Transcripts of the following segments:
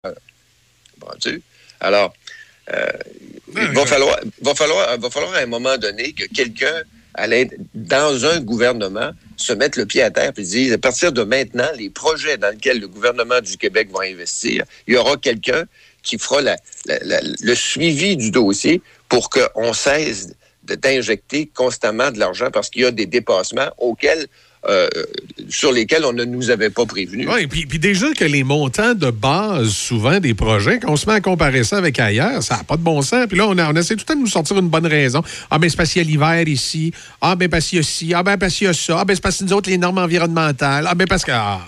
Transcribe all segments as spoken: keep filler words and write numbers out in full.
Bon, alors, euh, il va falloir, va, falloir, va falloir à un moment donné que quelqu'un, allait, dans un gouvernement, se mette le pied à terre et dire, à partir de maintenant, les projets dans lesquels le gouvernement du Québec va investir, il y aura quelqu'un qui fera la, la, la, le suivi du dossier pour qu'on cesse d'injecter constamment de l'argent parce qu'il y a des dépassements auxquels Euh, sur lesquels on ne nous avait pas prévenus. Oui, puis, puis déjà que les montants de base, souvent, des projets, quand on se met à comparer ça avec ailleurs, ça n'a pas de bon sens. Puis là, on, a, on essaie tout le temps de nous sortir une bonne raison. Ah, ben c'est parce qu'il y a l'hiver ici. Ah, ben parce qu'il y a ci. Ah, ben parce qu'il y a ça. Ah, ben c'est parce que nous autres, les normes environnementales. Ah, ben parce que... Ah,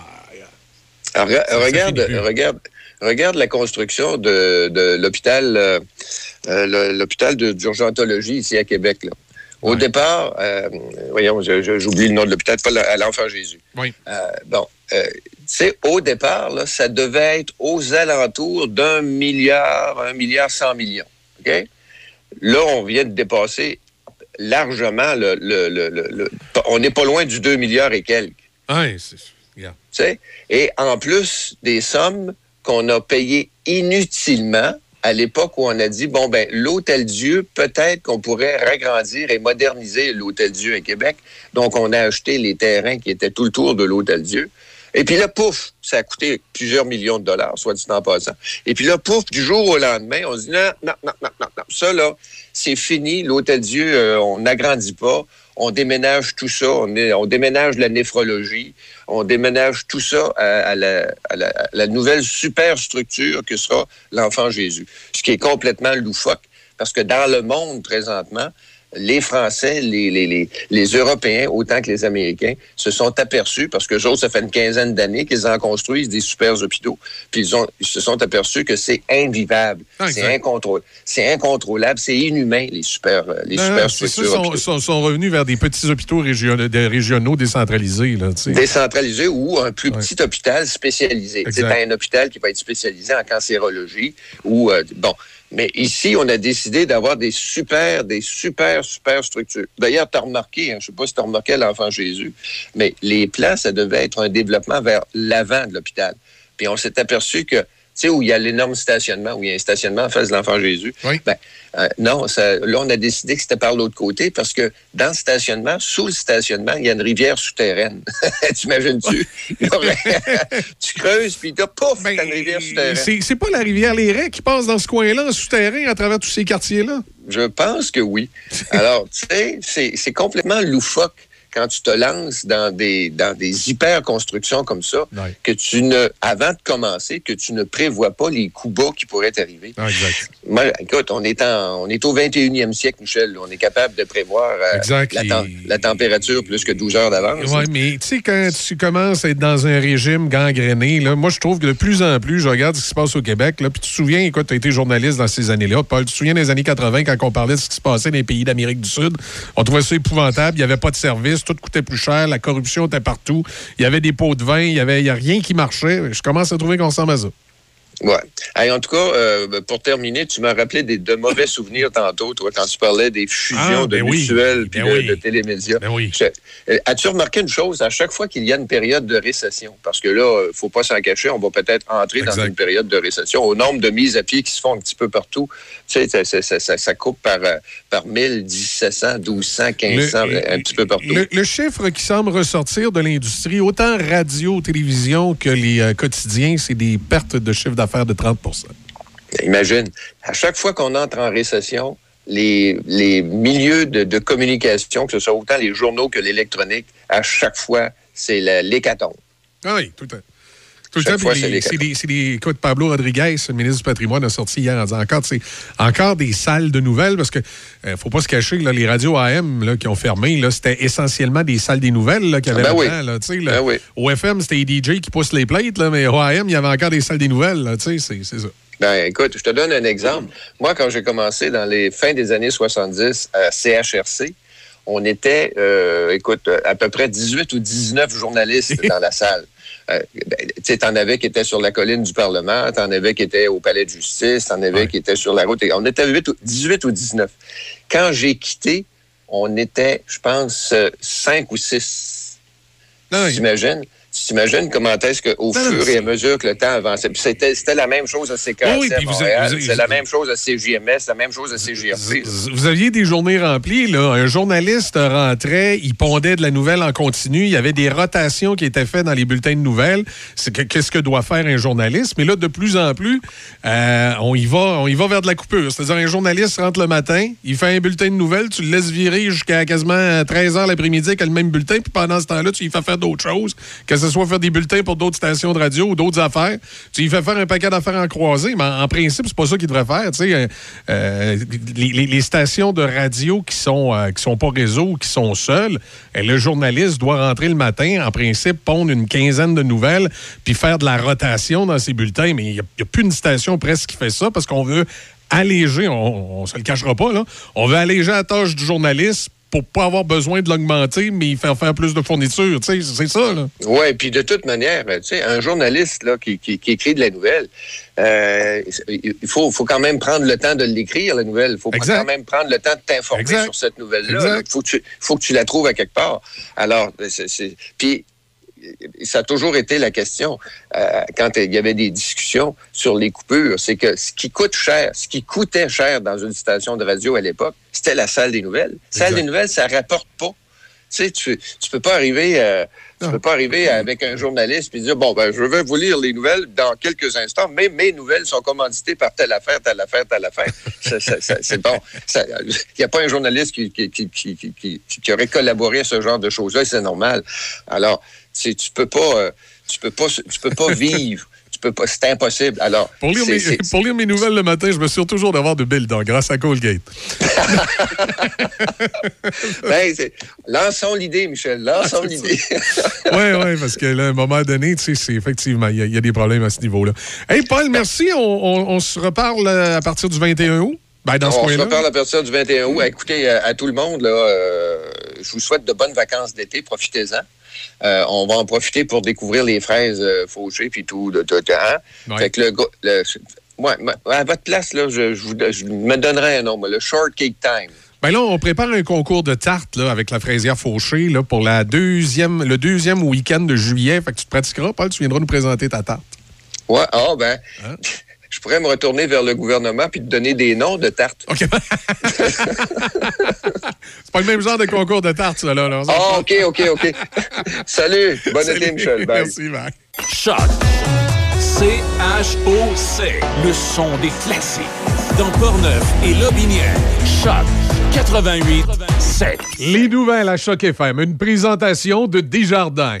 Alors, ça, regarde, ça regarde, regarde la construction de, de l'hôpital, euh, euh, l'hôpital de, d'urgentologie ici à Québec, là. Au ouais. départ, euh, voyons, je, je, j'oublie le nom de l'hôpital, pas à l'Enfant Jésus. Oui. Euh, bon, euh, tu sais, au départ, là, ça devait être aux alentours d'un milliard, un milliard cent millions. OK? Là, on vient de dépasser largement le... le, le, le, le on n'est pas loin du deux milliards et quelques. Oui, c'est... Yeah. Tu sais? Et en plus des sommes qu'on a payées inutilement, à l'époque où on a dit, bon, ben l'Hôtel-Dieu, peut-être qu'on pourrait ragrandir et moderniser l'Hôtel-Dieu à Québec. Donc, on a acheté les terrains qui étaient tout le tour de l'Hôtel-Dieu. Et puis là, pouf, ça a coûté plusieurs millions de dollars, soit dit en passant. Et puis là, pouf, du jour au lendemain, on se dit, non, non, non, non, non, non. Ça, là, c'est fini. L'Hôtel-Dieu, euh, on n'agrandit pas. On déménage tout ça. On, est, on déménage la néphrologie. On déménage tout ça à, à, la, à, la, à la nouvelle superstructure que sera l'Enfant Jésus. Ce qui est complètement loufoque. Parce que dans le monde, présentement, les Français, les, les, les, les Européens, autant que les Américains, se sont aperçus, parce que eux, ça fait une quinzaine d'années qu'ils en construisent des super hôpitaux, puis ils, ont, ils se sont aperçus que c'est invivable, ah, c'est, incontrôlable, c'est incontrôlable, c'est inhumain, les super, les non, super structures. C'est ça, sont, sont, sont revenus vers des petits hôpitaux régionaux, des régionaux décentralisés. Là, décentralisés ou un plus ouais. petit hôpital spécialisé. C'est un hôpital qui va être spécialisé en cancérologie ou, euh, bon... Mais ici, on a décidé d'avoir des super, des super, super structures. D'ailleurs, tu as remarqué, hein, je ne sais pas si tu as remarqué à l'Enfant Jésus, mais les plans, ça devait être un développement vers l'avant de l'hôpital. Puis on s'est aperçu que, tu sais, où il y a l'énorme stationnement, où il y a un stationnement en face de l'Enfant Jésus, oui. ben, euh, non, ça, là, on a décidé que c'était par l'autre côté parce que dans le stationnement, sous le stationnement, il y a une rivière souterraine. T'imagines-tu? Tu creuses, puis t'as pouf, ben, t'as une rivière souterraine. C'est, c'est pas la rivière Les Raies qui passe dans ce coin-là, en souterrain, à travers tous ces quartiers-là? Je pense que oui. Alors, tu sais, c'est, c'est complètement loufoque quand tu te lances dans des, dans des hyper-constructions comme ça, ouais. que tu ne, avant de commencer, que tu ne prévois pas les coups bas qui pourraient t'arriver. Ah, exact. Moi, écoute, on est, en, on est au vingt et unième siècle, Michel. On est capable de prévoir euh, exact, la, tem- la température plus que douze heures d'avance. Oui, mais tu sais, quand tu commences à être dans un régime gangréné, là, moi, je trouve que de plus en plus, je regarde ce qui se passe au Québec, là, puis tu te souviens, écoute, tu as été journaliste dans ces années-là, Paul, tu te souviens des années quatre-vingt, quand on parlait de ce qui se passait dans les pays d'Amérique du Sud, on trouvait ça épouvantable, il n'y avait pas de service, tout coûtait plus cher, la corruption était partout. Il y avait des pots de vin, il n'y avait, a rien qui marchait. Je commence à trouver qu'on ressemble à ça. Oui. Hey, en tout cas, euh, pour terminer, tu m'as rappelé des, de mauvais souvenirs tantôt, toi, quand tu parlais des fusions ah, ben de oui. mutuelles puis ben de, oui. de télémédias. Ben oui. Je, as-tu remarqué une chose? À chaque fois qu'il y a une période de récession, parce que là, il ne faut pas s'en cacher, on va peut-être entrer exact. Dans une période de récession. Au nombre de mises à pied qui se font un petit peu partout, tu sais, ça, ça, ça, ça, ça coupe par, par mille, dix-sept cents, douze cents, quinze cents, le, un petit peu partout. Le, le chiffre qui semble ressortir de l'industrie, autant radio, télévision que les euh, quotidiens, c'est des pertes de chiffre d'affaires de trente pour cent. Imagine, à chaque fois qu'on entre en récession, les, les milieux de, de communication, que ce soit autant les journaux que l'électronique, à chaque fois, c'est la, l'hécatombe. Ah oui, tout à fait. Tout le temps, fois, c'est, les, c'est, des, c'est des... Écoute, Pablo Rodriguez, le ministre du Patrimoine, a sorti hier en disant encore, c'est encore des salles de nouvelles, parce que euh, faut pas se cacher, là, les radios A M là, qui ont fermé, là, c'était essentiellement des salles des nouvelles là, qu'il y avait ben là-dedans. Oui. Là, tu sais, ben oui. Au F M, c'était les D J qui poussent les plates, là, mais au A M, il y avait encore des salles des nouvelles. Là, tu sais, c'est, c'est ça. Ben, écoute, je te donne un exemple. Moi, quand j'ai commencé dans les fins des années soixante-dix à C H R C, on était, euh, écoute, à peu près dix-huit ou dix-neuf journalistes dans la salle. Euh, ben, tu sais, t'en avais qui étaient sur la colline du Parlement, t'en avais qui étaient au Palais de justice, t'en avais ouais. qui étaient sur la route. On était dix-huit ou dix-neuf. Quand j'ai quitté, on était, je pense, cinq ou six. Non, T'imagines? Tu t'imagines comment est-ce qu'au Ben, fur c'est... et à mesure que le temps avançait, puis c'était, c'était la même chose à C K S M, oui, puis vous, Montréal, vous, vous, c'est la même chose à C J M S, la même chose à C J R P. Vous, vous aviez des journées remplies, là. Un journaliste rentrait, il pondait de la nouvelle en continu, il y avait des rotations qui étaient faites dans les bulletins de nouvelles. C'est que, qu'est-ce que doit faire un journaliste? Mais là, de plus en plus, euh, on y va, on y va vers de la coupure. C'est-à-dire, un journaliste rentre le matin, il fait un bulletin de nouvelles, tu le laisses virer jusqu'à quasiment treize heures l'après-midi avec le même bulletin, puis pendant ce temps-là, tu lui fais faire d'autres choses, que ce soit faire des bulletins pour d'autres stations de radio ou d'autres affaires. Tu lui fais faire un paquet d'affaires en croisée, mais en, en principe, c'est pas ça qu'il devrait faire. Tu sais, euh, euh, les, les, les stations de radio qui sont, euh, qui sont pas réseau, qui sont seules, euh, le journaliste doit rentrer le matin, en principe, pondre une quinzaine de nouvelles, puis faire de la rotation dans ses bulletins. Mais il n'y a, a plus une station presque qui fait ça parce qu'on veut alléger, on ne se le cachera pas, là, on veut alléger la tâche du journaliste pour pas avoir besoin de l'augmenter, mais faire faire plus de fournitures. Tu sais, c'est ça, là. Oui, puis de toute manière, tu sais, un journaliste là, qui, qui, qui écrit de la nouvelle, euh, il faut, faut quand même prendre le temps de l'écrire, la nouvelle. Il faut exact. quand même prendre le temps de t'informer exact. sur cette nouvelle-là. Il faut, faut que tu la trouves à quelque part. Alors, c'est... c'est... Puis, ça a toujours été la question, euh, quand il y avait des discussions sur les coupures, c'est que ce qui coûte cher, ce qui coûtait cher dans une station de radio à l'époque, c'était la salle des nouvelles. La salle des nouvelles, ça rapporte pas. Tu sais, tu, tu peux pas arriver, euh, tu peux pas arriver avec un journaliste et dire, bon, ben, je vais vous lire les nouvelles dans quelques instants, mais mes nouvelles sont commanditées par telle affaire, telle affaire, telle affaire. ça, ça, ça, c'est bon. Il n'y a pas un journaliste qui, qui, qui, qui, qui, qui aurait collaboré à ce genre de choses-là, c'est normal. Alors, tu tu peux pas, euh, tu peux pas, tu peux pas vivre. Tu peux pas, c'est impossible. Alors, pour lire, c'est, mes, c'est, pour lire mes nouvelles le matin, je me suis toujours d'avoir de belles dents grâce à Colgate. ben, c'est, lançons l'idée, Michel. Lançons ah, l'idée. Oui, oui, parce que là, à un moment donné, tu sais, c'est effectivement, il y, y a des problèmes à ce niveau-là. Hey, Paul, merci. On, on, on se reparle à partir du vingt et un août. Ben, dans ce on coin-là. se reparle à partir du vingt et un août. Écoutez, à, à tout le monde, là, euh, je vous souhaite de bonnes vacances d'été. Profitez-en. Euh, on va en profiter pour découvrir les fraises euh, fauchées puis tout de, de, de hein? Ouais. Fait que le, le ouais, à votre place là, je, je, vous, je me donnerais un nom, le Short Cake Time. Ben là, on prépare un concours de tartes là, avec la fraisière fauchée là, pour la deuxième, le deuxième week-end de juillet. Fait que tu te pratiqueras, Paul, tu viendras nous présenter ta tarte. Ouais, ah oh, ben. Hein? Je pourrais me retourner vers le gouvernement puis te donner des noms de tartes. OK. C'est pas le même genre de concours de tartes, ça, là. là. Ah, oh, OK, OK, OK. Salut. Bon Salut. été, Michel. Bye. Merci, bye. Choc. C H O C. Le son des classiques. Dans Portneuf et Lotbinière. Choc. quatre-vingt-huit sept. Les nouvelles à Choc F M. Une présentation de Desjardins.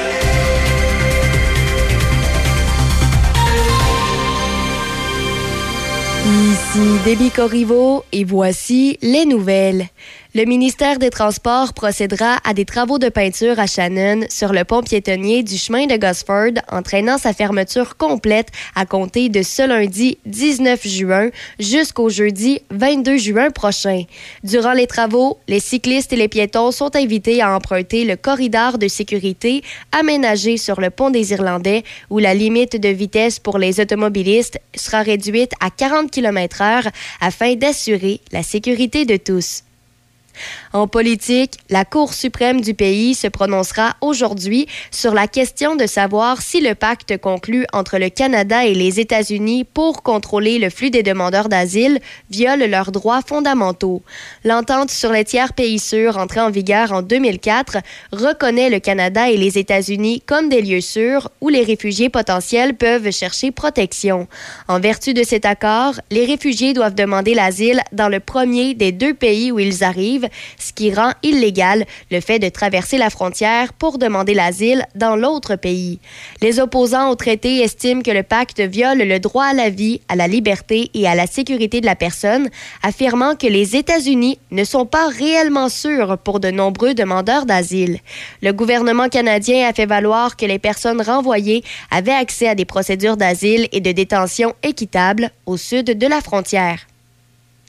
Ici Déby Corriveau et voici les nouvelles. Le ministère des Transports procédera à des travaux de peinture à Shannon sur le pont piétonnier du chemin de Gosford, entraînant sa fermeture complète à compter de ce lundi dix-neuf juin jusqu'au jeudi vingt-deux juin prochain. Durant les travaux, les cyclistes et les piétons sont invités à emprunter le corridor de sécurité aménagé sur le pont des Irlandais, où la limite de vitesse pour les automobilistes sera réduite à quarante kilomètres heure afin d'assurer la sécurité de tous. En politique, la Cour suprême du pays se prononcera aujourd'hui sur la question de savoir si le pacte conclu entre le Canada et les États-Unis pour contrôler le flux des demandeurs d'asile viole leurs droits fondamentaux. L'entente sur les tiers pays sûrs, entrée en vigueur en deux mille quatre, reconnaît le Canada et les États-Unis comme des lieux sûrs où les réfugiés potentiels peuvent chercher protection. En vertu de cet accord, les réfugiés doivent demander l'asile dans le premier des deux pays où ils arrivent, ce qui rend illégal le fait de traverser la frontière pour demander l'asile dans l'autre pays. Les opposants au traité estiment que le pacte viole le droit à la vie, à la liberté et à la sécurité de la personne, affirmant que les États-Unis ne sont pas réellement sûrs pour de nombreux demandeurs d'asile. Le gouvernement canadien a fait valoir que les personnes renvoyées avaient accès à des procédures d'asile et de détention équitables au sud de la frontière.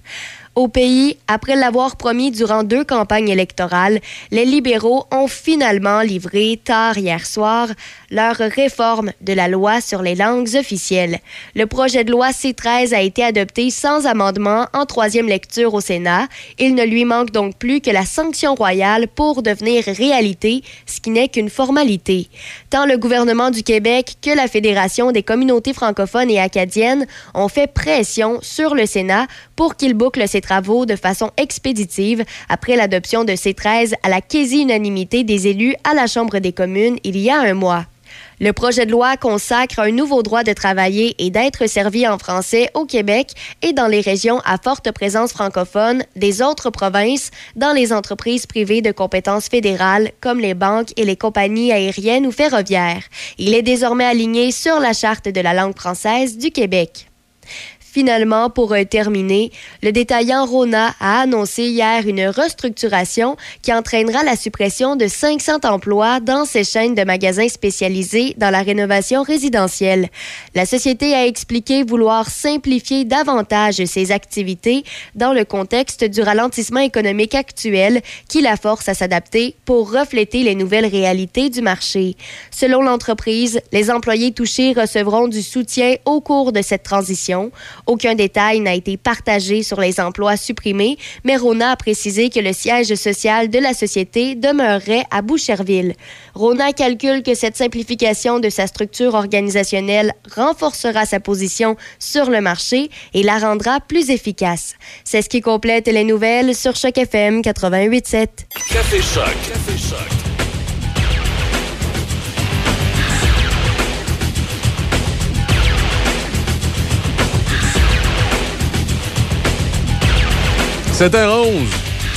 Au pays, après l'avoir promis durant deux campagnes électorales, les libéraux ont finalement livré, tard hier soir, leur réforme de la loi sur les langues officielles. Le projet de loi C treize a été adopté sans amendement en troisième lecture au Sénat. Il ne lui manque donc plus que la sanction royale pour devenir réalité, ce qui n'est qu'une formalité. Tant le gouvernement du Québec que la Fédération des communautés francophones et acadiennes ont fait pression sur le Sénat pour qu'il boucle ses travaux de façon expéditive après l'adoption de C treize à la quasi-unanimité des élus à la Chambre des communes il y a un mois. Le projet de loi consacre un nouveau droit de travailler et d'être servi en français au Québec et dans les régions à forte présence francophone des autres provinces, dans les entreprises privées de compétences fédérales comme les banques et les compagnies aériennes ou ferroviaires. Il est désormais aligné sur la Charte de la langue française du Québec. Finalement, pour euh, terminer, le détaillant Rona a annoncé hier une restructuration qui entraînera la suppression de cinq cents emplois dans ses chaînes de magasins spécialisés dans la rénovation résidentielle. La société a expliqué vouloir simplifier davantage ses activités dans le contexte du ralentissement économique actuel qui la force à s'adapter pour refléter les nouvelles réalités du marché. Selon l'entreprise, les employés touchés recevront du soutien au cours de cette transition. Aucun détail n'a été partagé sur les emplois supprimés, mais Rona a précisé que le siège social de la société demeurerait à Boucherville. Rona calcule que cette simplification de sa structure organisationnelle renforcera sa position sur le marché et la rendra plus efficace. C'est ce qui complète les nouvelles sur Choc F M quatre-vingt-huit sept. Café Choc. Café Choc. sept heures onze.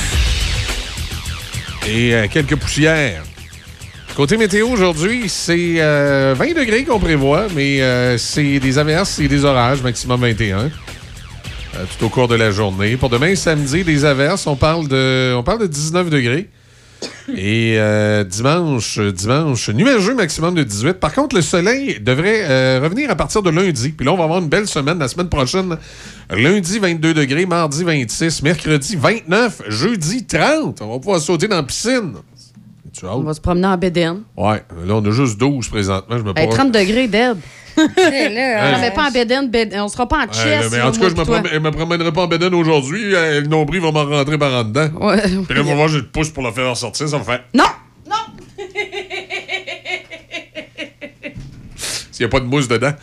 Et euh, quelques poussières. Côté météo aujourd'hui, c'est euh, vingt degrés qu'on prévoit, mais euh, c'est des averses et des orages, maximum vingt et un. Euh, tout au cours de la journée. Pour demain, samedi, des averses, on parle de, on parle de dix-neuf degrés. Et euh, dimanche, dimanche, nuageux maximum de dix-huit. Par contre, le soleil devrait euh, revenir à partir de lundi. Puis là, on va avoir une belle semaine. La semaine prochaine, lundi, vingt-deux degrés, mardi, vingt-six, mercredi, vingt-neuf, jeudi, trente. On va pouvoir sauter dans la piscine. On va se promener en bédaine. Ouais, là, on a juste douze présentement. Je me hey, trente degrés, Deb. là, on ne met pas en bédaine, bédaine, on sera pas en chest. Ouais, mais en tout cas, je me, prom- me promènerai pas en bédaine aujourd'hui. Le nombril va m'en rentrer par en dedans. Ouais. Puis là, on va voir, je te pousse pour la faire sortir. Ça me fait. Non! Non! S'il n'y a pas de mousse dedans.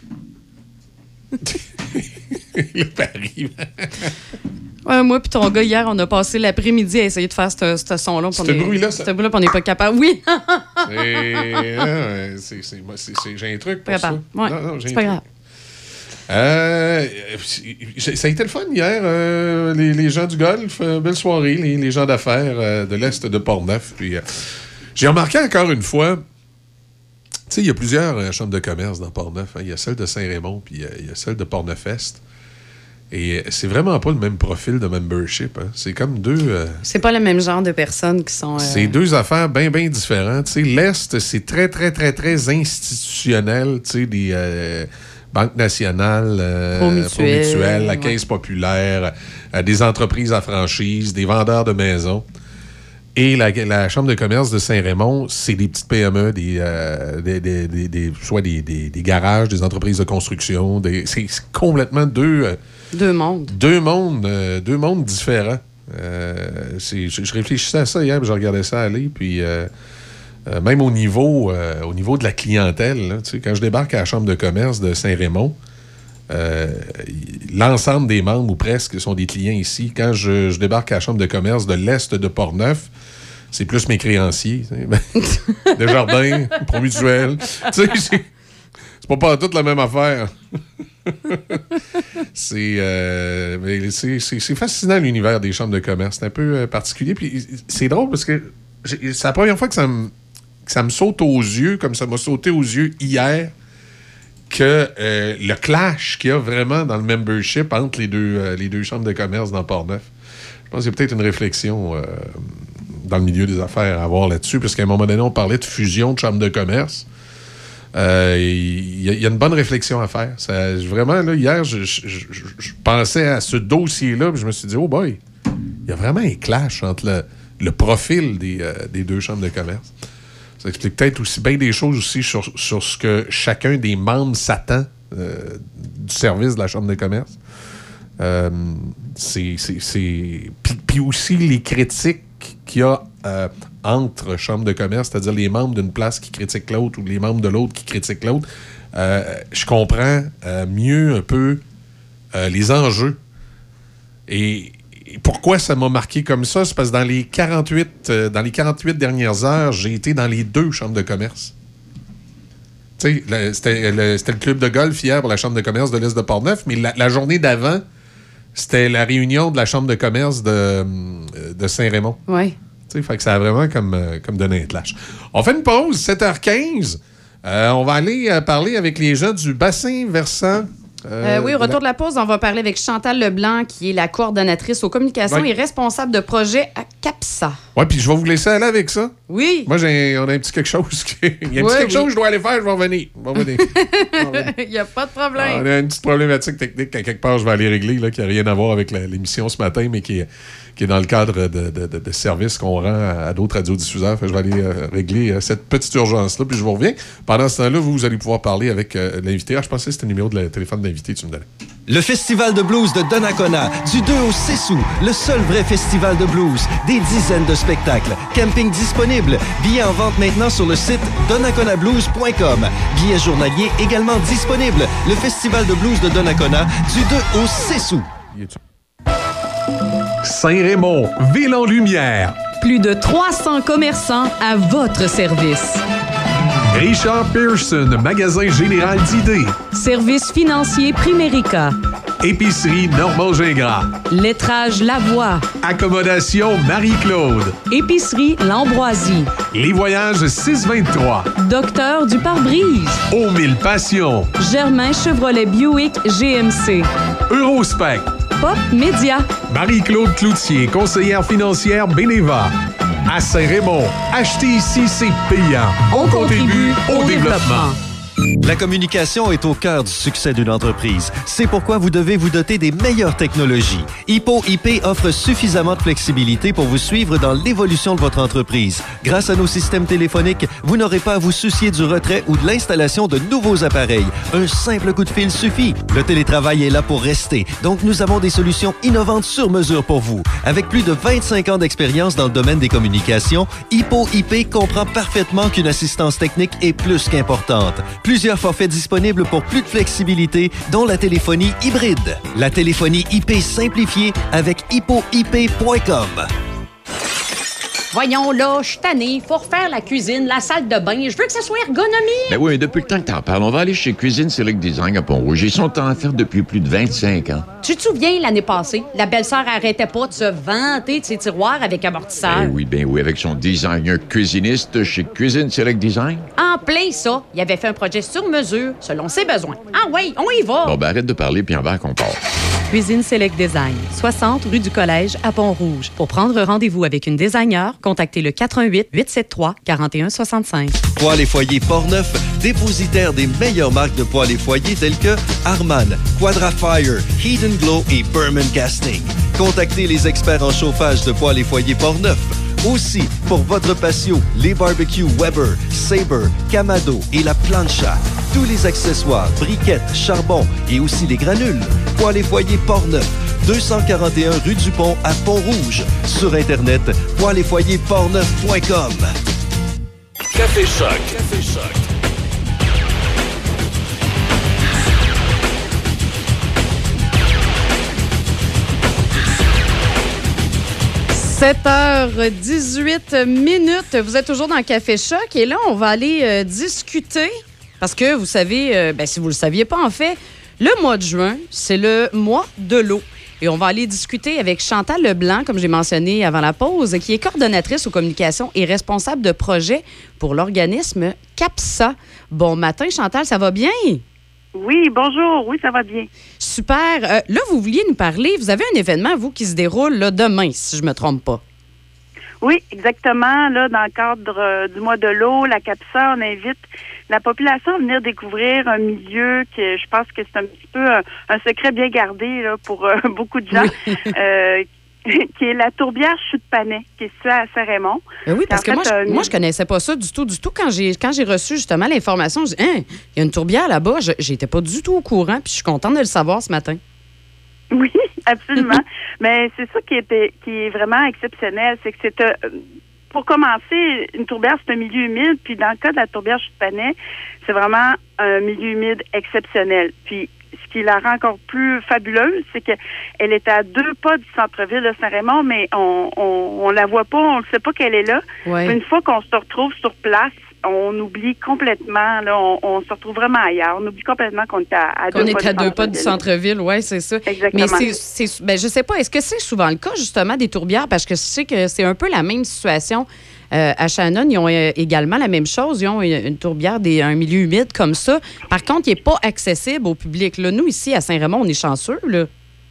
Le pari. Ouais, moi puis ton gars, hier, on a passé l'après-midi à essayer de faire ce son-là. Ce bruit-là, ça? Ce bruit-là, on n'est pas capable. Oui! c'est, c'est, c'est, c'est, c'est, j'ai un truc pour pas ça. Ouais, non, non, j'ai c'est pas truc. Grave. Euh, ça a été le fun hier. Euh, les, les gens du golf, euh, belle soirée. Les, les gens d'affaires euh, de l'Est de Portneuf. Puis, euh, j'ai remarqué encore une fois, tu sais, il y a plusieurs euh, chambres de commerce dans Portneuf. Hein. Il y a celle de Saint-Raymond, puis euh, il y a celle de Portneuf-Est. Et c'est vraiment pas le même profil de membership. Hein. C'est comme deux... Euh, c'est pas le même genre de personnes qui sont... Euh... C'est deux affaires bien, bien différentes. T'sais, l'Est, c'est très, très, très, très institutionnel. Tu sais, des euh, banques nationales, euh, Promutuelles, Promutuelles, la ouais. Caisse populaire, euh, des entreprises à franchise, des vendeurs de maisons. Et la, la Chambre de commerce de Saint-Raymond, c'est des petites P M E, des, euh, des, des, des, des, soit des, des, des garages, des entreprises de construction. Des, c'est, c'est complètement deux... Euh, Deux mondes. Deux mondes, euh, deux mondes différents. Euh, c'est, je, je réfléchissais à ça hier, puis je regardais ça aller, puis euh, euh, même au niveau, euh, au niveau de la clientèle, là, quand je débarque à la Chambre de commerce de Saint-Raymond, euh, l'ensemble des membres, ou presque, sont des clients ici. Quand je, je débarque à la Chambre de commerce de l'Est de Portneuf, c'est plus mes créanciers. Desjardins, Promutuel. C'est, c'est pas pas toute la même affaire. c'est, euh, mais c'est, c'est, c'est fascinant l'univers des chambres de commerce. C'est un peu euh, particulier. Puis c'est drôle parce que c'est la première fois que ça, me, que ça me saute aux yeux, comme ça m'a sauté aux yeux hier, que euh, le clash qu'il y a vraiment dans le membership entre les deux, euh, les deux chambres de commerce dans Portneuf. Je pense qu'il y a peut-être une réflexion euh, dans le milieu des affaires à avoir là-dessus, parce qu'à un moment donné, on parlait de fusion de chambres de commerce. Euh, il y, y a une bonne réflexion à faire. Ça, vraiment, là, hier, je, je, je, je pensais à ce dossier-là, puis je me suis dit, oh boy, il y a vraiment un clash entre le, le profil des, euh, des deux chambres de commerce. Ça explique peut-être aussi bien des choses aussi sur, sur ce que chacun des membres s'attend euh, du service de la chambre de commerce. Euh, c'est... c'est, c'est... Puis, puis aussi les critiques qu'il y a euh, entre chambres de commerce, c'est-à-dire les membres d'une place qui critiquent l'autre ou les membres de l'autre qui critiquent l'autre. Euh, je comprends euh, mieux un peu euh, les enjeux. Et, et pourquoi ça m'a marqué comme ça? C'est parce que dans les quarante-huit, euh, dans les quarante-huit dernières heures, j'ai été dans les deux chambres de commerce. Tu sais, c'était le, c'était le club de golf hier pour la chambre de commerce de l'Est de Portneuf, mais la, la journée d'avant, c'était la réunion de la chambre de commerce de, de Saint-Raymond. Oui. Tu sais, fait que ça a vraiment comme, comme donné un clash. On fait une pause, sept heures quinze. Euh, on va aller euh, parler avec les gens du bassin versant. Euh, euh, oui, au retour la... de la pause, on va parler avec Chantal Leblanc, qui est la coordonnatrice aux communications ouais. et responsable de projet à CAPSA. Oui, puis je vais vous laisser aller avec ça. Oui. Moi, j'ai, on a un petit quelque chose. Qui... Il y a un oui, petit quelque oui. chose que je dois aller faire, je vais revenir. Je vais revenir. Il n'y a pas de problème. Ah, on a une petite problématique technique qu'à quelque part, je vais aller régler, là, qui n'a rien à voir avec la, l'émission ce matin, mais qui est, qui est dans le cadre de, de, de, de services qu'on rend à, à d'autres radiodiffuseurs. Fait que je vais aller euh, régler euh, cette petite urgence-là, puis je vous reviens. Pendant ce temps-là, vous, vous allez pouvoir parler avec euh, l'invité. Ah, je pensais que c'était le numéro de la, téléphone de l'invité, tu me donnais. Le Festival de blues de Donnacona, du deux au six août, le seul vrai festival de blues. Des dizaines de spectacles, camping disponible, billets en vente maintenant sur le site donnacona blues point com. Billets journaliers également disponibles. Le Festival de blues de Donnacona, du deux au six août. Saint-Raymond, ville en lumière. Plus de trois cents commerçants à votre service. Richard Pearson, magasin général d'idées. Service financier Primérica. Épicerie Normand Gingras. Lettrage Lavoie. Accommodation Marie-Claude. Épicerie L'Ambroisie. Les voyages six vingt-trois. Docteur du pare-brise. Aux mille passions. Germain Chevrolet Buick G M C. Eurospec. Pop Média. Marie-Claude Cloutier, conseillère financière Beneva. À Saint-Raymond, acheter ici, c'est payant. On contribue au développement. La communication est au cœur du succès d'une entreprise. C'est pourquoi vous devez vous doter des meilleures technologies. Hippo I P offre suffisamment de flexibilité pour vous suivre dans l'évolution de votre entreprise. Grâce à nos systèmes téléphoniques, vous n'aurez pas à vous soucier du retrait ou de l'installation de nouveaux appareils. Un simple coup de fil suffit. Le télétravail est là pour rester, donc nous avons des solutions innovantes sur mesure pour vous. Avec plus de vingt-cinq ans d'expérience dans le domaine des communications, Hippo I P comprend parfaitement qu'une assistance technique est plus qu'importante. Plusieurs forfaits disponibles pour plus de flexibilité, dont la téléphonie hybride. La téléphonie I P simplifiée avec hippo I P point com. Voyons là, je suis tannée. Faut refaire la cuisine, la salle de bain. Je veux que ça soit ergonomique. Ben oui, mais depuis le temps que t'en parles, on va aller chez Cuisine Select Design à Pont-Rouge. Ils sont en affaires depuis plus de vingt-cinq ans. Tu te souviens, l'année passée, la belle-sœur arrêtait pas de se vanter de ses tiroirs avec amortisseur. Ben oui, ben oui, avec son designer cuisiniste chez Cuisine Select Design. En plein ça, il avait fait un projet sur mesure, selon ses besoins. Ah oui, on y va! Bon, ben arrête de parler, puis en va qu'on part. Cuisine Select Design, soixante rue du Collège à Pont-Rouge. Pour prendre rendez-vous avec une designer, contactez le quatre un huit, huit sept trois, quatre un six cinq. Poêles et foyers Portneuf, dépositaire des meilleures marques de poêles et foyers telles que Harman, Quadrafire, Heat and Glow et Berman Casting. Contactez les experts en chauffage de poêles et foyers Portneuf. Aussi, pour votre patio, les barbecues Weber, Sabre, Kamado et la plancha. Tous les accessoires, briquettes, charbon et aussi les granules. Poêles et foyers Portneuf, deux cent quarante et un rue du Pont à Pont-Rouge. Sur Internet, poêles et foyers portneuf point com. Café Choc. Café Choc. sept heures dix-huit minutes. Vous êtes toujours dans Café Choc et là, on va aller euh, discuter parce que vous savez, euh, ben, si vous ne le saviez pas en fait, le mois de juin, c'est le mois de l'eau. Et on va aller discuter avec Chantal Leblanc, comme j'ai mentionné avant la pause, qui est coordonnatrice aux communications et responsable de projet pour l'organisme CAPSA. Bon matin, Chantal, ça va bien? Oui, bonjour. Oui, ça va bien. Super. Euh, là, vous vouliez nous parler. Vous avez un événement, vous, qui se déroule là, demain, si je ne me trompe pas. Oui, exactement. Là, dans le cadre euh, du mois de l'eau, la CAPSA, on invite la population à venir découvrir un milieu que je pense que c'est un petit peu un, un secret bien gardé là, pour euh, beaucoup de gens, oui. euh, qui est la tourbière Chute-Panay, qui est située à Saint-Raymond. Ben oui, parce en que fait, moi, je, euh, moi, je connaissais pas ça du tout, du tout. Quand j'ai quand j'ai reçu justement l'information, je dis, hein, il y a une tourbière là-bas. Je j'étais pas du tout au courant, puis je suis contente de le savoir ce matin. Oui, absolument. Mais c'est ça qui est, qui est vraiment exceptionnel, c'est que c'est euh, pour commencer, une tourbière, c'est un milieu humide, puis dans le cas de la tourbière Chute-Panay, c'est vraiment un milieu humide exceptionnel. Puis ce qui la rend encore plus fabuleuse, c'est qu'elle est à deux pas du centre-ville de Saint-Raymond, mais on, on on la voit pas, on ne sait pas qu'elle est là. Ouais. Une fois qu'on se retrouve sur place, on oublie complètement, là, on, on se retrouve vraiment ailleurs. On oublie complètement qu'on est à, à qu'on deux est pas à du deux pas du centre-ville, oui, c'est ça. Exactement. Mais c'est, c'est, ben, je sais pas, est-ce que c'est souvent le cas, justement, des tourbières? Parce que je sais que c'est un peu la même situation. Euh, à Shannon, ils ont euh, également la même chose. Ils ont une, une tourbière, des, un milieu humide comme ça. Par contre, il n'est pas accessible au public. Là, nous, ici, à Saint-Raymond, on est chanceux, là.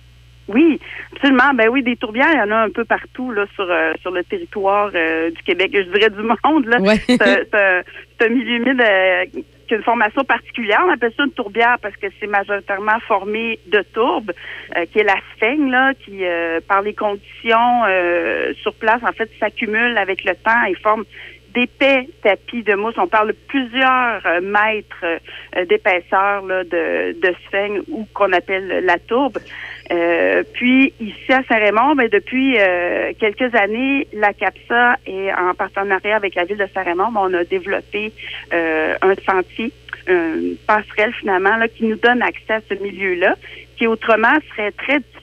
Oui, absolument. Ben oui, des tourbières, il y en a un peu partout là sur euh, sur le territoire euh, du Québec, je dirais du monde. Là. Ouais. c'est, c'est, un, c'est un milieu humide euh, qui a une formation particulière. On appelle ça une tourbière parce que c'est majoritairement formé de tourbe, euh, qui est la sphègne, là, qui, euh, par les conditions euh, sur place, en fait, s'accumule avec le temps et forme d'épais tapis de mousse. On parle de plusieurs euh, mètres euh, d'épaisseur là, de, de sphègne ou qu'on appelle la tourbe. Euh, puis ici à Saint-Raymond, ben, depuis euh, quelques années, la CAPSA est en partenariat avec la ville de Saint-Raymond. Ben, on a développé euh, un sentier, une passerelle finalement là, qui nous donne accès à ce milieu-là, qui autrement serait très difficile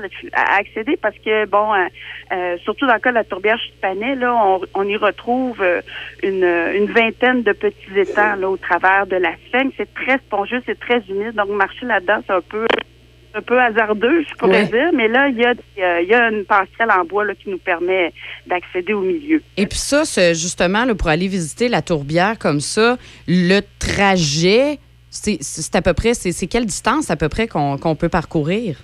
à accéder parce que, bon, euh, euh, surtout dans le cas de la tourbière Chute-Panay, là, on, on y retrouve euh, une, une vingtaine de petits étangs là, au travers de la sphègne. C'est très spongieux, c'est très humide, donc marcher là-dedans, c'est un peu un peu hasardeux, je pourrais ouais. dire, mais là, il y a, il y a une passerelle en bois là, qui nous permet d'accéder au milieu. Et puis ça, c'est justement, là, pour aller visiter la tourbière comme ça, le trajet, c'est, c'est à peu près, c'est, c'est quelle distance à peu près qu'on, qu'on peut parcourir?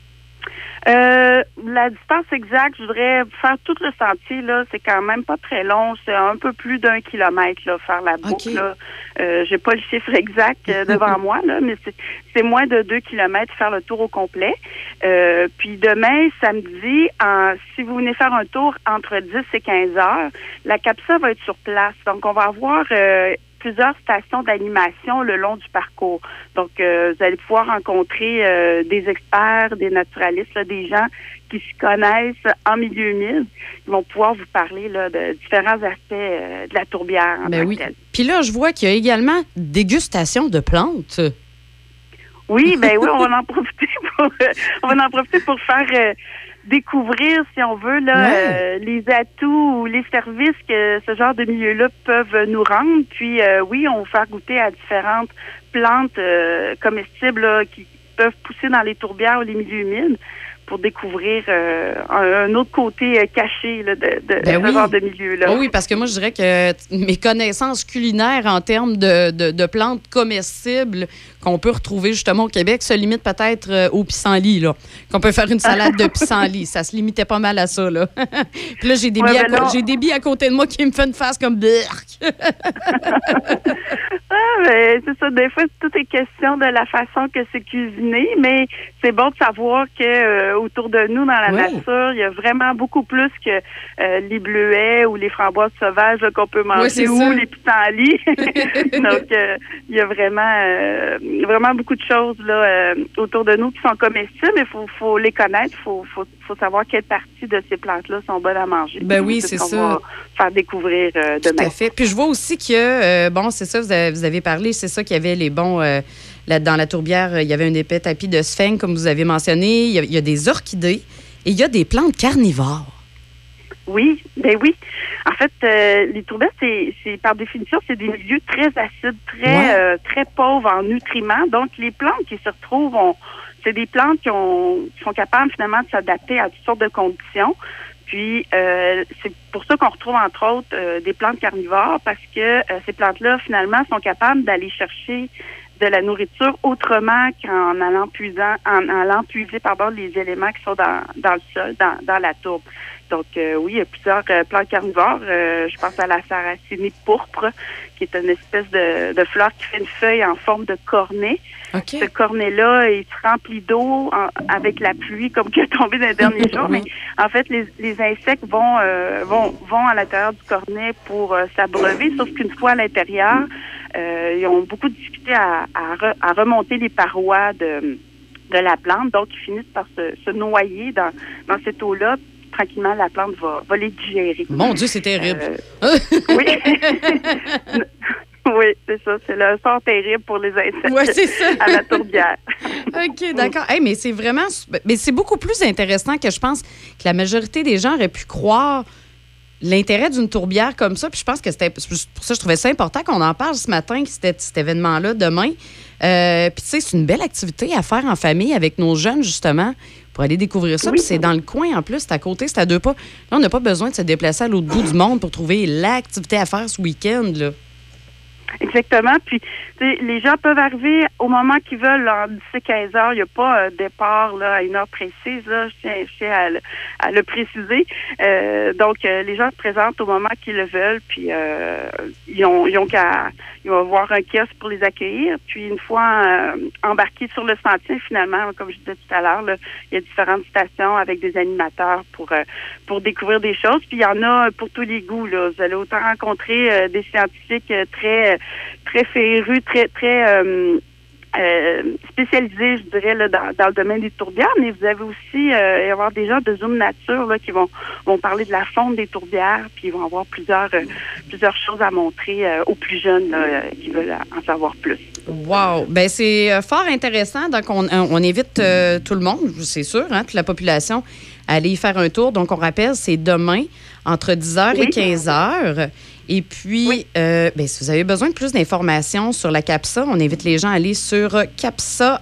Euh, la distance exacte, je voudrais faire tout le sentier, là, c'est quand même pas très long, c'est un peu plus d'un kilomètre, là, faire la boucle, okay. là. Euh, j'ai pas le chiffre exact euh, devant moi, là, mais c'est, c'est moins de deux kilomètres faire le tour au complet. Euh, puis demain, samedi, en, si vous venez faire un tour entre dix et quinze heures, la CAPSA va être sur place. Donc, on va avoir euh, plusieurs stations d'animation le long du parcours. Donc, euh, vous allez pouvoir rencontrer euh, des experts, des naturalistes, là, des gens qui se connaissent en milieu humide. Ils vont pouvoir vous parler là, de différents aspects euh, de la tourbière. En ben oui. telle. Puis là, je vois qu'il y a également dégustation de plantes. Oui, ben oui, on va en profiter pour, on va en profiter pour faire euh, découvrir, si on veut, là, ouais. euh, les atouts ou les services que ce genre de milieu-là peuvent nous rendre. Puis, euh, oui, on va faire goûter à différentes plantes euh, comestibles là, qui peuvent pousser dans les tourbières ou les milieux humides pour découvrir euh, un, un autre côté euh, caché là, de, de, ben de oui. ce genre de milieu-là. Oh oui, parce que moi, je dirais que mes connaissances culinaires en termes de, de, de plantes comestibles qu'on peut retrouver justement au Québec se limitent peut-être euh, au pissenlit, là. Qu'on peut faire une salade de pissenlit. Ça se limitait pas mal à ça, là. Puis là, j'ai des, ouais, billes à, j'ai des billes à côté de moi qui me font une face comme berk. Ah, mais c'est ça. Des fois, tout est question de la façon que c'est cuisiné, mais c'est bon de savoir que euh, autour de nous, dans la oui. nature, il y a vraiment beaucoup plus que euh, les bleuets ou les framboises sauvages là, qu'on peut manger oui, ou ça. Les pissenlits. Donc, euh, il y a vraiment, euh, vraiment beaucoup de choses là euh, autour de nous qui sont comestibles. Il faut, faut les connaître. Il faut, faut, faut savoir quelle partie de ces plantes-là sont bonnes à manger. Ben oui, c'est, c'est ce qu'on ça. va faire découvrir euh, demain. Tout à fait. Puis je vois aussi que, euh, bon, c'est ça, vous avez, vous avez parlé, c'est ça qu'il y avait les bons... Euh, là, dans la tourbière, il y avait un épais tapis de sphègne, comme vous avez mentionné. Il y a, il y a des orchidées et il y a des plantes carnivores. Oui, ben oui. En fait, euh, les tourbières, c'est, c'est par définition, c'est des milieux très acides, très ouais. euh, très pauvres en nutriments. Donc, les plantes qui se retrouvent, on, c'est des plantes qui, ont, qui sont capables finalement de s'adapter à toutes sortes de conditions. Puis, euh, c'est pour ça qu'on retrouve, entre autres, euh, des plantes carnivores, parce que euh, ces plantes-là, finalement, sont capables d'aller chercher de la nourriture autrement qu'en allant puisant, en allant puiser pardon, les éléments qui sont dans, dans le sol, dans, dans la tourbe. Donc euh, oui, il y a plusieurs euh, plantes carnivores. Euh, je pense à la Sarracenie pourpre, qui est une espèce de, de fleur qui fait une feuille en forme de cornet. Okay. Ce cornet-là, il se remplit d'eau en, avec la pluie, comme qui est tombée dans les derniers jours. Mais en fait, les, les insectes vont, euh, vont, vont à l'intérieur du cornet pour euh, s'abreuver, sauf qu'une fois à l'intérieur, euh, ils ont beaucoup de difficulté à, à, re, à remonter les parois de, de la plante. Donc, ils finissent par se, se noyer dans, dans cette eau-là. Tranquillement, la plante va, va les digérer. Mon Dieu, c'est terrible. Euh, oui. Oui, c'est ça. C'est le sort terrible pour les insectes ouais, c'est ça. à la tourbière. OK, d'accord. Hey, mais c'est vraiment... Mais c'est beaucoup plus intéressant que je pense que la majorité des gens auraient pu croire l'intérêt d'une tourbière comme ça. Puis je pense que c'était... Pour ça, je trouvais ça important qu'on en parle ce matin, que c'était cet événement-là demain. Euh, puis tu sais, c'est une belle activité à faire en famille avec nos jeunes, justement, pour aller découvrir ça. Oui. Puis c'est dans le coin, en plus, c'est à côté, c'est à deux pas. Là, on n'a pas besoin de se déplacer à l'autre bout du monde pour trouver l'activité à faire ce week-end, là. Exactement. Puis, tu sais, les gens peuvent arriver au moment qu'ils veulent, là, en dix à quinze heures. Il n'y a pas un départ là, à une heure précise. Là, je tiens, je tiens à, le, à le préciser. Euh, donc, euh, les gens se présentent au moment qu'ils le veulent. Puis, euh, ils ont, ils ont qu'à, ils vont avoir un kiosque pour les accueillir. Puis, une fois euh, embarqués sur le sentier, finalement, comme je disais tout à l'heure, là, il y a différentes stations avec des animateurs pour euh, pour découvrir des choses. Puis, il y en a pour tous les goûts. Là. Vous allez autant rencontrer euh, des scientifiques euh, très très férus, très très euh, euh, spécialisés, je dirais, là, dans, dans le domaine des tourbières, mais vous avez aussi euh, y avoir des gens de Zoom Nature là, qui vont vont parler de la faune des tourbières, puis ils vont avoir plusieurs euh, plusieurs choses à montrer euh, aux plus jeunes là, euh, qui veulent en savoir plus. Wow! Ben c'est euh, fort intéressant. Donc, on, on invite euh, tout le monde, c'est sûr, hein, toute la population, à aller y faire un tour. Donc, on rappelle, c'est demain, entre dix heures oui. et quinze heures. Et puis, oui. euh, ben, si vous avez besoin de plus d'informations sur la CAPSA, on invite les gens à aller sur CAPSA.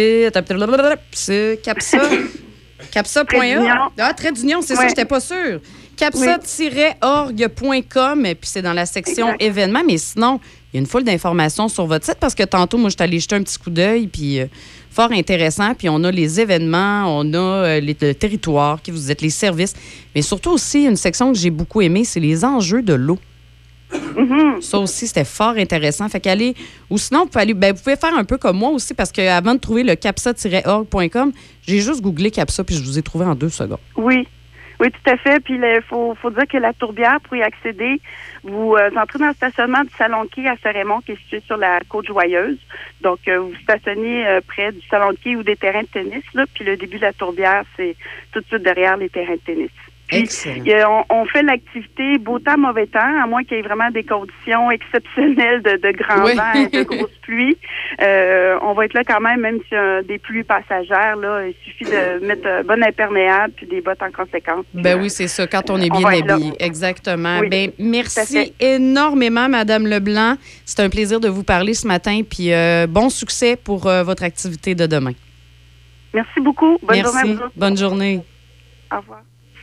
CAPSA. CAPSA point org. Ah, trait d'union, c'est ouais. ça, je n'étais pas sûre. capsa tiret org point com, puis c'est dans la section exact. Événements. Mais sinon, il y a une foule d'informations sur votre site parce que tantôt, moi, je suis allée jeter un petit coup d'œil, puis euh, fort intéressant. Puis on a les événements, on a euh, les, le territoire qui vous êtes, les services. Mais surtout aussi, une section que j'ai beaucoup aimée, c'est les enjeux de l'eau. Mm-hmm. Ça aussi, c'était fort intéressant. Fait qu'aller, ou sinon, vous pouvez, aller, ben, vous pouvez faire un peu comme moi aussi, parce qu'avant de trouver le capsa tiret org point com, j'ai juste googlé CAPSA, puis je vous ai trouvé en deux secondes. Oui. Oui, tout à fait. Puis il faut, faut dire que la tourbière, pour y accéder, vous euh, entrez dans le stationnement du Salon de quai à Saint-Raymond, qui est situé sur la Côte-Joyeuse. Donc, euh, vous stationnez euh, près du Salon de quai ou des terrains de tennis, là. Puis le début de la tourbière, c'est tout de suite derrière les terrains de tennis. Puis, y a, on, on fait l'activité beau temps, mauvais temps, à moins qu'il y ait vraiment des conditions exceptionnelles de, de grands oui. vents et de grosses pluies. Euh, on va être là quand même, même s'il y a des pluies passagères. Là, il suffit de mettre un bon imperméable puis des bottes en conséquence. Ben euh, oui, c'est ça, quand on est bien on habillé. Exactement. Oui, ben, merci énormément, Madame Leblanc. C'est un plaisir de vous parler ce matin. Puis euh, bon succès pour euh, votre activité de demain. Merci beaucoup. Bonne merci. journée à vous. Bonne journée. Au revoir.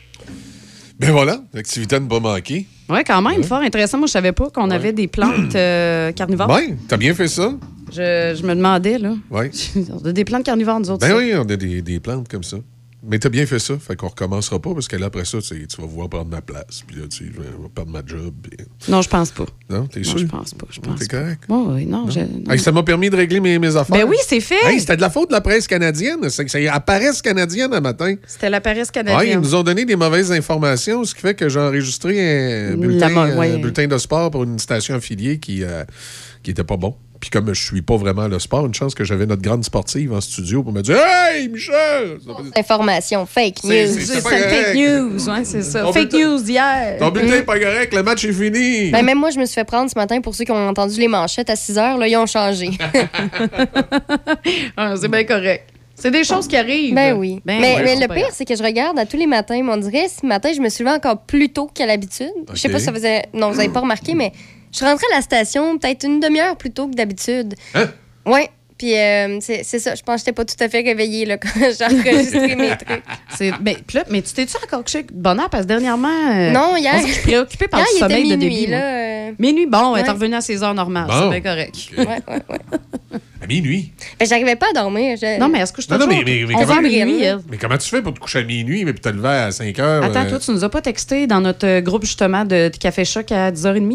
Ben voilà, l'activité à ne pas manquer. Oui, quand même, ouais. fort intéressant. Moi, je savais pas qu'on ouais. avait des plantes euh, carnivores. Oui, t'as bien fait ça. Je, je me demandais, là. Oui. On a des plantes carnivores, nous autres. Ben ça. oui, on a des, des plantes comme ça. Mais t'as bien fait ça, fait qu'on recommencera pas, parce que là, après ça, tu vas vouloir prendre ma place. Puis là, tu vas perdre ma job. Puis... Non, je pense pas. Non, t'es non, sûr? je pense pas. Je pense t'es correct? Oh, oui, non. non. Je... Hey, ça m'a permis de régler mes, mes affaires. Ben oui, c'est fait. Hey, c'était de la faute de la presse canadienne. C'est, c'est la paresse canadienne un matin. C'était la paresse canadienne. Ouais, ils nous ont donné des mauvaises informations, ce qui fait que j'ai enregistré un bulletin, mo- ouais. un bulletin de sport pour une station affiliée qui, euh, qui était pas bon. Puis comme je suis pas vraiment le sport, une chance que j'avais notre grande sportive en studio pour me dire « Hey, Michel! » Information, fake news. C'est, c'est, c'est, c'est fake news, ouais, c'est ça. Ton fake bulletin, news d'hier. Ton bulletin n'est pas correct, le match est fini. Ben, même moi, je me suis fait prendre ce matin pour ceux qui ont entendu les manchettes à six heures. Là, ils ont changé. ah, c'est bien correct. C'est des choses qui arrivent. Ben oui. Ben mais ouais, mais le pire, c'est que je regarde à tous les matins. Mais on dirait, ce matin, je me suis levée encore plus tôt qu'à l'habitude. Okay. Je sais pas si ça faisait... Non, vous n'avez pas remarqué, mais... Je suis rentrée à la station peut-être une demi-heure plus tôt que d'habitude. Hein? Oui. Puis euh, c'est, c'est ça. Je pense que j'étais pas tout à fait réveillée là, quand j'ai enregistré mes trucs. C'est, ben, là, mais tu t'es-tu encore couché de bonne heure? Parce que dernièrement... Euh, non, hier... Je suis préoccupée par hier, le sommeil minuit, de début. Là, euh... Minuit, bon, ouais. elle est revenue à ses heures normales. Bon. C'est bien correct. Okay. Ouais, ouais, ouais. À minuit. Ben, j'arrivais pas à dormir. Je... Non, mais est-ce que je te Non, non, jure, mais, mais, mais, on comment, va à minuit, elle. mais comment tu fais pour te coucher à minuit, mais puis te lever à cinq heures? Attends, euh... toi, tu nous as pas texté dans notre euh, groupe, justement, de, de Café Choc à dix heures trente?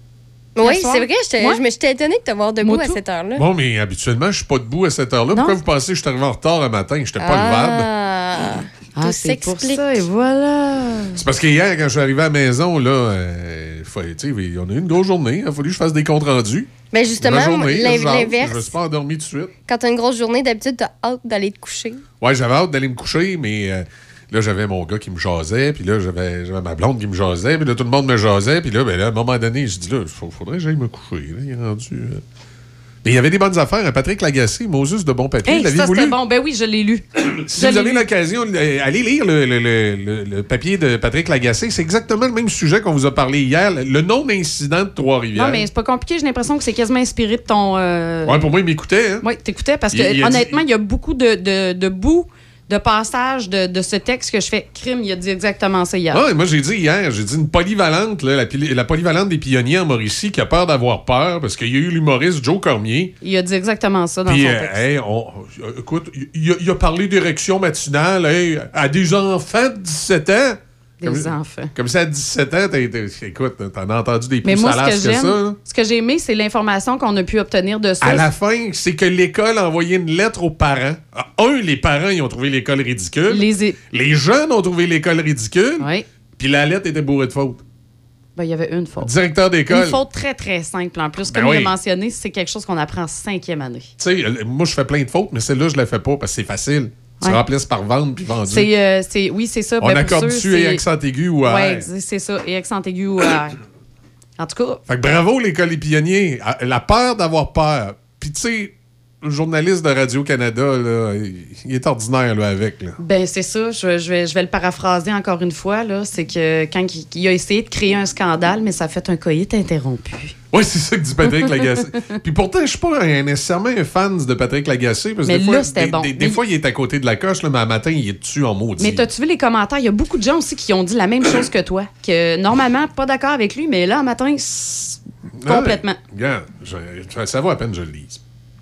Oui, c'est vrai. Je, Ouais. je me suis étonnée de te voir debout Moi à tout. cette heure-là. Bon, mais habituellement, je suis pas debout à cette heure-là. Pourquoi vous pensez que je suis arrivé en retard un matin? J'étais pas levable. Ah, Ah, tout c'est pour s'explique. ça, et voilà. C'est parce que hier, quand je suis arrivé à la maison, là, euh, faut- tu sais, on a eu une grosse journée. Il a fallu que je fasse des comptes rendus. Mais justement, Ma journée, l'in- je jase, l'inverse. Je me suis pas endormi tout de suite. Quand t'as une grosse journée, d'habitude, t'as hâte d'aller te coucher. Ouais, j'avais hâte d'aller me coucher, mais euh, là, j'avais mon gars qui me jasait, puis là, j'avais, j'avais ma blonde qui me jasait, puis là, tout le monde me jasait, puis là, ben, là, à un moment donné, je dis là, il faudrait que j'aille me coucher. Là, il est rendu. euh. Mais il y avait des bonnes affaires. Patrick Lagacé, Moses de Bon Papier, Hey, l'aviez ça, voulu? c'était bon. Ben oui, je l'ai lu. Si Je vous l'ai avez lu. l'occasion, euh, allez lire le, le- le- le- le papier de Patrick Lagacé. C'est exactement le même sujet qu'on vous a parlé hier, le non-incident de Trois-Rivières. Non, mais c'est pas compliqué. J'ai l'impression que c'est quasiment inspiré de ton... euh, Ouais, pour moi, il m'écoutait. Hein? Oui, t'écoutais parce que, Il- il a dit- honnêtement, il y a beaucoup de, de, de bouts, de passages de, de ce texte que je fais. Crime, il a dit exactement ça hier. Ah, moi, j'ai dit hier, j'ai dit une polyvalente, là, la, pili- la polyvalente des pionniers en Mauricie qui a peur d'avoir peur parce qu'il y a eu l'humoriste Joe Cormier. Il a dit exactement ça dans Puis, son euh, texte. hey, on- euh, écoute, il a, il a parlé d'érection matinale hey, à des enfants de dix-sept ans. Des Comme- enfants. Comme ça, à dix-sept ans, t'as, t'as- écoute, t'en as entendu des Mais plus moi, ce salaces que que, j'aime, ça. là. ce que j'ai aimé, c'est l'information qu'on a pu obtenir de ça. À la fin, c'est que l'école a envoyé une lettre aux parents. Ah, Un, les parents, ils ont trouvé l'école ridicule. Les, Les jeunes ont trouvé l'école ridicule. Oui. Puis la lettre était bourrée de fautes. Ben, il y avait une faute. Directeur d'école. Une faute très, très simple en plus. Ben Comme oui. il a mentionné, c'est quelque chose qu'on apprend en cinquième année. Tu sais, euh, moi, je fais plein de fautes, mais celle-là, je la fais pas parce que c'est facile. Tu Ouais. remplaces par vendre puis vendu. C'est, euh, c'est, oui, c'est ça. On Ben, pour accorde ceux, dessus c'est- et accent aigu ou à Ouais, R. c'est ça. Et accent aigu ou à R. En tout cas, Fait que bravo, l'école des pionniers. Ah, La peur d'avoir peur. Puis, tu sais, le journaliste de Radio-Canada, là, il est ordinaire, là, avec. Là. ben c'est ça. Je, je vais, je vais le paraphraser encore une fois. Là. C'est que quand il, il a essayé de créer un scandale, mais ça a fait un coït interrompu. Oui, c'est ça que dit Patrick Lagacé. Puis pourtant, je suis pas un- nécessairement un fan de Patrick Lagacé. Parce que Mais des là, fois, c'était des, bon. des- des Mais- fois, il est à côté de la coche, là, mais à matin, il est dessus en maudit. Mais t'as-tu vu les commentaires? Il y a beaucoup de gens aussi qui ont dit la même chose que toi. Que normalement, pas d'accord avec lui, mais là, un matin, c'est complètement. Ah, regarde, je- ça vaut à peine que je le lise.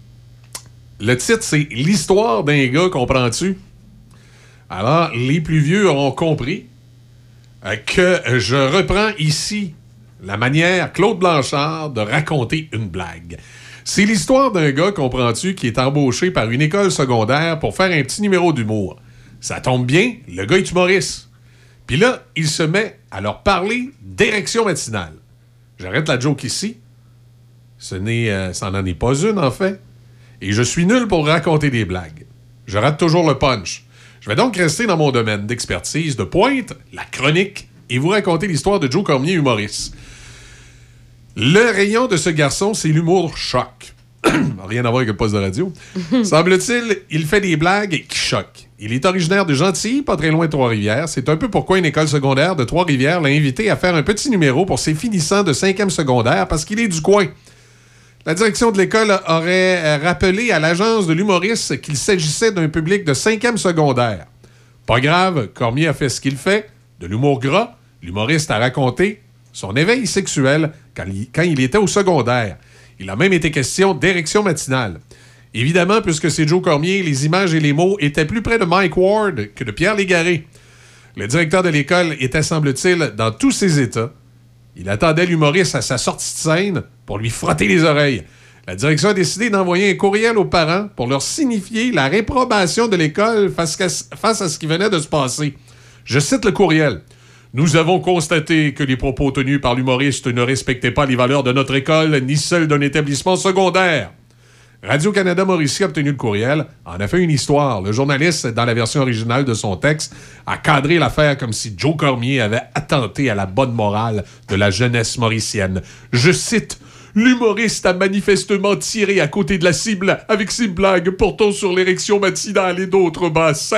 Le titre, c'est L'histoire d'un gars, comprends-tu? Alors, les plus vieux auront compris euh, que je reprends ici la manière Claude Blanchard de raconter une blague. C'est l'histoire d'un gars, comprends-tu, qui est embauché par une école secondaire pour faire un petit numéro d'humour. Ça tombe bien, le gars est humoriste. Puis là, il se met à leur parler d'érection matinale. J'arrête la joke ici. Ce n'est, euh, ça n'en est pas une, en fait. Et je suis nul pour raconter des blagues. Je rate toujours le punch. Je vais donc rester dans mon domaine d'expertise de pointe, la chronique, et vous raconter l'histoire de Joe Cormier, humoriste. Le rayon de ce garçon, c'est l'humour choc. Rien à voir avec le poste de radio. Semble-t-il, il fait des blagues qui choquent. Il est originaire de Gentilly, pas très loin de Trois-Rivières. C'est un peu pourquoi une école secondaire de Trois-Rivières l'a invité à faire un petit numéro pour ses finissants de cinquième secondaire parce qu'il est du coin. La direction de l'école aurait rappelé à l'agence de l'humoriste qu'il s'agissait d'un public de cinquième secondaire. Pas grave, Cormier a fait ce qu'il fait, de l'humour gras. L'humoriste a raconté son éveil sexuel quand il, quand il était au secondaire. Il a même été question d'érection matinale. Évidemment, puisque c'est Joe Cormier, les images et les mots étaient plus près de Mike Ward que de Pierre Légaré. Le directeur de l'école était, semble-t-il, dans tous ses états. Il attendait l'humoriste à sa sortie de scène pour lui frotter les oreilles. La direction a décidé d'envoyer un courriel aux parents pour leur signifier la réprobation de l'école face à, face à ce qui venait de se passer. Je cite le courriel. « Nous avons constaté que les propos tenus par l'humoriste ne respectaient pas les valeurs de notre école ni celles d'un établissement secondaire. » Radio-Canada Mauricie a obtenu le courriel, en a fait une histoire. Le journaliste, dans la version originale de son texte, a cadré l'affaire comme si Joe Cormier avait attenté à la bonne morale de la jeunesse mauricienne. Je cite, « L'humoriste a manifestement tiré à côté de la cible avec ses blagues portant sur l'érection matinale et d'autres bassesses. »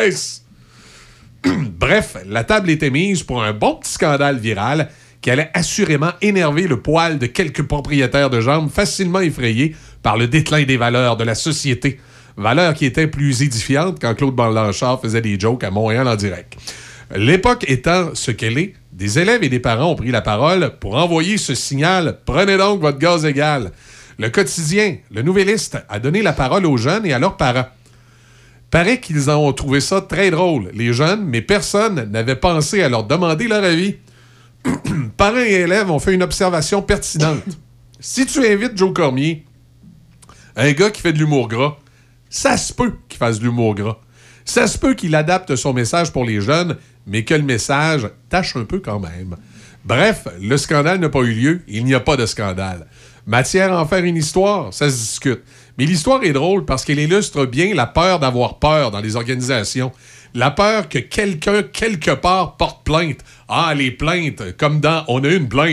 Bref, la table était mise pour un bon petit scandale viral qui allait assurément énerver le poil de quelques propriétaires de jambes facilement effrayés par le déclin des valeurs de la société. Valeurs qui étaient plus édifiantes quand Claude Blanchard faisait des jokes à Montréal en direct. L'époque étant ce qu'elle est, des élèves et des parents ont pris la parole pour envoyer ce signal « Prenez donc votre gaz égal ». Le quotidien, le Nouvelliste, a donné la parole aux jeunes et à leurs parents. Paraît qu'ils ont trouvé ça très drôle, les jeunes, mais personne n'avait pensé à leur demander leur avis. Parents et élèves ont fait une observation pertinente. Si tu invites Joe Cormier, un gars qui fait de l'humour gras, ça se peut qu'il fasse de l'humour gras. Ça se peut qu'il adapte son message pour les jeunes, mais que le message tâche un peu quand même. Bref, le scandale n'a pas eu lieu, il n'y a pas de scandale. Matière à en faire une histoire, ça se discute. Mais l'histoire est drôle parce qu'elle illustre bien la peur d'avoir peur dans les organisations. La peur que quelqu'un, quelque part, porte plainte. Ah, les plaintes, comme dans « On a une plainte ».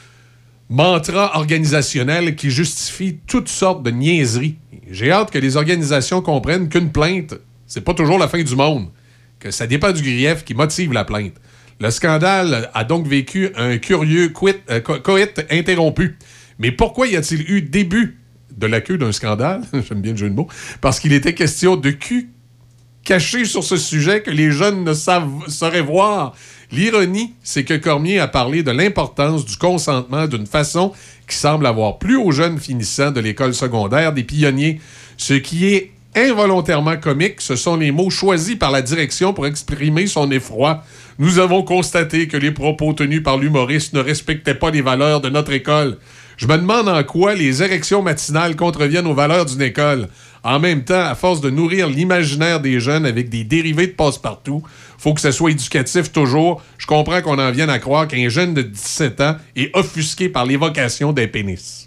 Mantra organisationnel qui justifie toutes sortes de niaiseries. J'ai hâte que les organisations comprennent qu'une plainte, c'est pas toujours la fin du monde, que ça dépend du grief qui motive la plainte. Le scandale a donc vécu un curieux coït, euh, coït interrompu. Mais pourquoi y a-t-il eu début de la queue d'un scandale? J'aime bien le jeu de mots. Parce qu'il était question de cul caché sur ce sujet que les jeunes ne savent, sauraient voir. L'ironie, c'est que Cormier a parlé de l'importance du consentement d'une façon qui semble avoir plu aux jeunes finissants de l'école secondaire des pionniers. Ce qui est involontairement comique, ce sont les mots choisis par la direction pour exprimer son effroi. Nous avons constaté que les propos tenus par l'humoriste ne respectaient pas les valeurs de notre école. Je me demande en quoi les érections matinales contreviennent aux valeurs d'une école. En même temps, à force de nourrir l'imaginaire des jeunes avec des dérivés de passe-partout, faut que ça soit éducatif toujours. Je comprends qu'on en vienne à croire qu'un jeune de dix-sept ans est offusqué par l'évocation d'un pénis.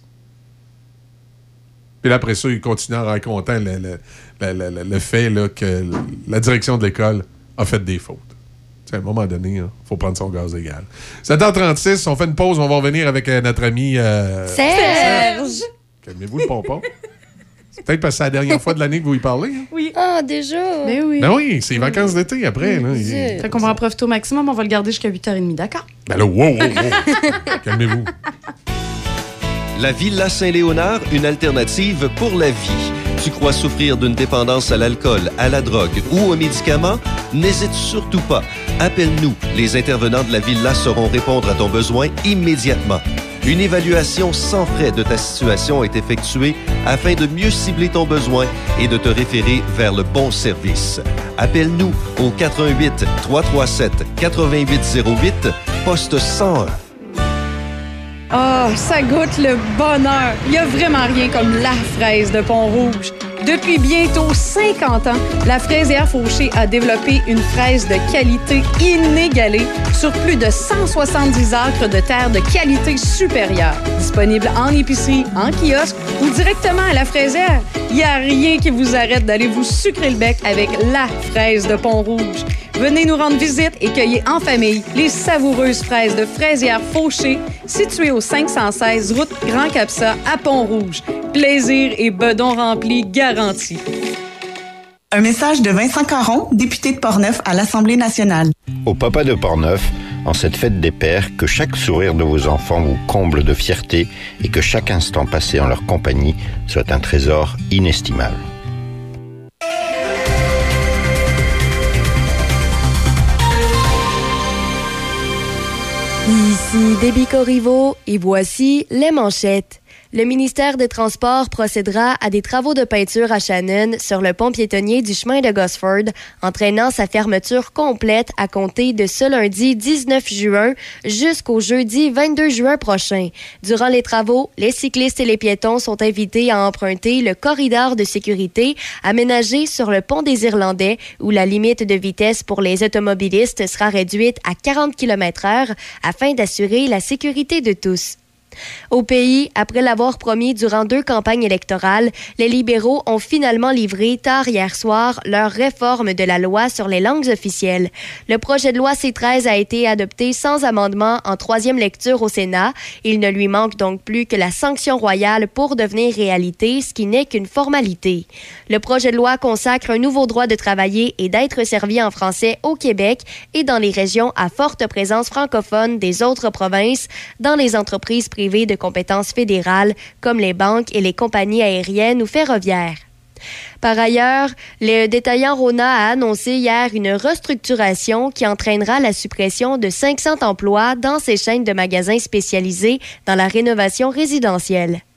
Puis là, après ça, il continue en racontant le, le, le, le, le fait là, que la direction de l'école a fait des fautes. À un moment donné, il faut prendre son gaz égal. sept heures trente-six, on fait une pause, on va revenir avec euh, notre ami... Euh... Serge! Calmez-vous le pompon. C'est peut-être parce que c'est la dernière fois de l'année que vous y parlez. Hein? Oui. Ah, déjà? Ben oui. Ben oui, c'est les vacances d'été après. Là. Il... Fait qu'on va en profiter au maximum, on va le garder jusqu'à huit heures trente, d'accord? Ben là, wow, wow, wow. Calmez-vous. La Villa Saint-Léonard, une alternative pour la vie. Tu crois souffrir d'une dépendance à l'alcool, à la drogue ou aux médicaments? N'hésite surtout pas. Appelle-nous. Les intervenants de la Villa sauront répondre à ton besoin immédiatement. Une évaluation sans frais de ta situation est effectuée afin de mieux cibler ton besoin et de te référer vers le bon service. Appelle-nous au quatre un huit, trois trois sept, huit huit zéro huit, poste cent un. Ah, oh, ça goûte le bonheur. Il n'y a vraiment rien comme la fraise de Pont-Rouge. Depuis bientôt cinquante ans, la fraisière Fauché a développé une fraise de qualité inégalée sur plus de cent soixante-dix acres de terre de qualité supérieure. Disponible en épicerie, en kiosque ou directement à la fraisière, il n'y a rien qui vous arrête d'aller vous sucrer le bec avec la fraise de Pont-Rouge. Venez nous rendre visite et cueillez en famille les savoureuses fraises de Fraisière Fauché, situées au cinq cent seize route Grand Capsa à Pont-Rouge. Plaisir et bedon rempli garantis. Un message de Vincent Caron, député de Portneuf à l'Assemblée nationale. Au Papa de Portneuf, en cette fête des pères, que chaque sourire de vos enfants vous comble de fierté et que chaque instant passé en leur compagnie soit un trésor inestimable. Ici Déby Corriveau et voici les manchettes. Le ministère des Transports procédera à des travaux de peinture à Shannon sur le pont piétonnier du chemin de Gosford, entraînant sa fermeture complète à compter de ce lundi dix-neuf juin jusqu'au jeudi vingt-deux juin prochain. Durant les travaux, les cyclistes et les piétons sont invités à emprunter le corridor de sécurité aménagé sur le pont des Irlandais, où la limite de vitesse pour les automobilistes sera réduite à quarante kilomètres heure afin d'assurer la sécurité de tous. Au pays, après l'avoir promis durant deux campagnes électorales, les libéraux ont finalement livré tard hier soir leur réforme de la loi sur les langues officielles. Le projet de loi C treize a été adopté sans amendement en troisième lecture au Sénat. Il ne lui manque donc plus que la sanction royale pour devenir réalité, ce qui n'est qu'une formalité. Le projet de loi consacre un nouveau droit de travailler et d'être servi en français au Québec et dans les régions à forte présence francophone des autres provinces, dans les entreprises privées de compétences fédérales comme les banques et les compagnies aériennes ou ferroviaires. Par ailleurs, le détaillant Rona a annoncé hier une restructuration qui entraînera la suppression de cinq cents emplois dans ses chaînes de magasins spécialisés dans la rénovation résidentielle.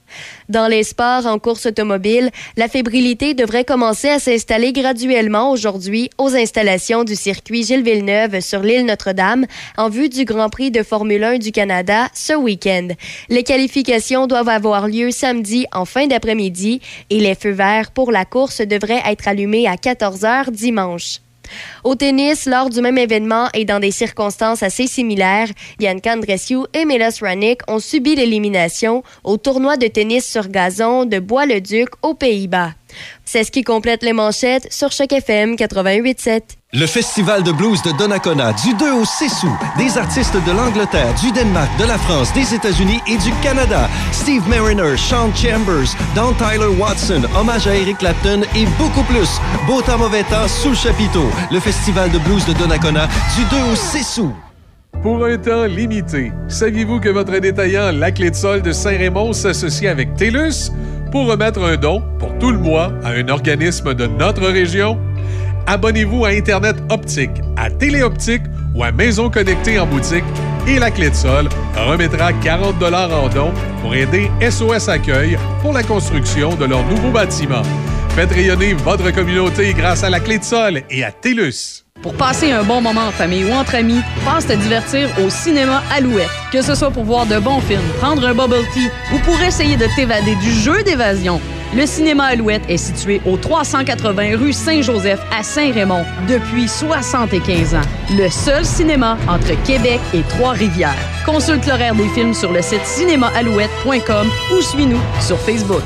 Dans les sports en course automobile, la fébrilité devrait commencer à s'installer graduellement aujourd'hui aux installations du circuit Gilles Villeneuve sur l'île Notre-Dame en vue du Grand Prix de Formule un du Canada ce week-end. Les qualifications doivent avoir lieu samedi en fin d'après-midi et les feux verts pour la course devraient être allumés à quatorze heures dimanche. Au tennis, lors du même événement et dans des circonstances assez similaires, Bianca Andreescu et Milos Raonic ont subi l'élimination au tournoi de tennis sur gazon de Bois-le-Duc aux Pays-Bas. C'est ce qui complète les manchettes sur Choc F M quatre-vingt-huit sept. Le Festival de blues de Donnacona, du deux au six août. Des artistes de l'Angleterre, du Danemark, de la France, des États-Unis et du Canada. Steve Mariner, Sean Chambers, Don Tyler Watson, hommage à Eric Clapton et beaucoup plus. Beau temps, mauvais temps, sous le chapiteau. Le Festival de blues de Donnacona, du deux au six août. Pour un temps limité, saviez-vous que votre détaillant La Clé de Sol de Saint-Raymond s'associe avec TELUS pour remettre un don pour tout le mois à un organisme de notre région? Abonnez-vous à Internet Optique, à Téléoptique ou à Maison Connectée en boutique et La Clé de Sol remettra quarante dollars en don pour aider S O S Accueil pour la construction de leur nouveau bâtiment. Faites rayonner votre communauté grâce à La Clé de Sol et à TELUS. Pour passer un bon moment en famille ou entre amis, pense te divertir au cinéma Alouette. Que ce soit pour voir de bons films, prendre un bubble tea ou pour essayer de t'évader du jeu d'évasion, le cinéma Alouette est situé au trois cent quatre-vingts rue Saint-Joseph à Saint-Raymond depuis soixante-quinze ans. Le seul cinéma entre Québec et Trois-Rivières. Consulte l'horaire des films sur le site cinéma alouette point com ou suis-nous sur Facebook.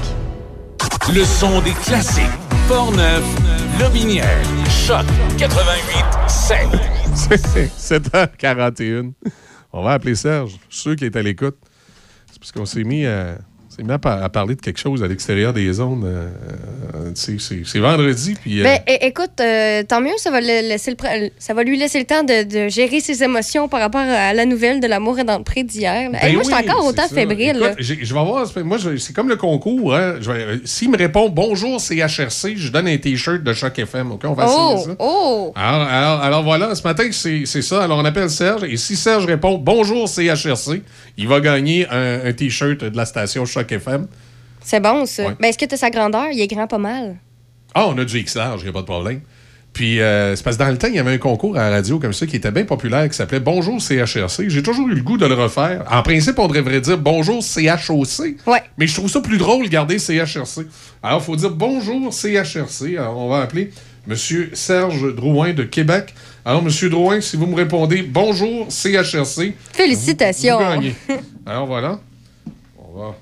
Le son des classiques. Portneuf, Lobinière, Choc quatre-vingt-huit sept. C'est sept heures quarante et une. On va appeler Serge. Je suis sûr qu'il est à l'écoute. C'est parce qu'on s'est mis à... C'est mis à, par- à parler de quelque chose à l'extérieur des zones. Euh, euh, c'est, c'est, c'est vendredi. Puis, euh... Ben, é- écoute, euh, tant mieux, ça va, le laisser le pr- ça va lui laisser le temps de, de gérer ses émotions par rapport à la nouvelle de l'amour est dans le pré d'hier. Ben Hey, moi, oui, je suis encore c'est autant ça. fébrile. Écoute, j'ai- je vais voir. c'est- Moi, je- c'est comme le concours. Hein. Je vais- euh, S'il me répond bonjour C H R C, je donne un T-shirt de Choc F M. OK, on va Oh, essayer ça. oh! Alors, alors, alors voilà, ce matin, c'est, c'est ça. Alors, on appelle Serge. Et si Serge répond bonjour C H R C, il va gagner un, un T-shirt de la station Choc F M. C'est bon, ça. Ouais. Ben, est-ce que tu as sa grandeur? Il est grand pas mal. Ah, on a du X large, il n'y a pas de problème. Puis, euh, c'est parce que dans le temps, il y avait un concours à la radio comme ça qui était bien populaire, qui s'appelait Bonjour C H R C. J'ai toujours eu le goût de le refaire. En principe, on devrait dire Bonjour C H O C. Ouais. Mais je trouve ça plus drôle, garder C H R C. Alors, il faut dire Bonjour C H R C. Alors, on va appeler M. Serge Drouin de Québec. Alors, M. Drouin, si vous me répondez Bonjour C H R C. Félicitations. Vous, vous gagnez. Alors, voilà. On va...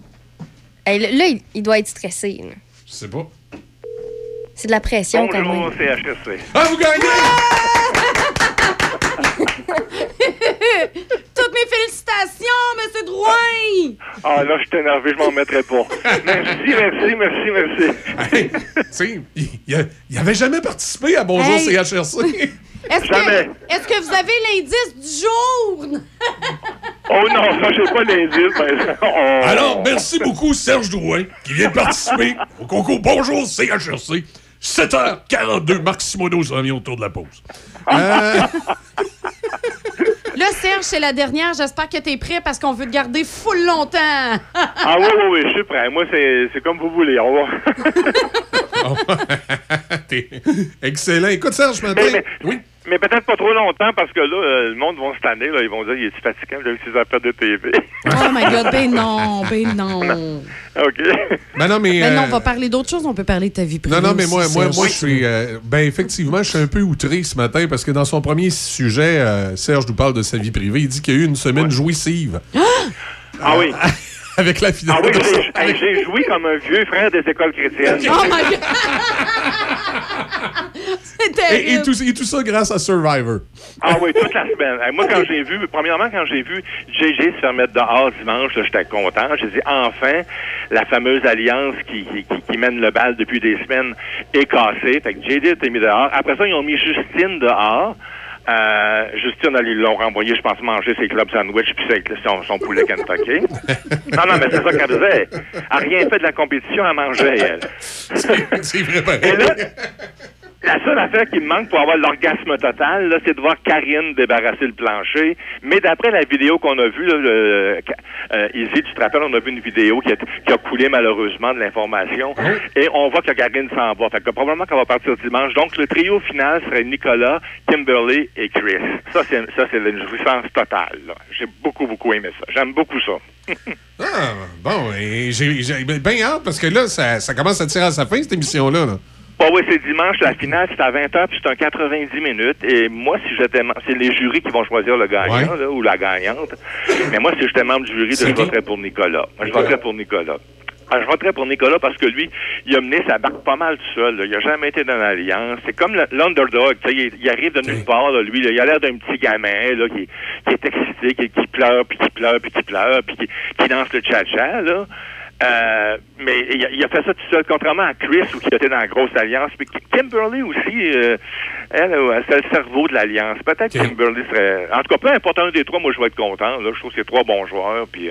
Hey, là, là, il, il doit être stressé. là. Je sais pas. C'est de la pression quand Bonjour, même. C H R C. Ah, vous gagnez! Toutes mes félicitations, M. Drouin! Ah, là, je suis énervé, je m'en mettrai pas. Merci, merci, merci, merci. Hey, tu sais, il, il, il avait jamais participé à Bonjour Hey. C H R C. Est-ce Jamais. que, est-ce que vous avez l'indice du jour? Oh non, ça, j'ai pas l'indice. Ben, oh. Alors, merci beaucoup, Serge Drouin, qui vient de participer au concours Bonjour C H R C. sept heures quarante-deux, Marc Simoneau s'en vient autour de la pause. Euh, Là, Serge, c'est la dernière. J'espère que t'es prêt parce qu'on veut te garder full longtemps. Ah oui, oui, oui, je suis prêt. Moi, c'est, c'est comme vous voulez. On va... T'es excellent. Écoute, Serge, ce matin... Mais, mais, oui. mais peut-être pas trop longtemps parce que là, euh, le monde va se tanner. Là, ils vont dire, il est fatigant avec ses affaires de T V. Oh my God, ben non, ben non. OK. Ben non, mais... Ben non, euh, on va parler d'autre chose. On peut parler de ta vie privée. Non, non, mais aussi, moi, moi, Serge. moi, je suis. euh, ben, effectivement, je suis un peu outré ce matin parce que dans son premier sujet, euh, Serge nous parle de sa vie privée. Il dit qu'il y a eu une semaine jouissive. Ah oui. Avec la finale. Ah oui, de j'ai, sa- hey, j'ai joué comme un vieux frère des écoles chrétiennes. Oh my God! C'est terrible. Et, et, tout, et tout ça grâce à Survivor. Ah oui, toute la semaine. Hey, moi, quand j'ai vu, premièrement, quand j'ai vu J J se faire mettre dehors dimanche, là, j'étais content. J'ai dit, enfin, la fameuse alliance qui, qui, qui, qui mène le bal depuis des semaines est cassée. Fait que J J était mis dehors. Après ça, ils ont mis Justine dehors. Euh, Justine, ils l'ont renvoyé, je pense, manger ses clubs sandwich puis avec son, son poulet Kentucky. Non, non, mais c'est ça qu'elle faisait. Elle n'a rien fait de la compétition, elle mangeait, elle. C'est, c'est vrai, pareil. Et là, La seule affaire qui me manque pour avoir l'orgasme total, là, c'est de voir Karine débarrasser le plancher. Mais d'après la vidéo qu'on a vue, là, le, euh, Izzy, tu te rappelles, on a vu une vidéo qui a, qui a coulé malheureusement de l'information. Oh. Et on voit que Karine s'en va. Fait que probablement qu'elle va partir dimanche. Donc, le trio final serait Nicolas, Kimberly et Chris. Ça, c'est, ça, c'est une jouissance totale, là. J'ai beaucoup, beaucoup aimé ça. J'aime beaucoup ça. Ah, bon, et j'ai, j'ai bien hâte parce que là, ça, ça commence à tirer à sa fin, cette émission-là, là. Oh oui, c'est dimanche, la finale, c'est à vingt heures, puis c'est un quatre-vingt-dix minutes. Et moi, si j'étais membre, c'est les jurys qui vont choisir le gagnant, ouais. là, ou la gagnante. Mais moi, si j'étais membre du jury, je voterais pour Nicolas. Moi, je voterais pour Nicolas. Alors, je voterais pour Nicolas parce que lui, il a mené sa barque pas mal tout seul. Là. Il a jamais été dans l'alliance. C'est comme le, l'underdog. Il, il arrive de nulle part, là, lui. Là. Il a l'air d'un petit gamin là, qui, qui est excité, qui, qui pleure, puis qui pleure, puis qui pleure, puis qui, qui danse le cha-cha, là. Euh, mais il a, il a fait ça tout seul, contrairement à Chris, où il était dans la grosse alliance. Puis Kimberly aussi, euh, elle, c'est le cerveau de l'alliance. Peut-être okay. Kimberly serait... En tout cas, peu importe un des trois, moi, je vais être content. Là, je trouve que c'est trois bons joueurs, puis... Euh,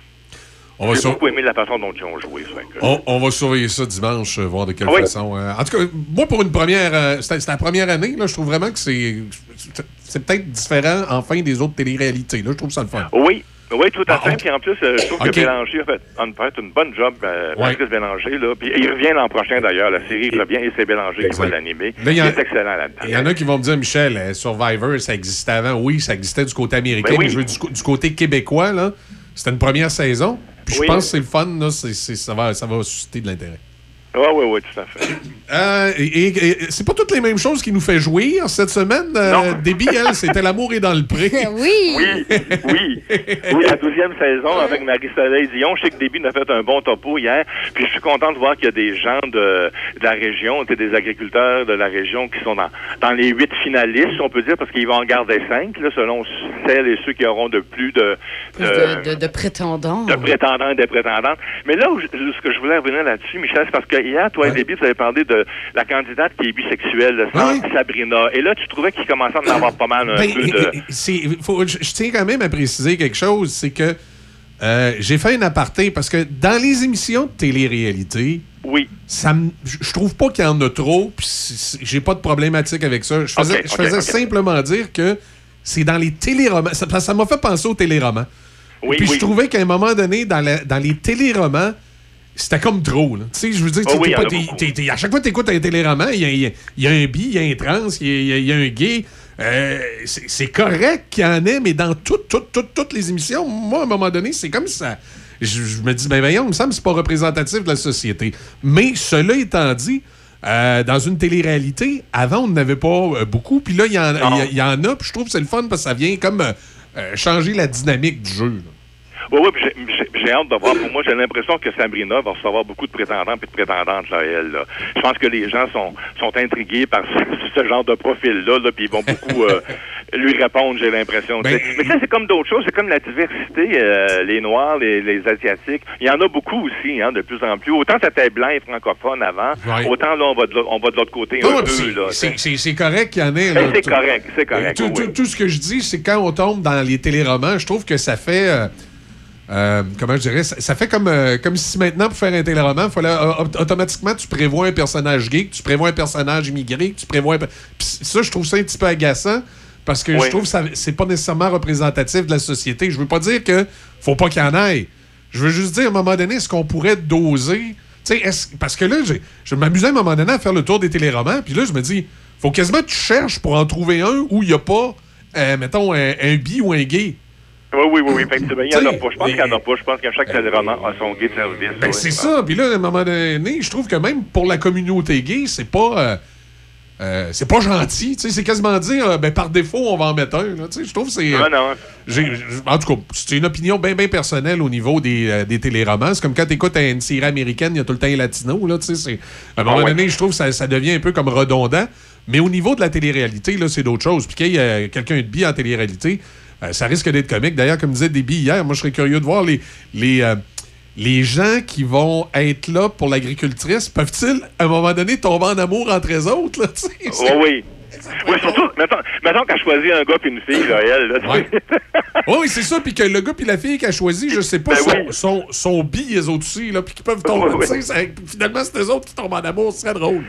on va j'ai sur... beaucoup aimé la façon dont ils ont joué. Ça, que... on, on va surveiller ça dimanche, voir de quelle oui. façon. Euh, en tout cas, moi, pour une première... Euh, c'était, c'était la première année, là, je trouve vraiment que c'est... C'est peut-être différent, enfin, des autres téléréalités. Là, je trouve ça le fun. Oui. Oui, tout à ah, fait. Puis en plus, euh, je trouve okay. que Bélanger a fait, a fait une bonne job, euh, ouais. Patrice Bélanger. Là. Puis il revient l'an prochain, d'ailleurs. La série revient et c'est Bélanger exact. qui va l'animer. Là, a... C'est excellent là-dedans. Il y en a qui vont me dire, Michel, euh, Survivor, ça existait avant. Oui, ça existait du côté américain, ben oui. mais je veux du, du côté québécois, là, c'était une première saison. Puis oui. je pense que c'est le fun, là, c'est, c'est, ça, va, ça va susciter de l'intérêt. Oui, oui, oui, tout à fait. Euh, et, et, et c'est pas toutes les mêmes choses qui nous fait jouir cette semaine. Euh, Déby, elle, c'était L'amour est dans le pré. Oui! Oui, oui. Oui, la douzième saison avec Marie-Soleil Dion. Je sais que Déby nous a fait un bon topo hier. Puis je suis content de voir qu'il y a des gens de, de la région, des agriculteurs de la région qui sont dans, dans les huit finalistes, on peut dire, parce qu'ils vont en garder cinq, là, selon celles et ceux qui auront de plus de... Plus de, de, de, de prétendants. De prétendants et de prétendantes. Mais là, où je, ce que je voulais revenir là-dessus, Michel, c'est parce que hier, toi, ouais. Déby, tu avais parlé de la candidate qui est bisexuelle, oui. Sabrina. Et là, tu trouvais qu'il commençait à en avoir pas mal un ben, peu de... C'est, faut, je, je tiens quand même à préciser quelque chose, c'est que euh, j'ai fait un aparté, parce que dans les émissions de télé-réalité, oui. ça me, je trouve pas qu'il y en a trop, puis j'ai pas de problématique avec ça. Je faisais, okay, je faisais okay, simplement okay. dire que c'est dans les téléromans. Ça, ça m'a fait penser aux téléromans. Oui, puis oui. je trouvais qu'à un moment donné, dans, la, dans les téléromans, c'était comme trop, là. Tu sais, je veux dire, oh oui, pas, t'es, t'es, t'es, à chaque fois que tu écoutes un téléroman, il y, y, y a un bi, il y a un trans, il y, y, y a un gay. Euh, c'est, c'est correct qu'il y en ait, mais dans toutes, toutes, toutes, toutes les émissions, moi, à un moment donné, c'est comme ça. Je, je me dis, ben voyons, il me semble que c'est pas représentatif de la société. Mais cela étant dit, euh, dans une télé-réalité, avant, on n'avait pas euh, beaucoup. Puis là, il y, y, y en a, puis je trouve que c'est le fun parce que ça vient comme euh, changer la dynamique du jeu, là. Oui, oui, puis j'ai, j'ai, j'ai hâte de voir. Pour moi, j'ai l'impression que Sabrina va recevoir beaucoup de prétendants et de prétendantes, là, elle. Là. Je pense que les gens sont, sont intrigués par ce, ce genre de profil-là, là, puis ils vont beaucoup euh, lui répondre, j'ai l'impression. Ben... Mais ça, c'est comme d'autres choses. C'est comme la diversité, euh, les Noirs, les, les Asiatiques. Il y en a beaucoup aussi, hein, de plus en plus. Autant c'était blanc et francophone avant, ouais. autant là, on va de l'autre, on va de l'autre côté non, un peu. C'est, là, c'est, c'est, c'est correct qu'il y en ait. Là, c'est correct, c'est correct. Tout, oui. tout, tout ce que je dis, c'est quand on tombe dans les téléromans, je trouve que ça fait... Euh, Euh, comment je dirais, ça, ça fait comme, euh, comme si maintenant, pour faire un téléroman, il fallait euh, automatiquement, tu prévois un personnage gay, que tu prévois un personnage immigré, que tu prévois un... Puis ça, je trouve ça un petit peu agaçant, parce que oui. je trouve que ça, c'est pas nécessairement représentatif de la société. Je veux pas dire que faut pas qu'il y en ait. Je veux juste dire, à un moment donné, est-ce qu'on pourrait doser... Est-ce, parce que là, j'ai, je m'amusais à un moment donné à faire le tour des téléromans, puis là, je me dis, faut quasiment que tu cherches pour en trouver un où il n'y a pas, euh, mettons, un, un bi ou un gay. Oui, oui, oui, oui, effectivement. Il n'y en a pas. Je pense qu'il n'y en a pas. Je pense qu'à chaque téléroman a son gay de service. Ben, c'est ça. Puis là, à un moment donné, je trouve que même pour la communauté gay, c'est pas... Euh, euh, c'est pas gentil. T'sais, c'est quasiment dire, euh, ben, par défaut, on va en mettre un. Je trouve que c'est... Ah non. J'ai, en tout cas, c'est une opinion bien, bien personnelle au niveau des, euh, des téléromans. C'est comme quand tu écoutes une série américaine, il y a tout le temps les latinos. Là, c'est, à un moment ah, ouais. donné, je trouve que ça, ça devient un peu comme redondant. Mais au niveau de la télé-réalité, là, c'est d'autres choses. Puis qu'il y a quelqu'un de bi en télé-réalité... Euh, ça risque d'être comique. D'ailleurs, comme disait Déby hier, moi, je serais curieux de voir les, les, euh, les gens qui vont être là pour l'agricultrice. Peuvent-ils, à un moment donné, tomber en amour entre eux autres? Là, oh, oui. Oui, surtout, mettons, mettons qu'elle choisit un gars puis une fille, là, elle. Là, ouais. Oui, c'est ça. Puis que le gars puis la fille qu'elle choisit, je sais pas, ben sont, oui. sont, sont bi, les autres aussi, là, puis qu'ils peuvent tomber. Oh, oui. Ça, finalement, c'est eux autres qui tombent en amour. Ce serait drôle.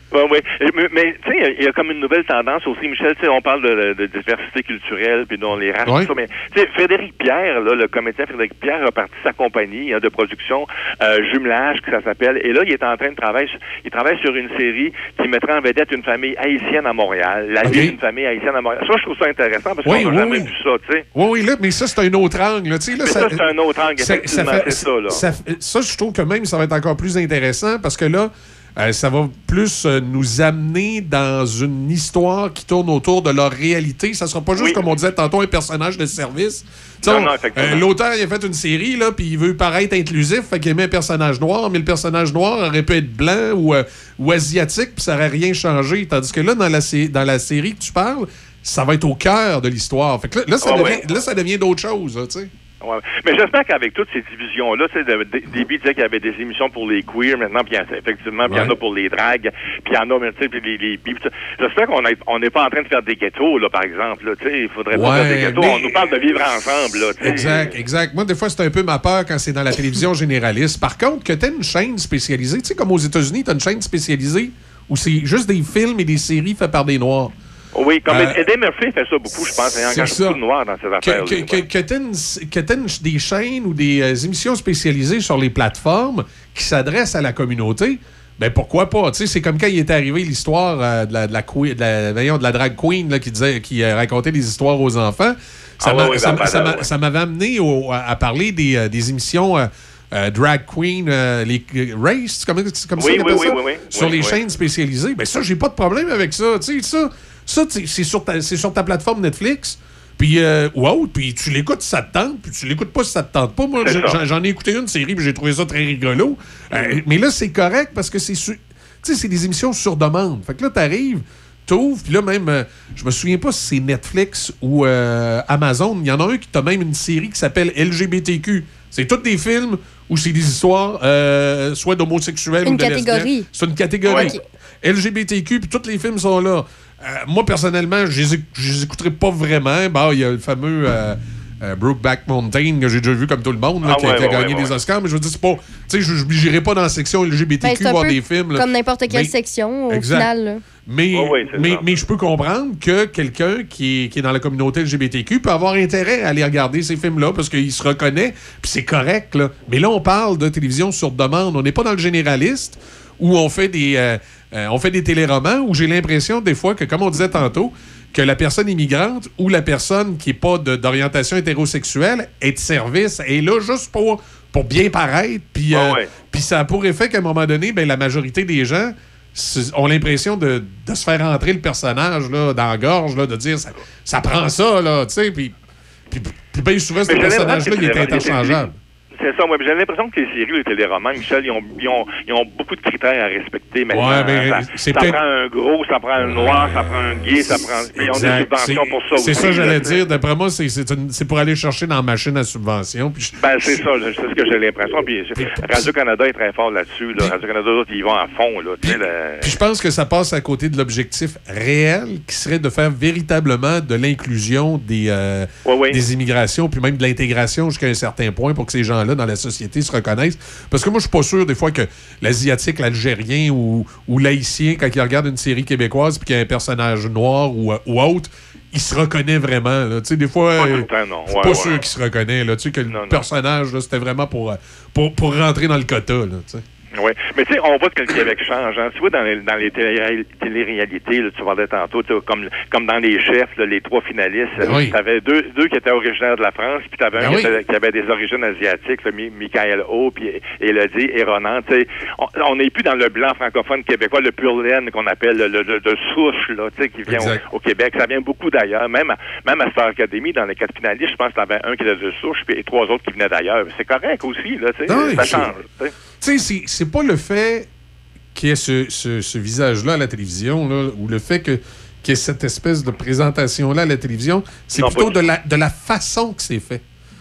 Oui, oui. Mais, mais tu sais, il y a comme une nouvelle tendance aussi, Michel, tu sais, on parle de, de diversité culturelle, puis dont les races, oui. tout ça, mais tu sais, Frédéric Pierre, là, le comédien Frédéric Pierre a parti sa compagnie hein, de production, euh, Jumelage, que ça s'appelle, et là, il est en train de travailler, il travaille sur une série qui mettrait en vedette une famille haïtienne à Montréal, la okay. vie d'une famille haïtienne à Montréal. Ça, je trouve ça intéressant, parce oui, qu'on n'a oui, jamais oui. vu ça, tu sais. Oui, oui, là, mais ça, c'est un autre angle, là, tu sais, là. Mais ça, ça c'est un autre angle, effectivement, fait, c'est ça, là. Ça, ça, je trouve que même, ça va être encore plus intéressant, parce que là, Euh, ça va plus euh, nous amener dans une histoire qui tourne autour de leur réalité. Ça sera pas juste, oui. comme on disait tantôt, un personnage de service. Non, non, euh, l'auteur, il a fait une série, là, puis il veut paraître inclusif, fait qu'il met un personnage noir, mais le personnage noir aurait pu être blanc ou, euh, ou asiatique, puis ça n'aurait rien changé. Tandis que là, dans la, dans la série que tu parles, ça va être au cœur de l'histoire. Fait que là, là, ça, oh, devient, ouais. là ça devient d'autres choses, tu sais. Ouais. Mais j'espère qu'avec toutes ces divisions-là, tu sais, Déby disait qu'il y avait des émissions pour les queers maintenant, puis effectivement, puis il ouais. y en a pour les dragues, puis il y en a, tu sais, puis les, les bi. J'espère qu'on on n'est pas en train de faire des ghettos, là, par exemple, là, tu sais, il faudrait pas ouais, faire des ghettos. mais... On nous parle de vivre ensemble, là, tu sais. Exact, exact. Moi, des fois, c'est un peu ma peur quand c'est dans la télévision généraliste. Par contre, que t'aies une chaîne spécialisée, tu sais, comme aux États-Unis, t'as une chaîne spécialisée où c'est juste des films et des séries faits par des Noirs. Oui, comme euh, Eddie Murphy fait ça beaucoup, je pense. Il engage beaucoup de noirs dans ses affaires. Que, que, que, que tu aies des chaînes ou des euh, émissions spécialisées sur les plateformes qui s'adressent à la communauté, ben pourquoi pas? Tu sais, c'est comme quand il était arrivé l'histoire euh, de, la, de, la, de, la, voyons, de la drag queen là, qui, disait, qui euh, racontait des histoires aux enfants. Ça, ah, m'a, oui, ça, ben, ça, ben, m'a, ouais. ça m'avait amené au, à, à parler des, euh, des émissions... Euh, Euh, drag queen, euh, les euh, race, comme, comme oui, ça, oui, oui, ça, oui, oui, sur oui, les oui. chaînes spécialisées. Ben ça, j'ai pas de problème avec ça. Tu sais, ça, ça c'est sur ta, c'est sur ta plateforme Netflix. Puis, euh, ou autre, puis tu l'écoutes si ça te tente, puis tu l'écoutes pas si ça te tente pas. Moi, j'en, j'en ai écouté une série, puis j'ai trouvé ça très rigolo. Mm-hmm. Euh, mais là, c'est correct parce que c'est, tu sais, c'est des émissions sur demande. Fait que là, t'arrives, t'ouvres, puis là, même, euh, je me souviens pas si c'est Netflix ou euh, Amazon. Il y en a un qui t'a même une série qui s'appelle L G B T Q. C'est tous des films où c'est des histoires euh, soit d'homosexuels ou de lesbiennes. Une catégorie. C'est une catégorie. Okay. L G B T Q, puis tous les films sont là. Euh, moi, personnellement, je les, je les écouterai pas vraiment. Bah, il y a le fameux euh, euh, Brokeback Mountain que j'ai déjà vu comme tout le monde, là, ah, qui, ouais, a, qui a ouais, gagné ouais, des Oscars. Mais je veux dire, c'est pas... Tu sais, je n'irai pas dans la section L G B T Q ben, voir des films. Là. Comme n'importe quelle mais, section, au exact. final. Là. Mais, oh oui, mais, mais je peux comprendre que quelqu'un qui est, qui est dans la communauté L G B T Q peut avoir intérêt à aller regarder ces films-là parce qu'il se reconnaît, puis c'est correct. Là. Mais là, on parle de télévision sur demande. On n'est pas dans le généraliste où on fait des, euh, euh, on fait des téléromans où j'ai l'impression des fois que, comme on disait tantôt, que la personne immigrante ou la personne qui n'est pas de, d'orientation hétérosexuelle est de service, est là juste pour, pour bien paraître. Puis euh, oh ouais. ça a pour effet qu'à un moment donné, ben, la majorité des gens ont l'impression de, de se faire entrer le personnage là, dans la gorge, là, de dire ça, ça prend ça, là, tu sais, puis, puis, puis bien souvent, ce personnage-là, il est interchangeable. C'est ça, moi, j'ai l'impression que les séries, les téléromans, Michel, ils ont, ils ont, ils ont beaucoup de critères à respecter maintenant. Ouais, mais ça c'est ça peut-être... prend un gros, ça prend un noir, ça prend un gay, ça prend... Ils ont des subventions c'est, pour ça c'est aussi. C'est ça, j'allais dire. D'après moi, c'est, c'est, une, c'est pour aller chercher dans la machine à subvention. Puis je... Ben, c'est ça, c'est ce que j'ai l'impression. Puis Radio-Canada est très fort là-dessus. Là. Radio-Canada, ils vont à fond. Là, puis, le... puis je pense que ça passe à côté de l'objectif réel qui serait de faire véritablement de l'inclusion des, euh, ouais, ouais. des immigrations, puis même de l'intégration jusqu'à un certain point pour que ces gens-là, dans la société, se reconnaissent. Parce que moi, je suis pas sûr des fois que l'Asiatique, l'Algérien ou, ou l'Haïtien, quand il regarde une série québécoise puis qu'il y a un personnage noir ou, ou autre, il se reconnaît vraiment. Là. Tu sais, des fois, pas, euh, temps, non. c'est ouais, pas ouais. sûr qu'il se reconnaît. Là. Tu sais, que non, le personnage, là, c'était vraiment pour, pour, pour rentrer dans le quota. Là, tu sais. Oui, mais tu sais, on voit que le Québec change. Hein. Tu vois, dans les, dans les télé- téléréalités, là, tu parlais tantôt, comme, comme dans les chefs, là, les trois finalistes, oui. tu avais deux, deux qui étaient originaires de la France, puis tu avais un oui. qui, était, qui avait des origines asiatiques, là, Michael O, puis Élodie et Ronan. On n'est plus dans le blanc francophone québécois, le pur laine qu'on appelle le, le, le de souche, là, qui vient au, au Québec. Ça vient beaucoup d'ailleurs. Même à, même à Star Academy, dans les quatre finalistes, je pense que tu avais un qui était de souche, puis trois autres qui venaient d'ailleurs. C'est correct aussi, là, tu sais. Oui, ça change. T'sais. Tu sais, c'est, c'est pas le fait qu'il y ait ce, ce, ce visage-là à la télévision, là, ou le fait que, qu'il y ait cette espèce de présentation-là à la télévision, c'est non, plutôt de la, de la façon que c'est fait.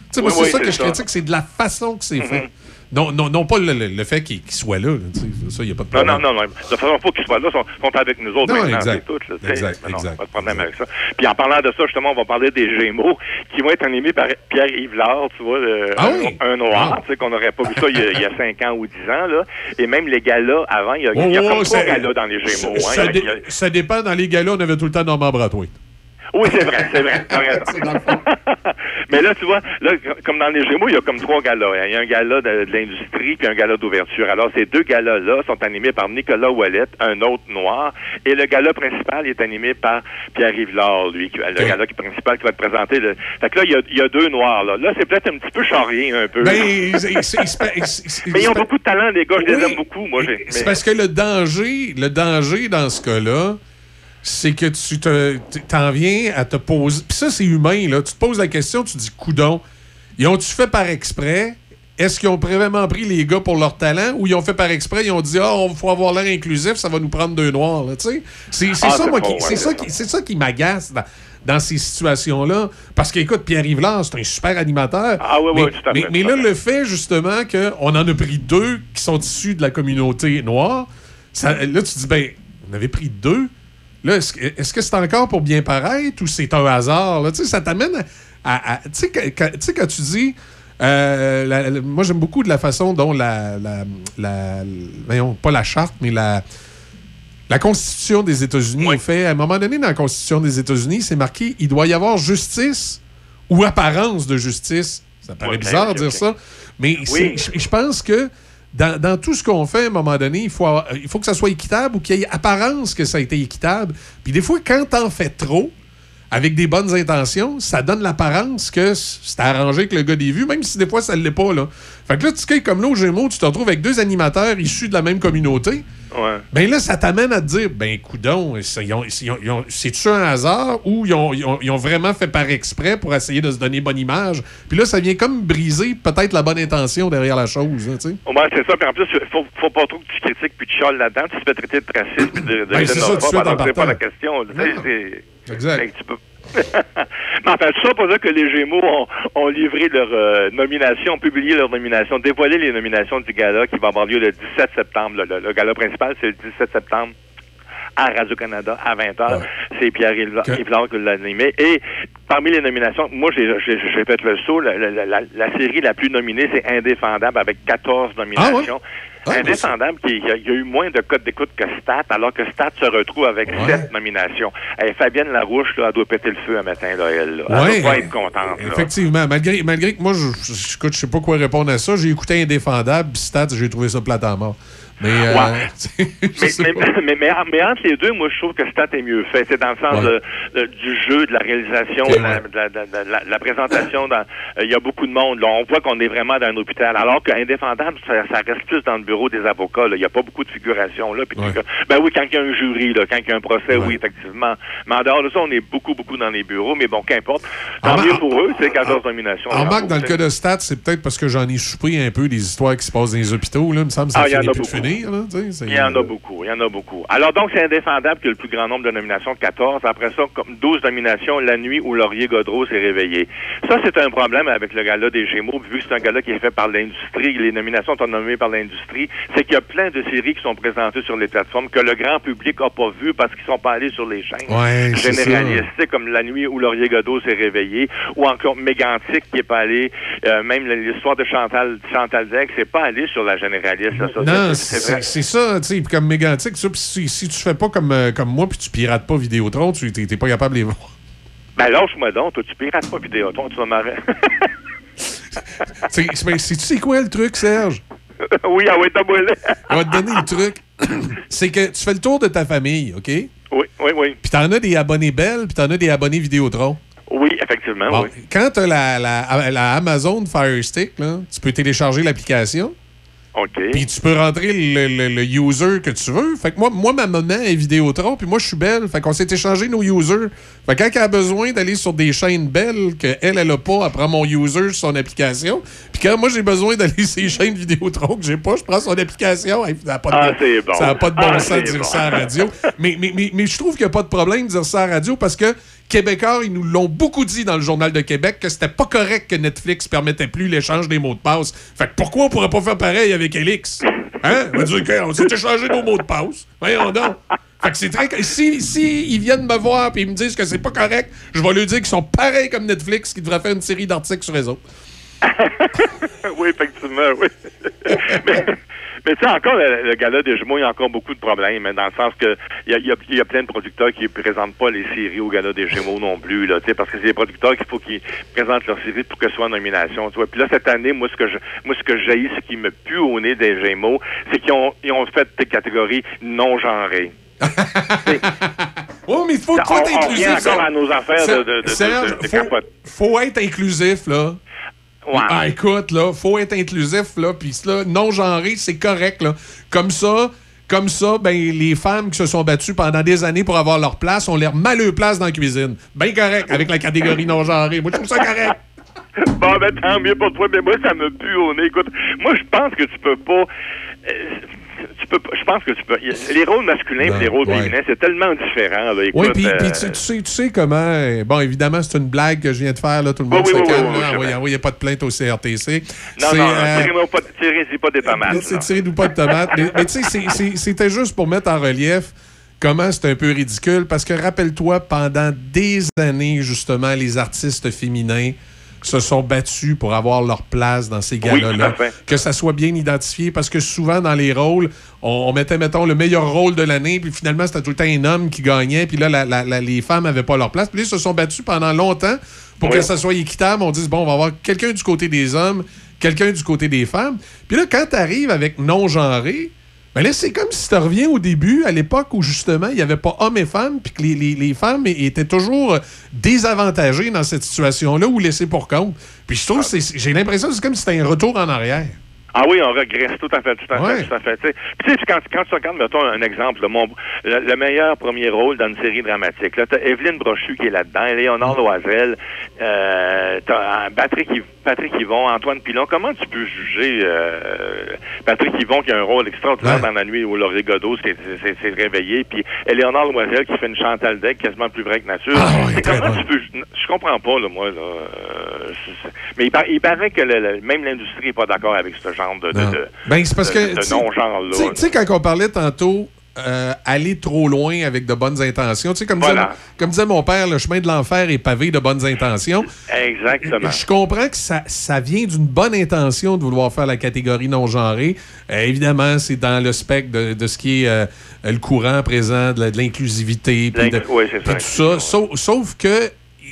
sais, moi, Oui, c'est oui, ça que c'est je ça. critique, c'est de la façon que c'est Mm-hmm. fait. Non, non, non pas le, le, le fait qu'il qu'il soit là. là, tu sais, ça, il n'y a pas de Non, problème. non, non, non. De toute façon, faut qu'ils soient là, ils sont, sont avec nous autres Non, maintenant, exact. c'est tout. Là, tu sais. Exact, non, exact, pas de problème avec ça. Puis en parlant de ça, justement, on va parler des Gémeaux qui vont être animés par Pierre-Yves Lard, tu vois, le- Ah un, oui? un noir, Ah. tu sais, qu'on n'aurait pas vu ça il y, a, il y a cinq ans ou dix ans, là. Et même les galas, avant, il y a, il y a Oh, comme oh, trois c'est- galas dans les Gémeaux. hein. Ça, Il y a- dé- il y a- ça dépend. Dans les galas, on avait tout le temps Normand Brathwaite. Oui, c'est vrai, c'est vrai. t'as raison. Mais là, tu vois, là, comme dans les Gémeaux, il y a comme trois galas. Il y a un gala de, de l'industrie puis un gala d'ouverture. Alors, ces deux galas-là sont animés par Nicolas Ouellette, un autre noir, et le gala principal est animé par Pierre-Yves Lard, lui, qui, le Okay. gala qui principal qui va te présenter. Le... Fait que là, il y a, il y a deux noirs, là. Là, c'est peut-être un petit peu charrié, un peu. Ben, c'est- c'est- c'est- c'est- Mais ils ont c'est- beaucoup de talent, les gars. Je les Oui. aime beaucoup, moi. j'ai- C'est mais- parce que le danger, le danger dans ce cas-là, c'est que tu te, t'en viens à te poser. Puis ça, c'est humain, là. Tu te poses la question, tu te dis, coudon, ils ont-tu fait par exprès? Est-ce qu'ils ont vraiment pris les gars pour leur talent ou ils ont fait par exprès, ils ont dit, ah, oh, il faut avoir l'air inclusif, ça va nous prendre deux noirs, là, tu sais? C'est c'est Ah, ça, c'est moi, faux, qui, ouais, c'est ça, c'est qui, c'est ça qui m'agace dans, dans ces situations-là. Parce qu'écoute, Pierre-Yves Lard, c'est un super animateur. Ah oui, mais, oui, tout à fait. mais, mais là, le fait, justement, qu'on en a pris deux qui sont issus de la communauté noire, ça, là, tu te dis, ben, on avait pris deux. Là, est-ce, que- est-ce que c'est encore pour bien paraître ou c'est un hasard? Là? Tu sais, ça t'amène à... à- à- tu sais, quand, quand- tu sais, quand tu dis... euh, la- la- moi, j'aime beaucoup de la façon dont la... la, la- voyons, pas la charte, mais la... La Constitution des États-Unis est faite. À un moment donné, dans la Constitution des États-Unis, c'est marqué il doit y avoir justice ou apparence de justice. Ça paraît Ouais, bizarre ok, de dire ok. ça. Mais c'est- je je pense que dans, dans tout ce qu'on fait, à un moment donné, il faut, avoir- il faut que ça soit équitable ou qu'il y ait apparence que ça a été équitable. Puis des fois, quand t'en fais trop, avec des bonnes intentions, ça donne l'apparence que c'est arrangé avec le gars des vues, même si des fois, ça ne l'est pas. Là. Fait que là, tu sais, comme là, au Gémeaux, tu te retrouves avec deux animateurs issus de la même communauté. Ouais. Ben là, ça t'amène à te dire, ben coudon, c'est- ils ont- ils ont- ils ont- c'est-tu un hasard ou ils ont, ils ont- ils ont vraiment fait par exprès pour essayer de se donner bonne image? Puis là, ça vient comme briser peut-être la bonne intention derrière la chose, hein, tu sais. Ouais, c'est ça. Puis en plus, faut, faut pas trop que tu critiques puis tu chiales là-dedans. Tu te fais traiter de raciste puis de, de Ben, c'est ça, tout de xénophobe, suite, en alors c'est pas partant. la question. Tu sais, Non. c'est- Exact. Fait que tu peux- Mais enfin, tout ça pour dire que les Gémeaux ont, ont livré leur euh, nomination, ont publié leur nomination, dévoilé les nominations du gala qui va avoir lieu le dix-sept septembre. Le, le- le gala principal, c'est le dix-sept septembre à Radio-Canada à vingt heures. C'est Pierre-Yves Lard qui l'a animé. Et parmi les nominations, moi, j'ai j'ai- j'ai fait le saut. La, la- la- la série la plus nominée, c'est Indéfendable avec quatorze nominations. Indéfendable, qui, qui a, il y a eu moins de codes d'écoute que Stat, alors que Stat se retrouve avec sept nominations. Et Fabienne Larouche, là, elle doit péter le feu un matin, là, elle. Là. Elle Ouais, doit pas euh, être contente. là. Effectivement, malgré, malgré que moi, je, je, écoute, je sais pas quoi répondre à ça, j'ai écouté Indéfendable, puis Stats, j'ai trouvé ça plate à mort. Mais, euh, Ouais. mais, mais, mais, mais, mais entre les deux, moi, je trouve que Stat est mieux fait. C'est dans le sens Ouais. de- de- du jeu, de la réalisation, Okay, de, la, de la- de la- de la- de la présentation. dans- euh, Il y a beaucoup de monde. Là. On voit qu'on est vraiment dans un hôpital. Alors qu'Indéfendable, ça, ça reste plus dans le bureau des avocats. Là. Il n'y a pas beaucoup de figuration. Là. Puis Ouais. tout ça. Ben oui, quand il y a un jury, là, quand il y a un procès, oui, effectivement. Mais en dehors de ça, on est beaucoup, beaucoup dans les bureaux. Mais bon, qu'importe. Tant En- mieux pour eux, c'est quatorze nominations. En marque, dans le c'est- cas de Stats, c'est peut-être parce que j'en ai soupé un peu des histoires qui se passent dans les hôpitaux. Là. Il me semble que ça Ah, il y en finit a plus de beaucoup. finir. Là, tu sais, c'est- Il y en a beaucoup, il y en a beaucoup. Alors donc, c'est Indéfendable qui a le plus grand nombre de nominations, quatorze. Après ça, comme douze nominations, La nuit où Laurier Gaudreau s'est réveillé. Ça, c'est un problème avec le gala des Gémeaux, vu que c'est un gala qui est fait par l'industrie, les nominations sont nommées par l'industrie, c'est qu'il y a plein de séries qui sont présentées sur les plateformes que le grand public n'a pas vues parce qu'ils sont pas allés sur les chaînes Ouais, c'est généralistes, comme La nuit où Laurier Gaudreau s'est réveillé, ou encore Mégantic qui est pas allé, euh, même l'histoire de Chantal, Chantal Degg, c'est pas allé sur la généraliste. Là, ça, Non, c'est- c'est c'est vrai. c'est ça, tu sais, puis comme Mégantic, ça, puis si, si tu fais pas comme, euh, comme moi, puis tu pirates pas Vidéotron, tu t'es t'es pas capable de les voir. Ben lâche-moi donc, toi tu pirates pas Vidéotron, tu vas m'arrêter. C'est- c'est- Sais-tu c'est quoi le truc, Serge? Oui, ah oui, t'as brûlé. On va te donner le truc. C'est que tu fais le tour de ta famille, OK? Oui, oui, oui. Puis t'en as des abonnés Bell, puis t'en as des abonnés Vidéotron. Oui, effectivement, Bon, oui. quand t'as la, la, la Amazon Fire Stick, là, tu peux télécharger l'application. OK. Puis tu peux rentrer le, le- le user que tu veux. Fait que moi, moi ma maman est Vidéotron, puis moi, je suis Belle. Fait qu'on s'est échangé nos users. Fait que quand elle a besoin d'aller sur des chaînes Belle qu'elle, elle a pas, elle prend mon user sur son application. Puis quand moi, j'ai besoin d'aller sur les chaînes Vidéotron que j'ai pas, je prends son application. Hey, ça n'a pas de Ah, bon- c'est bon. ça n'a pas de bon Ah, sens de c'est dire bon. ça à la radio. mais, mais, mais, mais je trouve qu'il n'y a pas de problème de dire ça à la radio parce que Québécois, ils nous l'ont beaucoup dit dans le Journal de Québec que c'était pas correct que Netflix permettait plus l'échange des mots de passe. Fait que pourquoi on pourrait pas faire pareil avec Elix? Hein? On va dire qu'on s'est échangé nos mots de passe. Voyons donc. Fait que c'est très... Si, si ils viennent me voir et ils me disent que c'est pas correct, je vais leur dire qu'ils sont pareils comme Netflix, qu'ils devraient faire une série d'articles sur eux autres. Oui, effectivement, oui. mais, mais tu sais, encore, le, le gala des Gémeaux, il y a encore beaucoup de problèmes, hein, dans le sens que il y a, y, a, y a plein de producteurs qui ne présentent pas les séries au gala des Gémeaux non plus, là, tu sais, parce que c'est les producteurs qu'il faut qu'ils présentent leurs séries pour que ce soit en nomination, tu vois. Puis là, cette année, moi, ce que je, moi, ce que j'haïs, ce qui me pue au nez des Gémeaux, c'est qu'ils ont, ils ont fait des catégories non genrées. Oh, mais il faut, faut on, être inclusif. On revient encore à nos affaires Ser- de, de, de, Serge, de, de, de faut, capote. faut être inclusif, là. Ouais. Ah, écoute, là, faut être inclusif, là, puis là, non-genré, c'est correct, là. Comme ça, comme ça, ben, les femmes qui se sont battues pendant des années pour avoir leur place ont l'air malheureux place dans la cuisine. Ben correct, avec la catégorie non-genrée. Moi, je trouve ça correct. Bon, ben, tant mieux pour toi, mais moi, ça me pue au nez. Écoute, moi, je pense que tu peux pas... Euh, tu peux pas, je pense que tu peux... Les rôles masculins et les rôles ouais. féminins, c'est tellement différent, là. Écoute, Oui, puis euh... tu, tu, sais, tu sais comment... Bon, évidemment, c'est une blague que je viens de faire, là. Tout le monde oui, se oui, calme. oui, oui, Il oui, n'y a pas de plainte au C R T C. Non, c'est, non, euh, tirez-moi pas, tirez-y pas des tomates. C'est tirez-nous pas de tomates. mais mais tu sais, c'est, c'est, c'était juste pour mettre en relief comment c'est un peu ridicule, parce que rappelle-toi, pendant des années, justement, les artistes féminins se sont battus pour avoir leur place dans ces galas-là. Oui, que ça soit bien identifié, parce que souvent, dans les rôles, on, on mettait, mettons, le meilleur rôle de l'année, puis finalement, c'était tout le temps un homme qui gagnait, puis là, la, la, la, les femmes n'avaient pas leur place. Puis là, ils se sont battus pendant longtemps pour oui. que ça soit équitable. On dise, bon, on va avoir quelqu'un du côté des hommes, quelqu'un du côté des femmes. Puis là, quand tu arrives avec non-genré, ben là, c'est comme si tu reviens au début, à l'époque où, justement, il n'y avait pas hommes et femmes, puis que les, les, les femmes étaient toujours désavantagées dans cette situation-là ou laissées pour compte. Puis je trouve, c'est, j'ai l'impression que c'est comme si c'était un retour en arrière. Ah oui, on regresse tout à fait, tout à ouais. fait, tout à fait. Puis tu sais, quand, quand tu regardes, mettons un exemple, là, mon, le, le meilleur premier rôle dans une série dramatique, là, t'as Evelyne Brochu qui est là-dedans, Léonard mmh. Loisel, euh, t'as Patrick, Patrick Yvon, Antoine Pilon. Comment tu peux juger euh, Patrick Yvon qui a un rôle extraordinaire ouais. dans la nuit où Laurier Godot s'est, s'est, s'est réveillé, puis Léonard Loisel qui fait une Chantal Degg quasiment plus vraie que nature. Ah, ouais, comment bon. tu peux... Je comprends pas, là, moi, là. Euh, mais il, par, il paraît que le, le, même l'industrie n'est pas d'accord avec ce genre de, de, de, ben, c'est parce de, que, de non-genre-là. Tu sais, quand on parlait tantôt, euh, aller trop loin avec de bonnes intentions, tu sais, comme, voilà. disait, comme disait mon père, le chemin de l'enfer est pavé de bonnes intentions. Exactement. Je comprends que ça, ça vient d'une bonne intention de vouloir faire la catégorie non-genrée. Euh, évidemment, c'est dans le spectre de, de ce qui est euh, le courant présent, de, la, de l'inclusivité, puis de, oui, c'est ça, tout ça. Sauf, sauf que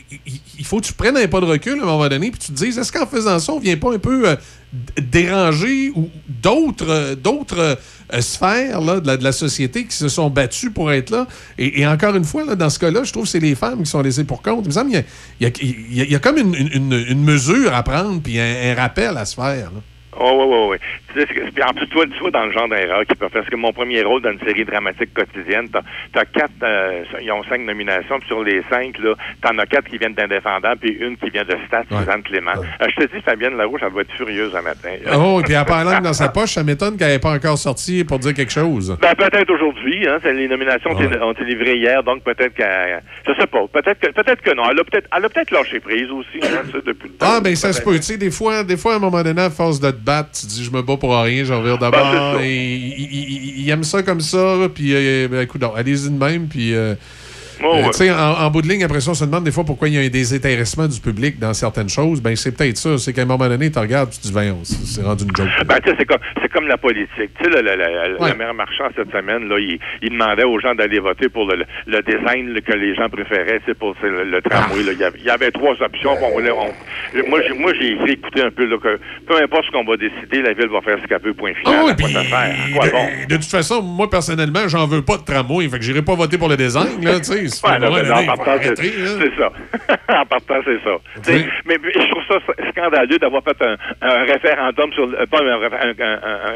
il faut que tu prennes un pas de recul à un moment donné puis tu te dises, est-ce qu'en faisant ça, on vient pas un peu euh, déranger ou d'autres, euh, d'autres euh, sphères là, de, la, de la société qui se sont battues pour être là? Et, et encore une fois, là, dans ce cas-là, je trouve que c'est les femmes qui sont laissées pour compte. Il me semble qu'il y a, il y a, il y a comme une, une, une mesure à prendre puis un, un rappel à se faire. Là. Oh, oui, oui, oui. Tu sais, en plus, toi, tu vois dans le genre d'erreur qui peut faire. Parce que mon premier rôle dans une série dramatique quotidienne, t'as, t'as quatre, euh, ils ont cinq nominations, puis sur les cinq, là, t'en as quatre qui viennent d'Indéfendant, puis une qui vient de Stats, ouais. Suzanne Clément. Ouais. Euh, je te dis, Fabienne Larouche, elle doit être furieuse un matin. Oh, et puis en parlant dans sa poche, ça m'étonne qu'elle n'ait pas encore sorti pour dire quelque chose. Ben, peut-être aujourd'hui, hein. Les nominations ouais. ont été livrées hier, donc peut-être qu'elle. Je sais pas. Peut-être que, peut-être que non. Elle a peut-être, elle a peut-être lâché prise aussi, hein, ça, depuis le temps. Ah, ben, ça se peut. Tu sais, des fois, des fois, à un moment donné, à force de te battre, tu dis, je me bats pour rien, j'en reviens d'abord. Ben, et il, il, il aime ça comme ça, puis euh, ben, écoute, allez-y de même, puis euh, oh, ouais. euh, tu sais, en, en bout de ligne, après ça, on se demande des fois pourquoi il y a un désintéressement du public dans certaines choses. Ben, c'est peut-être ça. C'est qu'à un moment donné, tu regardes, tu te dis, ben, c'est rendu une joke. Ben, tu sais, c'est comme, c'est comme la politique. Tu sais, le, le, le, ouais. le maire Marchand, cette semaine, là, il, il demandait aux gens d'aller voter pour le, le design là, que les gens préféraient, tu sais, pour le, le tramway. Là. Il, y avait, il y avait trois options. On, on, moi, j'ai, moi, j'ai écrit, écouté un peu, là, que peu importe ce qu'on va décider, la ville va faire ce qu'elle peut, point final. Oh, à quoi ça faire. Quoi, de, bon. de toute façon, moi, personnellement, j'en veux pas de tramway. Fait que j'irai pas voter pour le design, là, tu sais. C'est, ouais, là, là, en partant, c'est, c'est ça. En partant, c'est ça. Oui. Mais, mais je trouve ça scandaleux d'avoir fait un, un référendum sur le, pas un, un, un,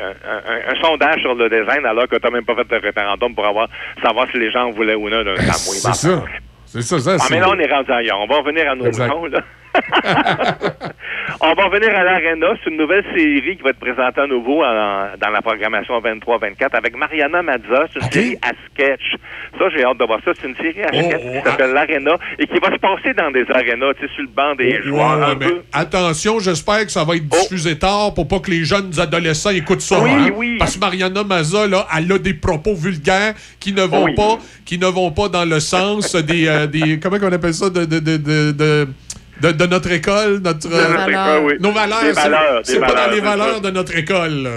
un, un sondage sur le design alors que tu n'as même pas fait de référendum pour avoir savoir si les gens voulaient ou non d'un tramway. C'est ça. C'est ça, ça. Ah, mais là, on est rendu ailleurs. On va revenir à nos moutons, là. On va revenir à l'Arena. C'est une nouvelle série qui va être présentée à nouveau en, dans la programmation vingt-trois vingt-quatre avec Mariana Mazza. C'est une okay. série à sketch. Ça, j'ai hâte de voir ça. C'est une série à sketch oh, qui s'appelle ah. l'Arena et qui va se passer dans des arénas, tu sais, sur le banc des oh, joueurs. Ouais, un peu. Attention, j'espère que ça va être diffusé oh. tard pour pas que les jeunes adolescents écoutent ça. Oui, hein? oui. Parce que Mariana Mazza, là, elle a des propos vulgaires qui ne vont oui. pas, qui ne vont pas dans le sens des, euh, des comment on appelle ça, de, de, de, de, de De, de notre école, notre, de notre école, oui. nos valeurs. Des valeurs c'est pas dans les valeurs ça. de notre école. Là.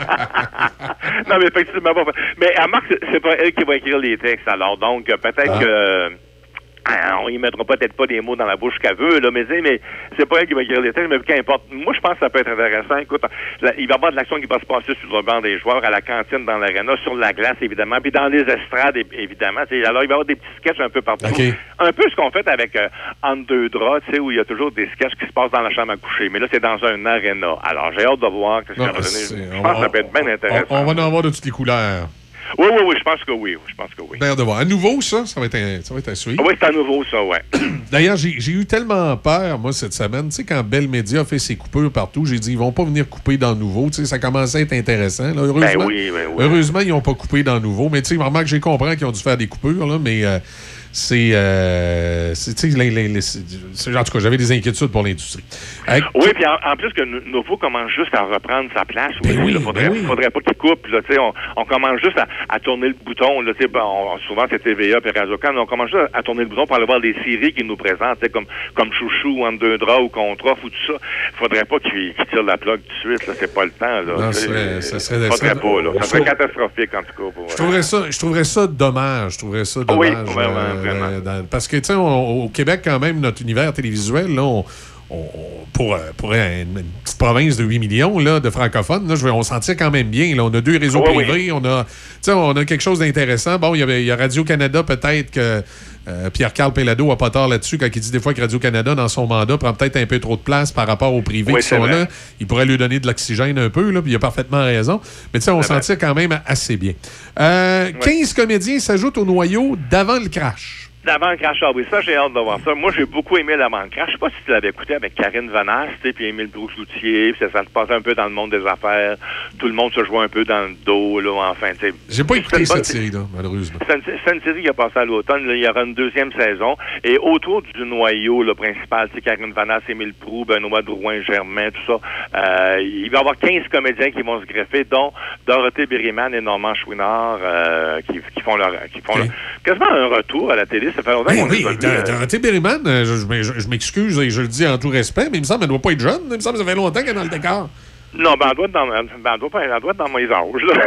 Non, mais effectivement pas. Mais à Marc, c'est pas elle qui va écrire les textes. Alors, donc, peut-être ah. que... on y mettra peut-être pas des mots dans la bouche qu'elle veut, là, mais, mais c'est pas elle qui va écrire les textes, mais qu'importe. Moi, je pense que ça peut être intéressant. Écoute, là, il va y avoir de l'action qui va se passer sur le banc des joueurs, à la cantine, dans l'aréna, sur la glace, évidemment, puis dans les estrades, évidemment. T'sais, alors, il va y avoir des petits sketchs un peu partout. Okay. Un peu ce qu'on fait avec euh, Entre deux draps, tu sais, où il y a toujours des sketchs qui se passent dans la chambre à coucher. Mais là, c'est dans un aréna. Alors, j'ai hâte de voir ce que ça va donner. Je pense que ça peut être bien intéressant. On, on va en avoir de toutes les couleurs. Oui, oui, oui, je pense que oui. Je pense que oui. D'ailleurs, de voir. À nouveau, ça, ça va être un, ça va être à suivre. Oui, c'est à nouveau, ça, ouais. D'ailleurs, j'ai, j'ai eu tellement peur, moi, cette semaine. Tu sais, quand Bell Media a fait ses coupures partout, j'ai dit, ils vont pas venir couper dans le nouveau. Tu sais, ça commençait à être intéressant. Là. Heureusement, ben oui, ben oui. Heureusement, ils n'ont pas coupé dans le nouveau. Mais tu sais, vraiment que j'ai compris qu'ils ont dû faire des coupures, là, mais... Euh, c'est, euh, c'est tu sais, les, les, les, c'est, en tout cas, j'avais des inquiétudes pour l'industrie. Euh, oui, puis en, en plus que Nouveau commence juste à reprendre sa place. Ben oui, il faudrait, ben oui. faudrait pas qu'il coupe. Là, on, on commence juste à, à tourner le bouton. Là, on, souvent, c'est T V A et Radio-Can. On commence juste à, à tourner le bouton pour aller voir des séries qu'ils nous présentent, comme, comme Chouchou, Entre deux draps ou Contre-Off ou tout ça. Faudrait pas qu'il, qu'il tire la plug tout de suite. Là, c'est pas le temps. Là, non, serait, ça serait... Faudrait pas. Là. Ça serait catastrophique, en tout cas. Pour, je, trouverais ça, je trouverais ça dommage. Je trouverais ça dommage. Oui, vraiment, euh, vraiment. Dans, parce que, tu sais, au Québec, quand même, notre univers télévisuel, là, on, on, pour, pour une, une petite province de huit millions là, de francophones, là, je veux, on s'en tire quand même bien. Là. On a deux réseaux oui, privés, oui. On, a, on a quelque chose d'intéressant. Bon, il y, y a Radio-Canada, peut-être que euh, Pierre-Carl Pellado n'a pas tort là-dessus quand il dit des fois que Radio-Canada, dans son mandat, prend peut-être un peu trop de place par rapport aux privés oui, qui sont vrai. là. Il pourrait lui donner de l'oxygène un peu, là, puis il a parfaitement raison. Mais tu sais, on s'en tire quand même assez bien. Euh, oui. quinze comédiens s'ajoutent au noyau d'avant le crash. L'avant le crash, ah oui, ça, j'ai hâte de voir ça. Moi, j'ai beaucoup aimé l'avant le crash. Je sais pas si tu l'avais écouté avec Karine Vanasse, puis Émile Brousse-Loutier, puis ça, ça se passait un peu dans le monde des affaires. Tout le monde se jouait un peu dans le dos, là, enfin, tu sais. J'ai pas écouté cette série-là, malheureusement. C'est une, c'est une série qui a passé à l'automne. Là, il y aura une deuxième saison. Et autour du noyau là, principal, tu sais, Karine Vanasse, Émile Proulx, Benoît Drouin, Germain, tout ça, euh, il va y avoir quinze comédiens qui vont se greffer, dont Dorothée Berryman et Normand Chouinard, euh, qui, qui font leur, qui font okay. leur, quasiment un retour à la télé. Ça fait longtemps oui, qu'on oui. Dorothée Berryman, je, je, je, je m'excuse et je le dis en tout respect, mais il me semble qu'elle ne doit pas être jeune. Il me semble que ça fait longtemps qu'elle est dans le décor. Non, ben elle doit être dans, ben, elle doit, elle doit être dans mes âges, là.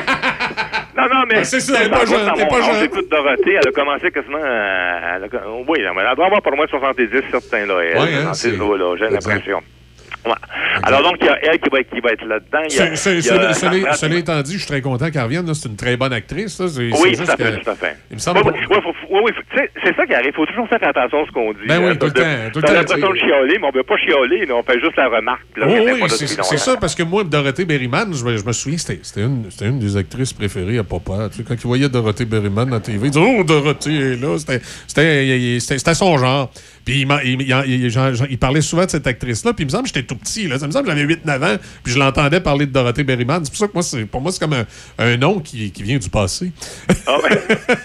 non, non, mais... Ah, c'est ça, elle n'est pas jeune. Elle n'est pas jeune. J'écoute Dorothée, elle a commencé quasiment... À, elle a, oui, mais elle doit avoir pour moins soixante-dix, certains, là. Elle, oui, hein, dans ces eaux-là, j'ai l'impression. Ouais. Alors donc, il y a elle qui va être, qui va être là-dedans. Il y a, c'est, c'est, il y a, cela, cela étant dit, je suis très content qu'elle revienne. Là. C'est une très bonne actrice. Là. C'est, oui, c'est tout, à fait, que, tout à fait. Il me semble oui, oui, faut, oui, oui, c'est ça qui arrive. Il faut toujours faire attention à ce qu'on dit. Ben oui, hein, tout le temps. Tout le temps. On a temps. l'impression de chialer, mais on ne veut pas chialer. On fait juste la remarque. Là, oh, oui, c'est, c'est ça, parce que moi, Dorothée Berryman, je, je me souviens, c'était, c'était, une, c'était une des actrices préférées à Papa. Tu sais, quand il voyait Dorothée Berryman à la T V, il disait « Oh, Dorothée est là! » C'était, c'était, c'était, c'était son genre. Puis il, il, il, il, il parlait souvent de cette actrice-là, puis il me semble que j'étais tout petit. Là. Ça me semble que j'avais huit neuf ans, puis je l'entendais parler de Dorothée Berryman. C'est pour ça que moi, c'est, pour moi, c'est comme un, un nom qui, qui vient du passé. Ah ben.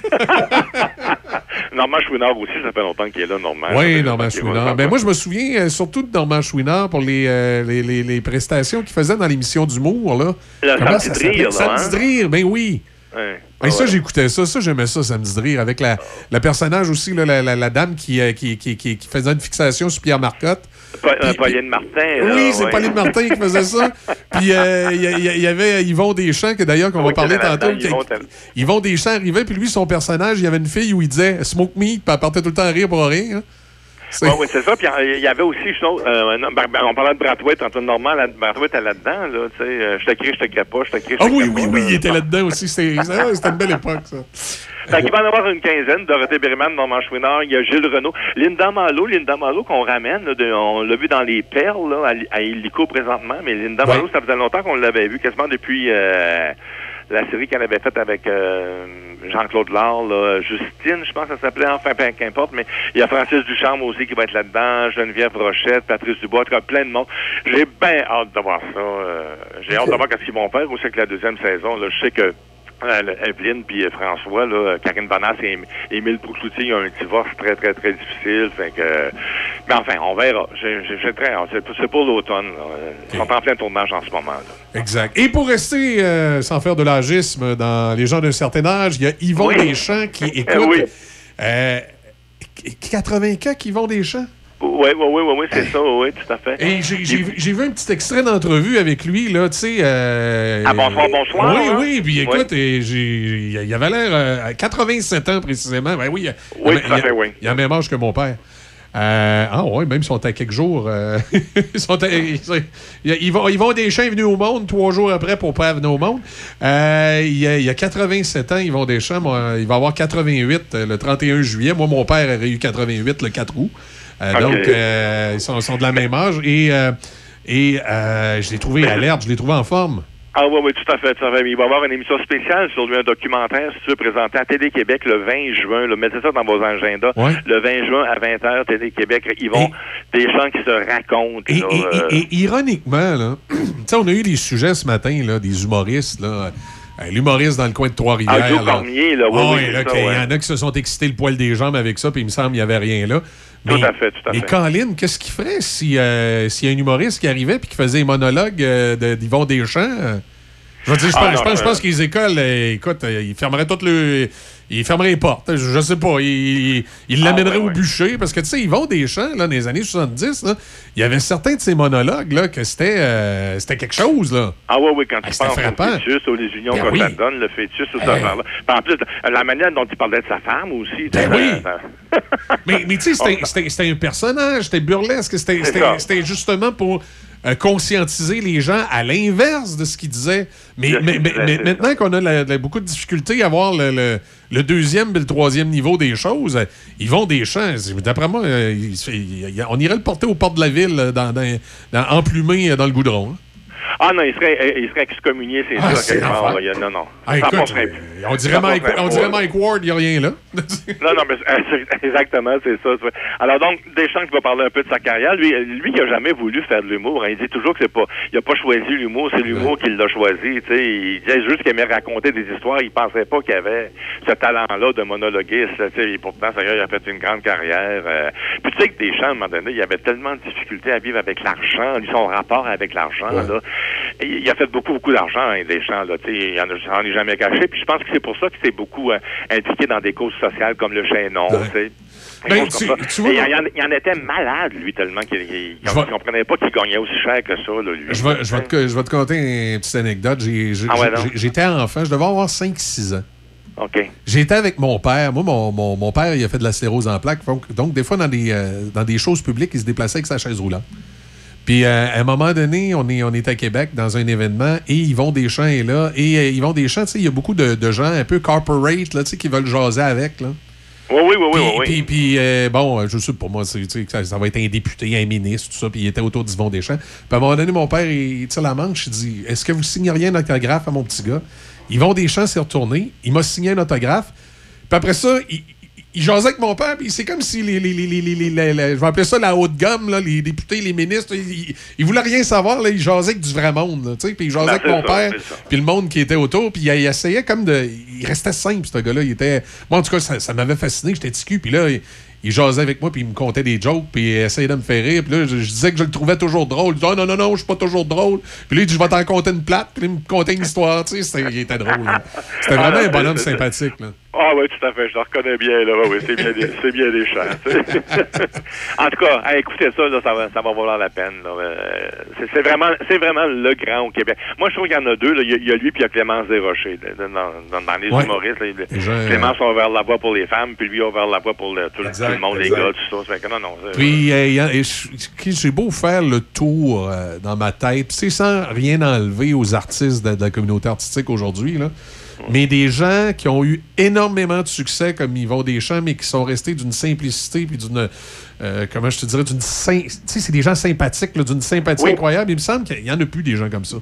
Normand Chouinard aussi, ça fait longtemps qu'il est là, Normand. Oui, Normand Chouinard. Ben, moi, je me souviens euh, surtout de Normand Chouinard pour les, euh, les, les, les prestations qu'il faisait dans l'émission d'humour. Là. Le Samedi de rire, là. Samedi de rire, ben oui. Ouais. Et ah ça, ouais. j'écoutais ça. Ça, j'aimais ça, Samedi de rire. Avec la, la personnage aussi, là, la, la, la dame qui, qui, qui, qui, qui faisait une fixation sur Pierre Marcotte. Pa- puis, Pauline Martin. Là, oui, c'est ouais. Pauline Martin qui faisait ça. Puis il euh, y, y, y avait Yvon Deschamps, que d'ailleurs, qu'on oui, va parler tantôt. Qui, Yvon Deschamps arrivait, puis lui, son personnage, il y avait une fille où il disait « Smoke me », puis elle partait tout le temps à rire pour rire. Hein. C'est... Ouais, oui, c'est ça. Puis il y avait aussi, je sais, euh, on parlait de Brathwaite, Antoine Normand, Brathwaite était là-dedans, là, tu sais, euh, je te crie, je te crée pas, je te crie, je te Ah oui, crée oui, pas, oui, là. il était là-dedans aussi. C'était, c'était une belle époque, ça. Fait qu'il va en avoir une quinzaine, Dorothée Berryman, Normand Chouinard, il y a Gilles Renaud, Linda Malo, Linda Malo qu'on ramène, là, de, on l'a vu dans Les Perles, là, à, à Illico présentement, mais Linda ouais. Malo, ça faisait longtemps qu'on l'avait vu, quasiment depuis... Euh, la série qu'elle avait faite avec euh, Jean-Claude Lard, là, Justine, je pense que ça s'appelait, enfin, peu qu'importe, mais il y a Francis Ducharme aussi qui va être là-dedans, Geneviève Rochette, Patrice Dubois, en tout cas, plein de monde. J'ai bien hâte de voir ça. Euh, j'ai hâte de voir qu'est-ce qu'ils vont faire aussi avec la deuxième saison. Là. Je sais que Euh, Evelyne puis euh, François, là, Karine Bonas et Émile Poucloutier, ils ont un divorce très, très, très difficile. Fait que, euh, mais enfin, on verra. J'ai, j'ai, j'ai très hâte. C'est, c'est pour l'automne. Là. Ils sont en plein tournage en ce moment. Là. Exact. Et pour rester euh, sans faire de l'âgisme dans les gens d'un certain âge, il y a Yvon oui. Deschamps qui écoute. oui. euh, quatre-vingts cas qu'Yvon Deschamps. Oui, oui, oui, oui, oui, c'est ça, oui, tout à fait. Et j'ai, j'ai, j'ai vu un petit extrait d'entrevue avec lui, là, tu sais. Euh, ah, bonsoir, bonsoir. Oui, hein? oui, puis écoute, oui. Et j'ai, il avait l'air à euh, quatre-vingt-sept ans précisément. Ben oui, il, oui, il, tout à il, fait, oui. Il a le même âge que mon père. Euh, ah oui, même ils sont à quelques jours. Euh, ils, sont à, ils, ils, vont, ils vont Deschamps est venu au monde trois jours après pour pas venir au monde. Euh, il, y a, il y a quatre-vingt-sept ans, Yvon Deschamps, moi, il va avoir quatre-vingt-huit le trente et un juillet. Moi, mon père aurait eu quatre-vingt-huit le quatre août. Euh, okay. Donc, euh, ils sont, sont de la même âge. Et, euh, et euh, je l'ai trouvé alerte, je l'ai trouvé en forme. Ah oui, oui, tout à fait, tout à fait. Il va y avoir une émission spéciale sur lui, un documentaire, si tu veux, présenté à Télé-Québec le vingt juin. Là, mettez ça dans vos agendas. Ouais. Le vingt juin à vingt heures, Télé-Québec. Ils vont et, des gens qui se racontent. Et, là, et, euh... et, et ironiquement, là, on a eu des sujets ce matin, là, des humoristes, là. L'humoriste dans le coin de Trois-Rivières. Ah, Joe Cormier, là, oui, oh, oui, là, ça, il ouais. y en a qui se sont excités le poil des jambes avec ça, puis il me semble qu'il n'y avait rien là. Mais, tout à fait, tout à mais fait. Colin, qu'est-ce qu'il ferait si, euh, s'il y a un humoriste qui arrivait et qui faisait un monologue euh, de, d'Yvon Deschamps? Euh, je veux dire, je pense, ah, non, je pense, je pense que les écoles, euh, écoute, euh, ils fermeraient toutes le... Ils fermeraient les portes. Je, je sais pas. Ils, ils l'amèneraient ah, ouais, au ouais. bûcher. Parce que, tu sais, Yvon Deschamps, là, dans les années soixante-dix, là, il y avait certains de ces monologues, là, que c'était, euh, c'était quelque chose, là. Ah oui, oui, quand ah, tu penses au fœtus, aux les unions ben que oui. ça donne, le fœtus, tout ça. Ben. En plus, la manière dont il parlait de sa femme aussi. Ben oui. mais, mais tu sais, c'était, c'était, c'était un personnage, c'était burlesque. C'était, c'était, c'était justement pour... Euh, conscientiser les gens à l'inverse de ce qu'ils disaient. Mais, mais, mais, mais maintenant qu'on a la, la, beaucoup de difficultés à voir le, le, le deuxième et le troisième niveau des choses, euh, ils vont des champs. D'après moi, euh, il, il, on irait le porter aux portes de la ville, dans, dans, dans, emplumé dans le goudron. Hein. Ah non, il serait, il serait excommunié, c'est ah, sûr. Quelque part, là, non, non. Ah, écoute, on dirait, Mike, on dirait Mike Ward, il n'y a rien là. non, non, mais exactement, c'est ça. Alors donc, Deschamps qui va parler un peu de sa carrière, lui, lui qui n'a jamais voulu faire de l'humour, hein, il dit toujours que c'est pas, il n'a pas choisi l'humour, c'est l'humour ouais. qui l'a choisi. Tu sais, il disait juste qu'il aimait raconter des histoires, il pensait pas qu'il avait ce talent-là de monologuiste. Tu sais, et pourtant, ça, il a fait une grande carrière. Euh, puis tu sais que Deschamps, à un moment donné, il avait tellement de difficultés à vivre avec l'argent, lui, son rapport avec l'argent, ouais. là. Il a fait beaucoup, beaucoup d'argent, hein, Deschamps, là, tu sais, il n'en est jamais caché, puis je pense que c'est pour ça qu'il s'est beaucoup euh, impliqué dans des causes sociales comme le Chaînon, ouais. tu sais. Ben, tu, tu vois, il, en, il en était malade, lui, tellement qu'il ne comprenait pas qu'il gagnait aussi cher que ça, là, lui. Je vais, je vais, te, je vais te conter une petite anecdote. J'ai, j'ai, ah ouais, j'ai, j'étais enfant, je devais avoir cinq six ans. OK. J'étais avec mon père. Moi, mon, mon, mon père, il a fait de la sclérose en plaques, donc, donc des fois, dans des, euh, dans des choses publiques, il se déplaçait avec sa chaise roulante. Puis, euh, à un moment donné, on est, on est à Québec dans un événement et Yvon Deschamps est là. Et euh, Yvon Deschamps, tu sais, il y a beaucoup de, de gens un peu corporate, là, tu sais, qui veulent jaser avec, là. Oui, oui, oui, oui. oui, oui. Puis, puis euh, bon, je sais pas, moi, tu sais, ça, ça va être un député, un ministre, tout ça, puis il était autour d'Yvon Deschamps. Puis, à un moment donné, mon père, il tire la manche, il dit, est-ce que vous signeriez un autographe à mon petit gars? Yvon Deschamps s'est retourné, il m'a signé un autographe. Puis après ça, il... Il jasait avec mon père, puis c'est comme si les, les, les, les, les, les, les, les je vais appeler ça la haute gomme, là, les députés, les ministres, ils, ils voulaient rien savoir, là, ils jasaient avec du vrai monde, tu sais, puis il jasait ben, avec mon ça, père, puis le monde qui était autour, puis il, il essayait comme de, il restait simple, ce gars-là, il était, moi en tout cas, ça, ça m'avait fasciné, j'étais ticu, puis là, il, il jasait avec moi, puis il me contait des jokes, puis il essayait de me faire rire, puis là, je, je disais que je le trouvais toujours drôle, il disait, oh, non, non, non, je suis pas toujours drôle, puis là, il dit, je vais t'en conter une plate, puis il me contait une histoire, tu sais, il était drôle, là. C'était vraiment ah, un bonhomme c'est, sympathique, là. Ah oui, tout à fait, je le reconnais bien, là, oui, c'est bien des, c'est bien des chants. En tout cas, hey, écoutez ça, là, ça va, ça va valoir la peine, là. Euh, c'est, c'est vraiment, c'est vraiment le grand au Québec. Moi, je trouve qu'il y en a deux, là, il y a, il y a lui puis il y a Clémence Desrochers, dans, dans, dans les ouais. humoristes, là, je... Clémence a ouvert la voie pour les femmes, puis lui a ouvert la voie pour le, tout, exact, tout le monde, exact. Les gars, tout ça. Fait que non, non. Puis, euh, j'ai beau faire le tour euh, dans ma tête, c'est sans rien enlever aux artistes de, de la communauté artistique aujourd'hui, là. Mais des gens qui ont eu énormément de succès comme Yvon Deschamps, mais qui sont restés d'une simplicité puis d'une, euh, comment je te dirais, d'une, tu sais, c'est des gens sympathiques, là, d'une sympathie oui. incroyable. Il me semble qu'il y en a plus des gens comme ça.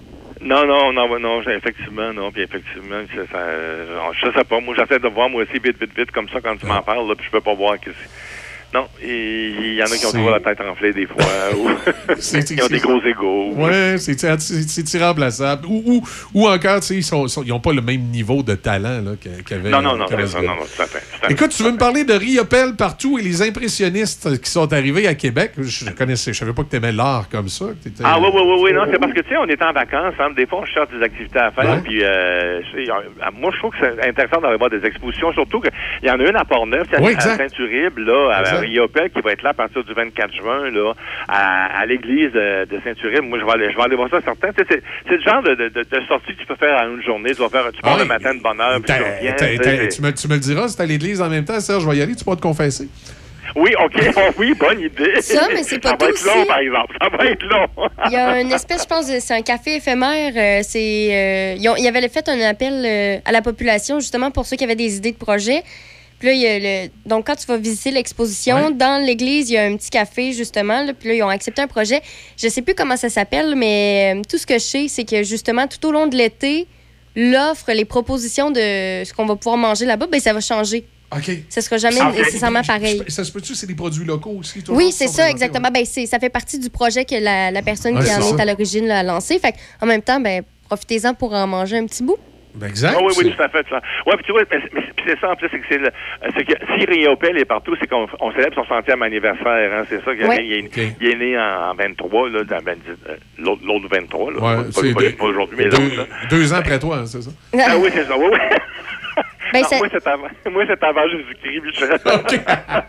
Non, non, non, non, effectivement, non, puis effectivement, ça, ça, je sais pas, moi, j'essaie de voir, moi aussi, vite, vite, vite, comme ça, quand tu m'en parles, là, puis je peux pas voir que c'est... Non, il y en a qui ont toujours la tête enflée des fois, ou qui ont des gros égos. Oui, c'est, c'est irremplaçable. Ou, ou, ou encore, tu sais, ils n'ont pas le même niveau de talent là, qu'avait... Non, non, non, non, non, non, tout à fait. Tout à Écoute, fait. tu veux me parler de Riopelle partout et les impressionnistes qui sont arrivés à Québec? Je connaissais, je savais pas que tu aimais l'art comme ça. Que t'étais... Ah oui, oui, oui, oui, non, c'est parce que, tu sais, on est en vacances, hein, des fois, on cherche des activités à faire, ouais. Puis, euh, moi, je trouve que c'est intéressant d'aller voir des expositions, surtout qu'il y en a une à Port-Neuf, oui, à Saint-Uribe, là, à Riopelle, qui va être là à partir du vingt-quatre juin, là, à, à l'église de, de Saint-Uribe. Moi, je vais aller, je vais aller voir ça, certain. C'est, c'est, c'est le genre de, de, de sortie que tu peux faire en une journée. Tu vas faire, tu pars ah, le matin de bonne heure, puis tu reviens. T'as, t'as, tu, me, tu me le diras, c'est à l'église en même temps, Serge, je vais y aller, tu pourras te confesser. Oui, OK. Oh, oui, bonne idée. Ça, mais c'est pas ça tout va être aussi. long, par exemple. Ça va être long. Il y a une espèce, je pense, c'est un café éphémère. Euh, c'est, euh, ils, ont, ils avaient fait un appel euh, à la population, justement, pour ceux qui avaient des idées de projet. Puis là, il y a le... Donc, quand tu vas visiter l'exposition, ouais. Dans l'église, il y a un petit café, justement. Là, puis là, ils ont accepté un projet. Je sais plus comment ça s'appelle, mais euh, tout ce que je sais, c'est que, justement, tout au long de l'été, l'offre, les propositions de ce qu'on va pouvoir manger là-bas, ben ça va changer. OK. Ça sera jamais okay. nécessairement pareil. Ça se peut-tu, c'est des produits locaux aussi? Oui, c'est ça, exactement. Ouais. Ben, c'est, ça fait partie du projet que la, la personne ouais, qui en est à l'origine là, a lancé. Fait en même temps, ben, profitez-en pour en manger un petit bout. Ben exact. Oh, oui, oui, tout à fait. Ça. Ouais, puis tu vois, mais, mais, puis c'est ça en plus, c'est que c'est, le, c'est que si Riopelle est partout, c'est qu'on on célèbre son centième anniversaire. Hein, c'est ça. Il, ouais. il, il, okay. il est né en, en vingt-trois, là, dans, ben, l'autre, l'autre vingt-trois. Là, ouais, pas, c'est pas, deux, pas aujourd'hui, mais deux, l'autre. Là. Deux ans après toi, hein, c'est ça? Ah oui, c'est ça. Oui, oui. Ben, non, moi, c'est avant, moi, c'est avant Jésus-Christ, Michel. Okay.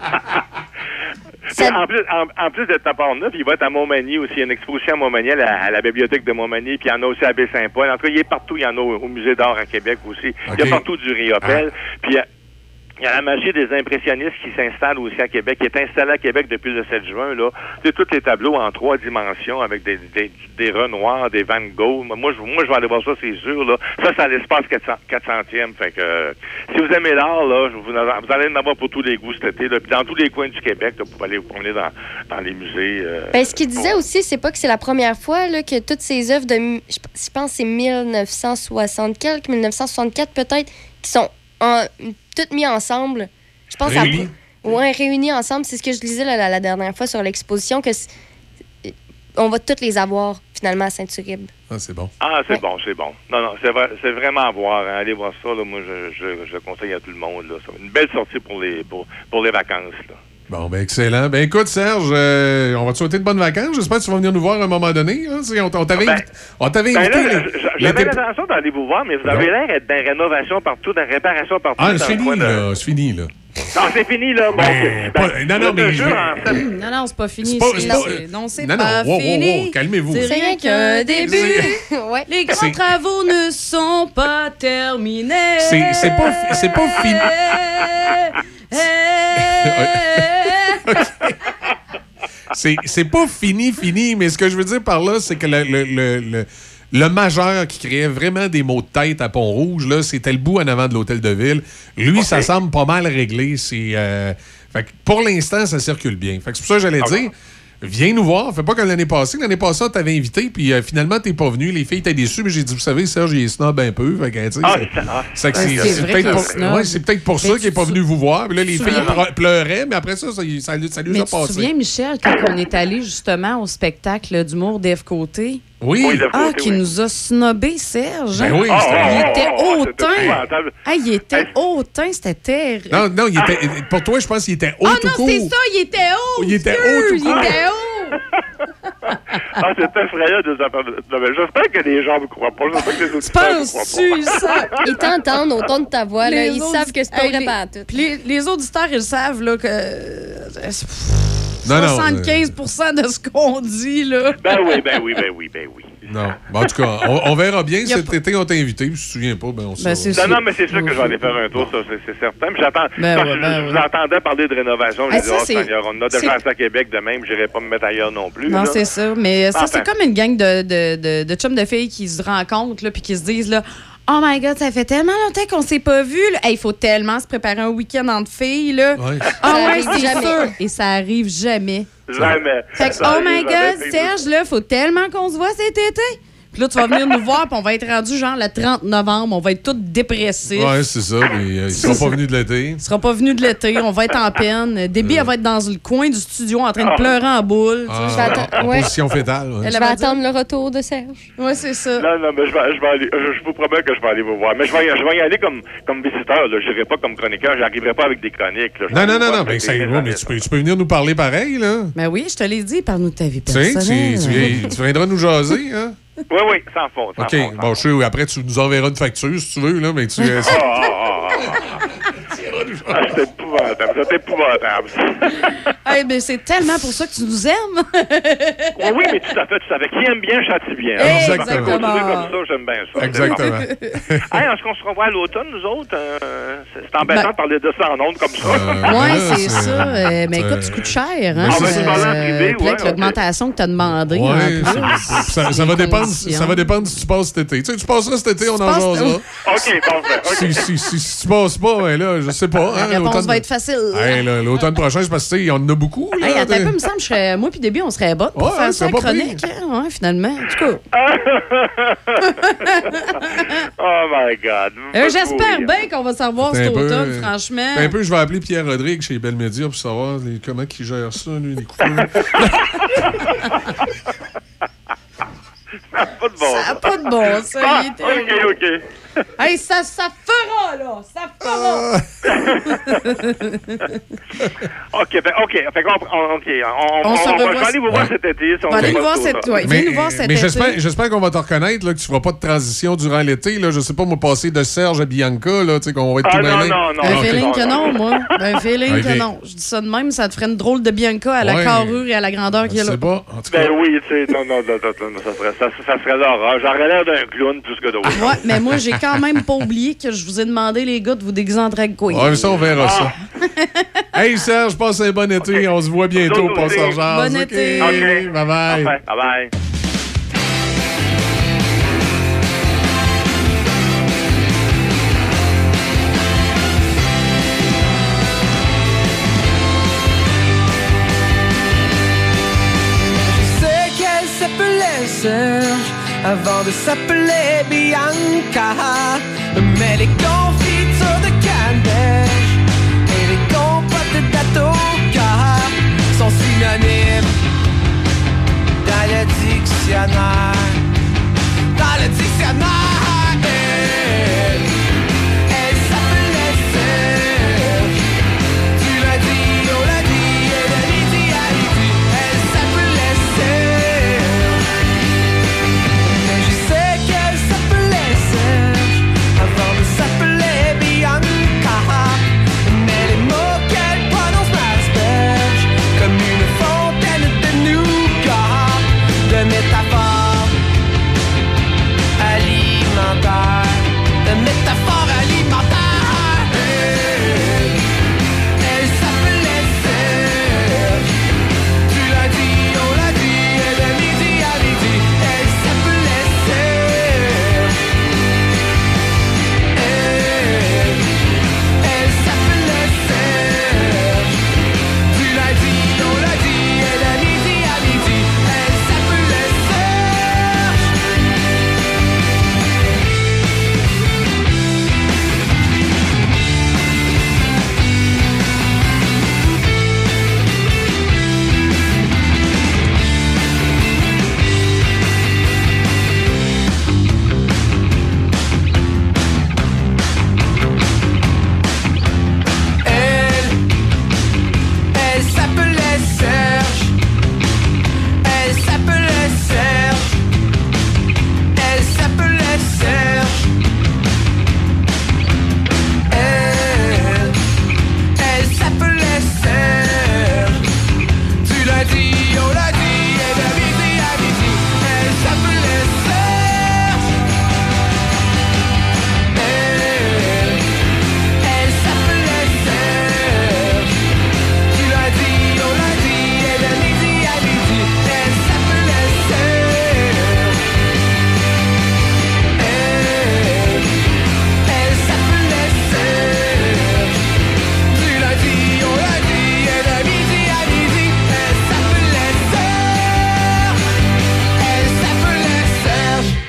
Ça... En plus, en, en plus d'être à Port-Neuf, il va être à Montmagny aussi. Il y a une exposition à Montmagny, à la, à la bibliothèque de Montmagny, puis il y en a aussi à Baie-Saint-Paul. En tout cas, il est partout. Il y en a au, au Musée d'art à Québec aussi. Okay. Il y a partout du Riopelle. Ah. Puis il y a la magie des impressionnistes qui s'installe aussi à Québec, qui est installée à Québec depuis le sept juin. Là, c'est tous les tableaux en trois dimensions avec des, des, des Renoir, des Van Gogh. Moi, je, moi, je vais aller voir ça, c'est sûr. Là. Ça, c'est à l'espace quatre centième. Fait que euh, si vous aimez l'art, là, vous, vous allez en avoir pour tous les goûts cet été. Là. Puis dans tous les coins du Québec, là, vous pouvez aller vous promener dans, dans les musées. Euh, ben, ce qu'il disait pour... aussi, c'est pas que c'est la première fois là, que toutes ces œuvres de, je pense, c'est dix-neuf cent soixante quelque, dix-neuf cent soixante-quatre peut-être, qui sont en, toutes mises ensemble. Je pense réunis. à ouais, réunis ensemble, c'est ce que je disais la, la, la dernière fois sur l'exposition, que on va toutes les avoir finalement à Saint-Uribe. Ah, c'est bon. Ah, c'est ouais. bon, c'est bon. Non, non, c'est, vrai, c'est vraiment à voir. Hein. Allez voir ça, là, moi, je, je, je conseille à tout le monde. Là. C'est une belle sortie pour les, pour, pour les vacances. Là. Bon, ben excellent. Ben écoute, Serge, euh, on va te souhaiter de bonnes vacances. J'espère que tu vas venir nous voir à un moment donné. Hein. On, on t'avait, ben, on t'avait ben invité. Là, les, j'avais l'intention d'aller vous voir, mais vous avez non. l'air d'être dans rénovation partout, dans réparation partout. Ah, c'est fini, là. De... C'est fini, là. Non, c'est fini, là. Bon, ben, pas, ben, non, non, mais... Je... Non, non, c'est pas fini. C'est pas, c'est, c'est, c'est, non, c'est non, pas non, wow, fini. Wow, wow, calmez-vous. C'est rien qu'un début. Ouais. Les grands c'est... travaux ne sont pas terminés. C'est, c'est, pas, c'est pas fini. Okay. c'est, c'est pas fini, fini, mais ce que je veux dire par là, c'est que le, le, le, le, le majeur qui créait vraiment des maux de tête à Pont-Rouge, là, c'était le bout en avant de l'hôtel de ville. Lui, okay. Ça semble pas mal réglé. C'est, euh, fait que pour l'instant, ça circule bien. Fait que c'est pour ça que j'allais okay. dire, viens nous voir. Fais pas comme l'année passée. L'année passée, on t'avait invité, puis euh, finalement, t'es pas venu. Les filles étaient déçues, mais j'ai dit, vous savez, Serge, il est snob un peu. Fait que, tu sais, ah, c'est, ah, c'est, c'est, c'est, c'est, peut-être pour, ouais, c'est peut-être pour ça qu'il est pas venu vous voir. Puis là, les filles ah. pleuraient, mais après ça, ça, ça, ça, ça lui mais a passé. Tu te souviens, Michel, quand on est allé justement au spectacle d'humour d'Ève Côté? Oui. oui ah, côté, qui oui. nous a snobé, Serge. Ben oui, oh, il oh, était oh, hautain. Ah, il était hautain, c'était terrible. Non, non, il était, pour toi, je pense qu'il était haut ah, tout non, court. c'est ça, il était haut. Il était haut tout court. Il était haut. Ah, c'est effrayant de affaires de... Non, mais j'espère que les gens ne croient pas. J'espère que les auditeurs ne croient pas. Ça? Ils t'entendent au ton de ta voix. Là. Ils audi... savent que c'est pas vrai pas tout. Puis les, les auditeurs, ils savent là, que... Non, soixante-quinze pour cent non, euh... de ce qu'on dit, là. Ben oui, ben oui, ben oui, ben oui. Non. Bon, en tout cas, on, on verra bien. Cet pas... été, on t'a invité. Je me souviens pas. Ben, on ben, non, non, mais c'est sûr que je vais aller faire un tour, ça, c'est, c'est certain. Mais j'attends. Ben, quand ouais, je, ben, je vous ouais. entendais parler de rénovation. Je ah, disais, oh, Seigneur, on a déjà à Québec de même. Je n'irai pas me mettre ailleurs non plus. Non, là. C'est ça. Mais ça, enfin. C'est comme une gang de, de, de, de chums de filles qui se rencontrent, là, puis qui se disent, là, oh my God, ça fait tellement longtemps qu'on s'est pas vu. Il hey, faut tellement se préparer un week-end entre filles, là. Ouais. Ah oh, ouais, c'est jamais. sûr. Et ça arrive jamais. Jamais. Fait que, oh my God, Serge, là, faut tellement qu'on se voit cet été. Puis là, tu vas venir nous voir, puis on va être rendu genre le trente novembre. On va être tous dépressifs. Ouais, c'est ça. Mais, euh, ils seront pas venus de l'été. Il sera pas venu de l'été. On va être en peine. Déby, elle va être dans le coin du studio en train de pleurer en boule. Ah, en ouais. position fétale. Ouais. Elle Je vais attendre le retour de Serge. Oui, c'est ça. Non, non, mais je vais, je vais aller. Je, je vous promets que je vais aller vous voir. Mais je vais, y- je vais y aller comme, comme visiteur. Je n'irai pas comme chroniqueur. J'arriverai pas avec des chroniques. Là. Je vais Non, aller non, vous non, voir non. Mais, avec ça, des- ouais, mais tu, peux, tu peux venir nous parler pareil, là. Ben oui, je te l'ai dit, parle-nous de ta vie Tu sais, personnelle. tu, tu, viens- tu viendras nous jaser, hein? Oui, oui, sans faute. Sans OK. faute, sans Bon, je sais, après, tu nous enverras une facture, si tu veux, là, mais tu... euh, Ah, ah, ah, ah. Ah, c'est épouvantable. C'est épouvantable. Hey, ben, c'est tellement pour ça que tu nous aimes. Oui, oui, mais tout à fait, tout à fait. Qui aime bien, châtie bien. Exactement. Continuez comme ça, j'aime bien ça. Exactement. Hey, est-ce qu'on se revoit à l'automne, nous autres? Euh, c'est c'est embêtant Ben- de parler de ça en ondes comme ça. Oui, là, c'est c'est- ça. Euh, mais c'est- écoute, tu coûtes cher. Hein? Ben, c'est ça. On va se parler en privé, puis ouais, avec l'augmentation que tu as demandé. Ouais, en plus, c'est- ça, ça va les dépendre, conditions. ça va dépendre si tu passes cet été. Tu sais, tu passeras cet été, on en passes- jasera. OK, parfait. OK. Si, si, si, si tu passes pas, ben là, je sais pas. La Hein, réponse l'automne- va être facile. Hey, là, l'automne prochain, c'est parce que, tu sais, il y en a beaucoup. Là, Hey, attends un t'es- peu, il me semble que je serais, moi puis Déby, on serait bonnes pour Ouais, faire c'est ça pas chronique. Hein? Ouais, finalement. En tout cas. Oh my God. Euh, J'espère bien qu'on va savoir T'es cet un peu- automne, franchement. Un peu, je vais appeler Pierre Rodrigue chez Bell Media pour savoir les- comment il gère ça, lui, les coupures. Ça n'a pas de bon Ça n'a pas de bon, ça. Ah, il était- OK, OK. Hey, ça, ça fera, là. Ça fera. OK, fait, OK. Fait qu'on- on, OK. On, On se on va- revoit- je vais aller vous voir Ouais. cet été. Si on On va aller se nous voit voir tout cet- ça. ouais, viens nous voir cet mais été. j'espère, j'espère qu'on va te reconnaître, là, que tu feras pas de transition durant l'été. Là. Je sais pas, moi, passer de Serge à Bianca, là, tu sais, qu'on va être Ah, tout non, mêlés. non, non. Un ok. feeling que non, moi. Un feeling Ok. que non. Je dis ça de même, ça te ferait une drôle de Bianca à la Ouais. carrure et à la grandeur Je qu'il y a là. sais pas. En tout cas, Ben oui, tu sais, non, non, non, non, non, ça serait, ça, ça serait l'horreur. J'aurais l'air d'un clown plus que d'autres. Ouais, mais moi, j'ai quand même pas oublié que je vous ai demandé, les gars, de vous déguiser en drag queen. ouais, mais ça, on verra Ah. ça. Hey, Serge, passe un bon été. On se voit bientôt D'autres pour aussi. Serge. Bon été. OK. Bye-bye. Enfin, bye bye. Je sais qu'elle s'appelait Serge avant de s'appeler Bianca. Mais les confitures de canneberge et les compotes d'atoka sont synonymes dans le dictionnaire. Dans le dictionnaire, elle, elle s'appelait Serge. Du lundi au lundi et de midi à midi, elle s'appelait Serge. Mais je sais qu'elle s'appelait Serge avant de s'appeler Bianca. Mais les mots qu'elle prononce m'aspergent comme une fontaine de nougat, de métaphores alimentaires.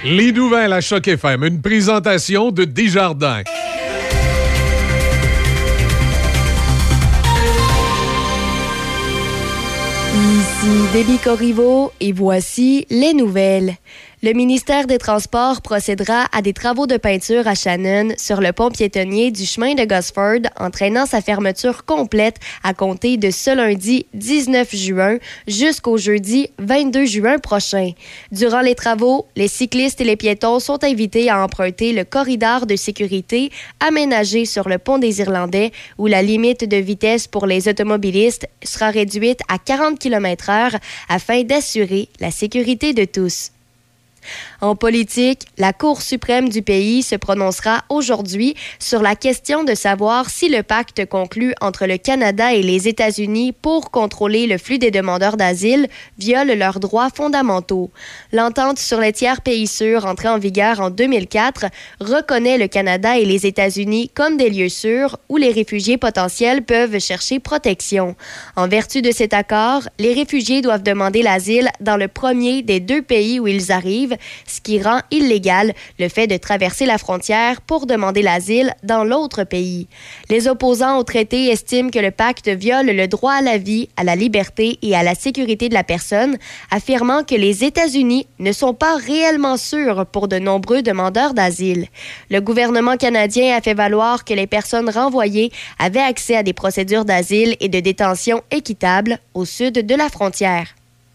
Les nouvelles à Choc F M, une présentation de Desjardins. Ici Déby Corriveau et voici les nouvelles. Le ministère des Transports procédera à des travaux de peinture à Shannon sur le pont piétonnier du chemin de Gosford, entraînant sa fermeture complète à compter de ce lundi dix-neuf juin jusqu'au jeudi vingt-deux juin prochain. Durant les travaux, les cyclistes et les piétons sont invités à emprunter le corridor de sécurité aménagé sur le pont des Irlandais, où la limite de vitesse pour les automobilistes sera réduite à quarante kilomètres heure afin d'assurer la sécurité de tous. En politique, la Cour suprême du pays se prononcera aujourd'hui sur la question de savoir si le pacte conclu entre le Canada et les États-Unis pour contrôler le flux des demandeurs d'asile viole leurs droits fondamentaux. L'entente sur les tiers pays sûrs, entrée en vigueur en deux mille quatre, reconnaît le Canada et les États-Unis comme des lieux sûrs où les réfugiés potentiels peuvent chercher protection. En vertu de cet accord, les réfugiés doivent demander l'asile dans le premier des deux pays où ils arrivent, ce qui rend illégal le fait de traverser la frontière pour demander l'asile dans l'autre pays. Les opposants au traité estiment que le pacte viole le droit à la vie, à la liberté et à la sécurité de la personne, affirmant que les États-Unis ne sont pas réellement sûrs pour de nombreux demandeurs d'asile. Le gouvernement canadien a fait valoir que les personnes renvoyées avaient accès à des procédures d'asile et de détention équitables au sud de la frontière.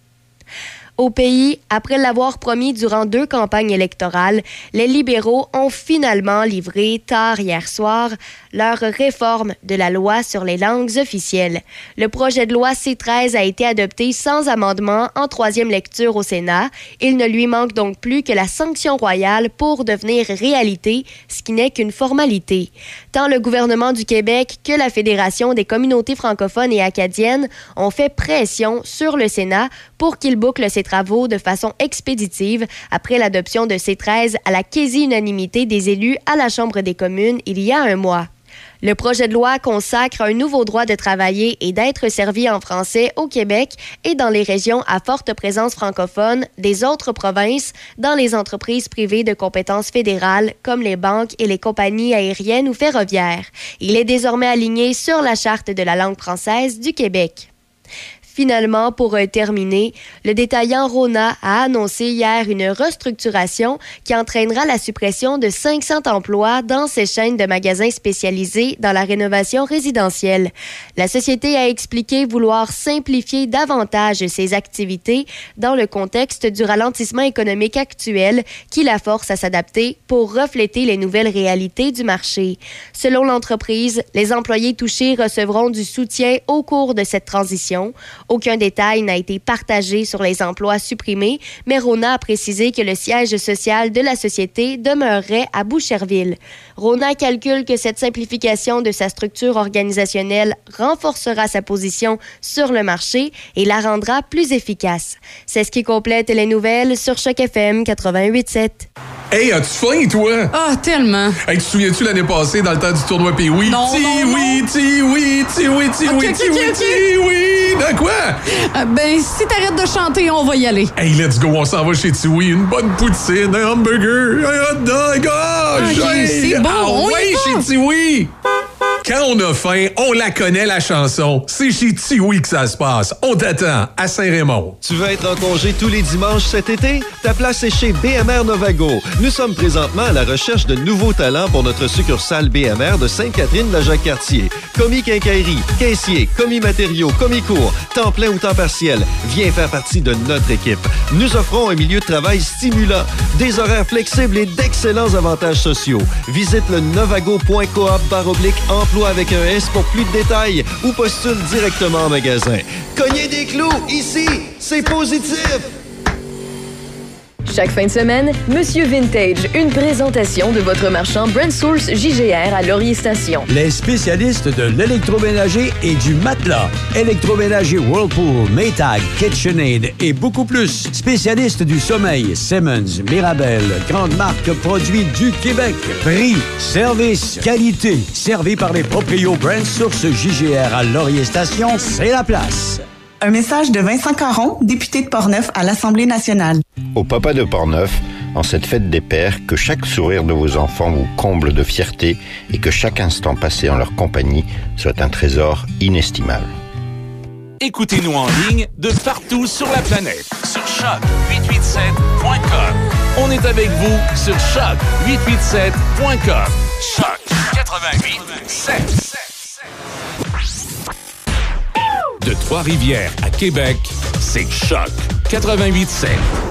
Au pays, après l'avoir promis durant deux campagnes électorales, les libéraux ont finalement livré tard hier soir leur réforme de la loi sur les langues officielles. Le projet de loi C treize a été adopté sans amendement en troisième lecture au Sénat. Il ne lui manque donc plus que la sanction royale pour devenir réalité, ce qui n'est qu'une formalité. Tant le gouvernement du Québec que la Fédération des communautés francophones et acadiennes ont fait pression sur le Sénat pour qu'il boucle ses travaux de façon expéditive après l'adoption de C treize à la quasi-unanimité des élus à la Chambre des communes il y a un mois. Le projet de loi consacre un nouveau droit de travailler et d'être servi en français au Québec et dans les régions à forte présence francophone des autres provinces, dans les entreprises privées de compétences fédérales comme les banques et les compagnies aériennes ou ferroviaires. Il est désormais aligné sur la Charte de la langue française du Québec. Finalement, pour euh, terminer, le détaillant Rona a annoncé hier une restructuration qui entraînera la suppression de cinq cents emplois dans ses chaînes de magasins spécialisés dans la rénovation résidentielle. La société a expliqué vouloir simplifier davantage ses activités dans le contexte du ralentissement économique actuel qui la force à s'adapter pour refléter les nouvelles réalités du marché. Selon l'entreprise, les employés touchés recevront du soutien au cours de cette transition. Aucun détail n'a été partagé sur les emplois supprimés, mais Rona a précisé que le siège social de la société demeurerait à Boucherville. Rona calcule que cette simplification de sa structure organisationnelle renforcera sa position sur le marché et la rendra plus efficace. C'est ce qui complète les nouvelles sur Choc F M quatre-vingt-huit sept. Hey, as-tu faim, toi? Ah, oh, tellement. Hey, tu te souviens-tu l'année passée, dans le temps du tournoi Pee-Wee? Non, ti non, oui, non. ti oui, ti oui, ti oui, ti oui, ti oui. Dans quoi? Euh, ben, si t'arrêtes de chanter, on va y aller. Hey, let's go, on s'en va chez Tiwi. Une bonne poutine, un hamburger, un hot dog. Oh, okay, hey, c'est bon, ah, on ouais, y va. chez Tiwi. Quand on a faim, on la connaît, la chanson. C'est chez Tiwi que ça se passe. On t'attend à Saint-Raymond. Tu veux être en congé tous les dimanches cet été? Ta place est chez B M R Novago. Nous sommes présentement à la recherche de nouveaux talents pour notre succursale B M R de Sainte-Catherine-la-Jacques-Cartier. Commis quincaillerie, caissier, commis matériaux, commis cours, temps plein ou temps partiel. Viens faire partie de notre équipe. Nous offrons un milieu de travail stimulant, des horaires flexibles et d'excellents avantages sociaux. Visite le novago point coop barre oblique emploi avec un S pour plus de détails ou postule directement en magasin. Cognez des clous, ici, c'est positif! Chaque fin de semaine, Monsieur Vintage, une présentation de votre marchand Brand Source J G R à Laurier Station. Les spécialistes de l'électroménager et du matelas. Électroménager Whirlpool, Maytag, KitchenAid et beaucoup plus. Spécialistes du sommeil, Simmons, Mirabel, grande marque produits du Québec. Prix, service, qualité. Servi par les proprios Brand Source J G R à Laurier Station, c'est la place. Un message de Vincent Caron, député de Portneuf à l'Assemblée nationale. Au Papa de Portneuf, en cette fête des pères, que chaque sourire de vos enfants vous comble de fierté et que chaque instant passé en leur compagnie soit un trésor inestimable. Écoutez-nous en ligne de partout sur la planète. Sur choc huit huit sept point com. On est avec vous sur choc huit huit sept point com. Choc quatre-vingt-huit sept. De Trois-Rivières à Québec, c'est Choc quatre-vingt-huit sept.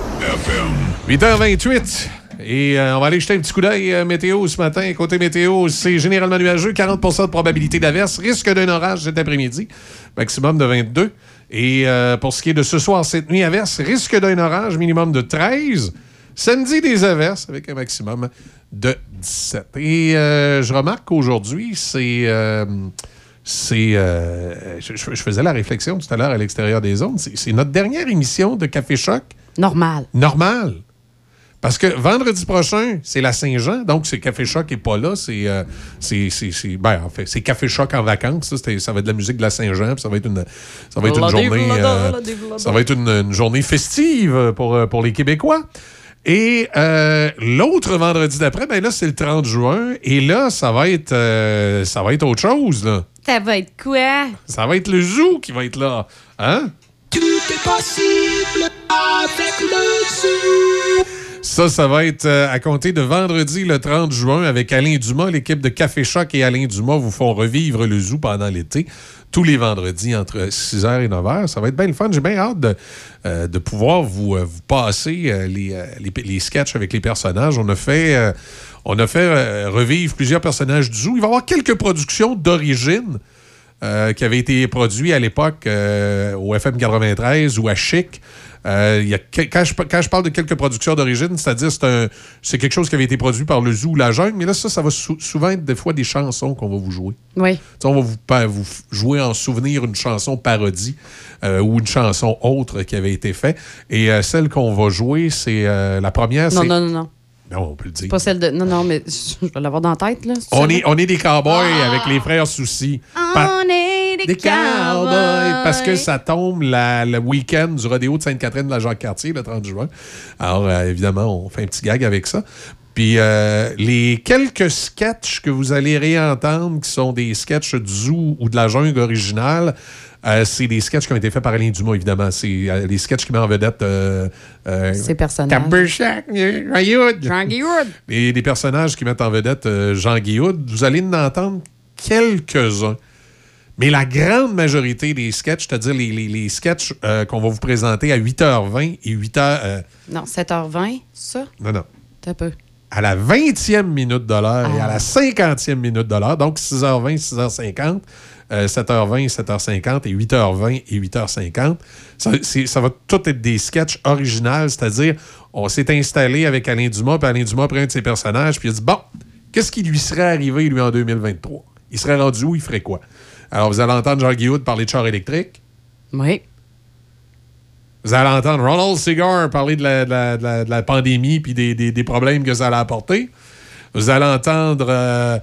huit heures vingt-huit. Et euh, on va aller jeter un petit coup d'œil euh, météo ce matin. Côté météo, c'est généralement nuageux, quarante pour cent de probabilité d'averse, risque d'un orage cet après-midi, maximum de vingt-deux. Et euh, pour ce qui est de ce soir, cette nuit, averse, risque d'un orage, minimum de treize. Samedi, des averses avec un maximum de dix-sept. Et euh, je remarque qu'aujourd'hui, c'est... Euh, c'est euh, je, je faisais la réflexion tout à l'heure à l'extérieur des ondes. C'est, c'est notre dernière émission de Café Choc. Normal. Normal. Parce que vendredi prochain, c'est la Saint-Jean, donc c'est Café Choc qui n'est pas là. C'est, euh, c'est, c'est, c'est, ben, en fait, c'est Café Choc en vacances. Ça, c'était, ça va être de la musique de la Saint-Jean, puis ça va être une, ça va être une journée, euh, ça va être une, une journée festive pour, pour les Québécois. Et euh, l'autre vendredi d'après, ben là, c'est le trente juin. Et là, ça va être, euh, ça va être autre chose, là. Ça va être quoi? Ça va être le zoo qui va être là. Hein? Tout est possible avec le zoo. Ça, ça va être euh, à compter de vendredi le trente juin avec Alain Dumas. L'équipe de Café Choc et Alain Dumas vous font revivre le zoo pendant l'été. Tous les vendredis entre six heures et neuf heures. Ça va être bien le fun. J'ai bien hâte de, euh, de pouvoir vous, euh, vous passer euh, les, euh, les, les sketchs avec les personnages. On a fait, euh, on a fait euh, revivre plusieurs personnages du zoo. Il va y avoir quelques productions d'origine euh, qui avaient été produites à l'époque euh, au F M quatre-vingt-treize ou à Chic. Euh, il y a, quand, je, quand je parle de quelques productions d'origine, c'est-à-dire c'est, un, c'est quelque chose qui avait été produit par le zoo ou la jungle, mais là, ça, ça va sou- souvent être des fois des chansons qu'on va vous jouer. Oui. T'sais, on va vous, pa- vous jouer en souvenir une chanson parodie euh, ou une chanson autre qui avait été faite. Et euh, celle qu'on va jouer, c'est euh, la première. Non, c'est... non, non, non. Non, on peut le dire. Pas celle de. Non, non, mais je vais l'avoir dans la tête, là. On est, on est des cowboys ah! avec les frères Soucy. Pa- On est des, des cowboys. cowboys. Parce que ça tombe la, le week-end du rodéo de Sainte-Catherine de la Jacques-Cartier, le trente juin. Alors, euh, évidemment, on fait un petit gag avec ça. Puis, euh, les quelques sketchs que vous allez réentendre, qui sont des sketchs du zoo ou de la jungle originale, euh, c'est des sketchs qui ont été faits par Alain Dumas, évidemment. C'est euh, les sketchs qui mettent en vedette... Euh, euh, Ces personnages. Caberchac, Jean Guihoud. Jean Guihoud. Et des personnages qui mettent en vedette euh, Jean Guihoud. Vous allez en entendre quelques-uns. Mais la grande majorité des sketchs, c'est-à-dire les, les, les sketchs euh, qu'on va vous présenter à huit heures vingt et huit heures... Euh, non, sept heures vingt, ça? Non, non. T'as un peu. À la vingtième minute de l'heure ah. et à la cinquantième minute de l'heure, donc six heures vingt, six heures cinquante, euh, sept heures vingt, sept heures cinquante et huit heures vingt et huit heures cinquante. Ça, c'est, ça va tout être des sketchs originaux, c'est-à-dire on s'est installé avec Alain Dumas, puis Alain Dumas prend un de ses personnages, puis il a dit, bon, qu'est-ce qui lui serait arrivé, lui, en deux mille vingt-trois? Il serait rendu où? Il ferait quoi? Alors, vous allez entendre Jean Guihoud parler de chars électriques. Oui. Vous allez entendre Ronald Segar parler de la, de la, de la, de la pandémie puis des, des, des problèmes que ça allait apporter. Vous allez entendre... Euh,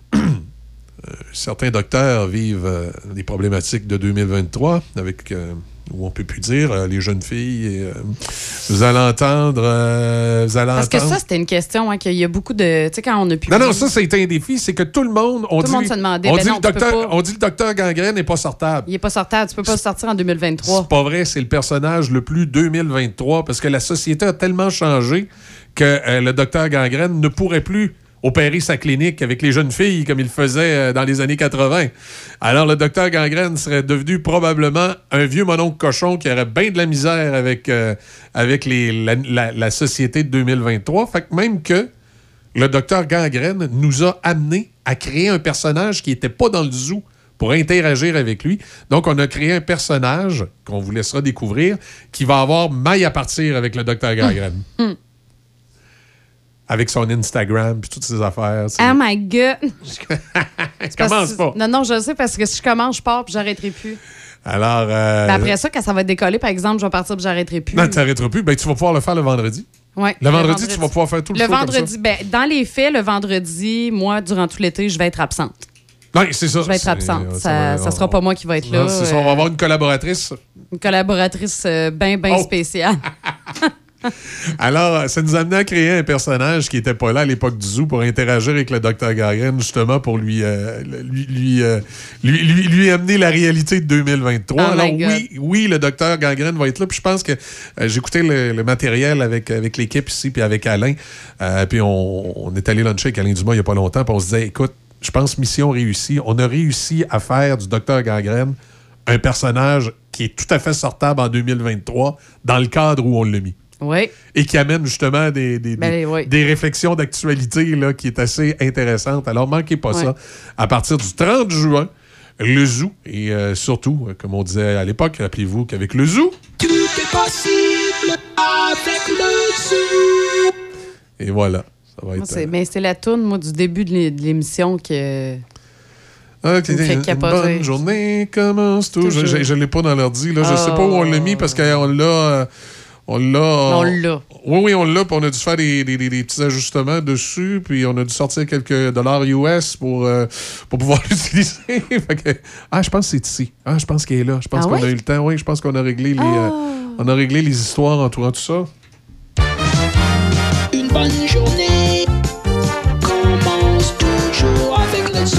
certains docteurs vivent euh, des problématiques de deux mille vingt-trois avec... Euh, où on peut plus dire, euh, les jeunes filles. Et, euh, vous allez entendre... Euh, vous allez Parce entendre... que ça, c'était une question, hein, qu'il y a beaucoup de... Tu sais, quand on a pu... Non, non, ça, c'était un défi. C'est que tout le monde... On tout dit, le monde se demandait. On, ben dit non, le docteur, pas... on dit le docteur Gangrène n'est pas sortable. Il n'est pas sortable. Tu peux pas sortir en deux mille vingt-trois. C'est pas vrai. C'est le personnage le plus deux mille vingt-trois parce que la société a tellement changé que euh, le docteur Gangrène ne pourrait plus opérer sa clinique avec les jeunes filles comme il faisait dans les années quatre-vingt. Alors, le docteur Gangrène serait devenu probablement un vieux mononcle cochon qui aurait bien de la misère avec, euh, avec les, la, la, la société de deux mille vingt-trois. Fait que même que le docteur Gangrène nous a amené à créer un personnage qui n'était pas dans le zoo pour interagir avec lui. Donc, on a créé un personnage qu'on vous laissera découvrir qui va avoir maille à partir avec le docteur Gangrène. Avec son Instagram puis toutes ses affaires. T'sais. Oh my God! Commence pas. Non, non, je sais, parce que si je commence, je pars puis j'arrêterai plus. Alors... Euh... Ben après ça, quand ça va être décollé, par exemple, je vais partir puis j'arrêterai plus. Non, tu n'arrêteras plus. Ben, tu vas pouvoir le faire le vendredi. Ouais, le, le vendredi, vendredi, tu vas pouvoir faire tout le, le show vendredi, comme ça. Ben, dans les faits, le vendredi, moi, durant tout l'été, je vais être absente. Non, c'est ça. Je vais être absente. C'est, ça, ça, ça sera pas moi qui va être là. Non, c'est ça, on va avoir une collaboratrice. Une collaboratrice euh, bien, bien oh. spéciale. Alors, ça nous a amené à créer un personnage qui n'était pas là à l'époque du zoo pour interagir avec le docteur Gangrène, justement pour lui, euh, lui, lui, euh, lui, lui, lui amener la réalité de deux mille vingt-trois. Oh Alors oui, oui, le docteur Gangrène va être là. Puis je pense que euh, j'ai écouté le, le matériel avec, avec l'équipe ici, puis avec Alain. Euh, puis on, on est allé luncher avec Alain Dumas il n'y a pas longtemps, puis on se disait, écoute, je pense mission réussie. On a réussi à faire du docteur Gangrène un personnage qui est tout à fait sortable en deux mille vingt-trois dans le cadre où on l'a mis. Oui. Et qui amène justement des, des, ben, des, oui. des réflexions d'actualité là, qui est assez intéressante. Alors, manquez pas ouais. ça. À partir du trente juin, le zoo, et euh, surtout, comme on disait à l'époque, rappelez-vous qu'avec le zoo... Tout est possible avec le zoo. Et voilà. Ça va être, moi, c'est, euh... mais c'est la toune, moi, du début de l'émission que... Ah, qui me fait une capoter. bonne journée commence tout. Je, je, je l'ai pas dans l'ordi. Là. Je oh. sais pas où on l'a mis parce qu'on l'a... Euh, on l'a... On l'a. Oui, oui, on l'a. Puis on a dû faire des, des, des, des petits ajustements dessus. Puis on a dû sortir quelques dollars U S pour, euh, pour pouvoir l'utiliser. Fait que, ah, je pense que c'est ici. Ah, je pense qu'il est là. Je pense ah, qu'on oui? a eu le temps. Oui, je pense qu'on a réglé les, oh. euh, on a réglé les histoires entourant tout ça. Une bonne journée commence toujours avec le zoo.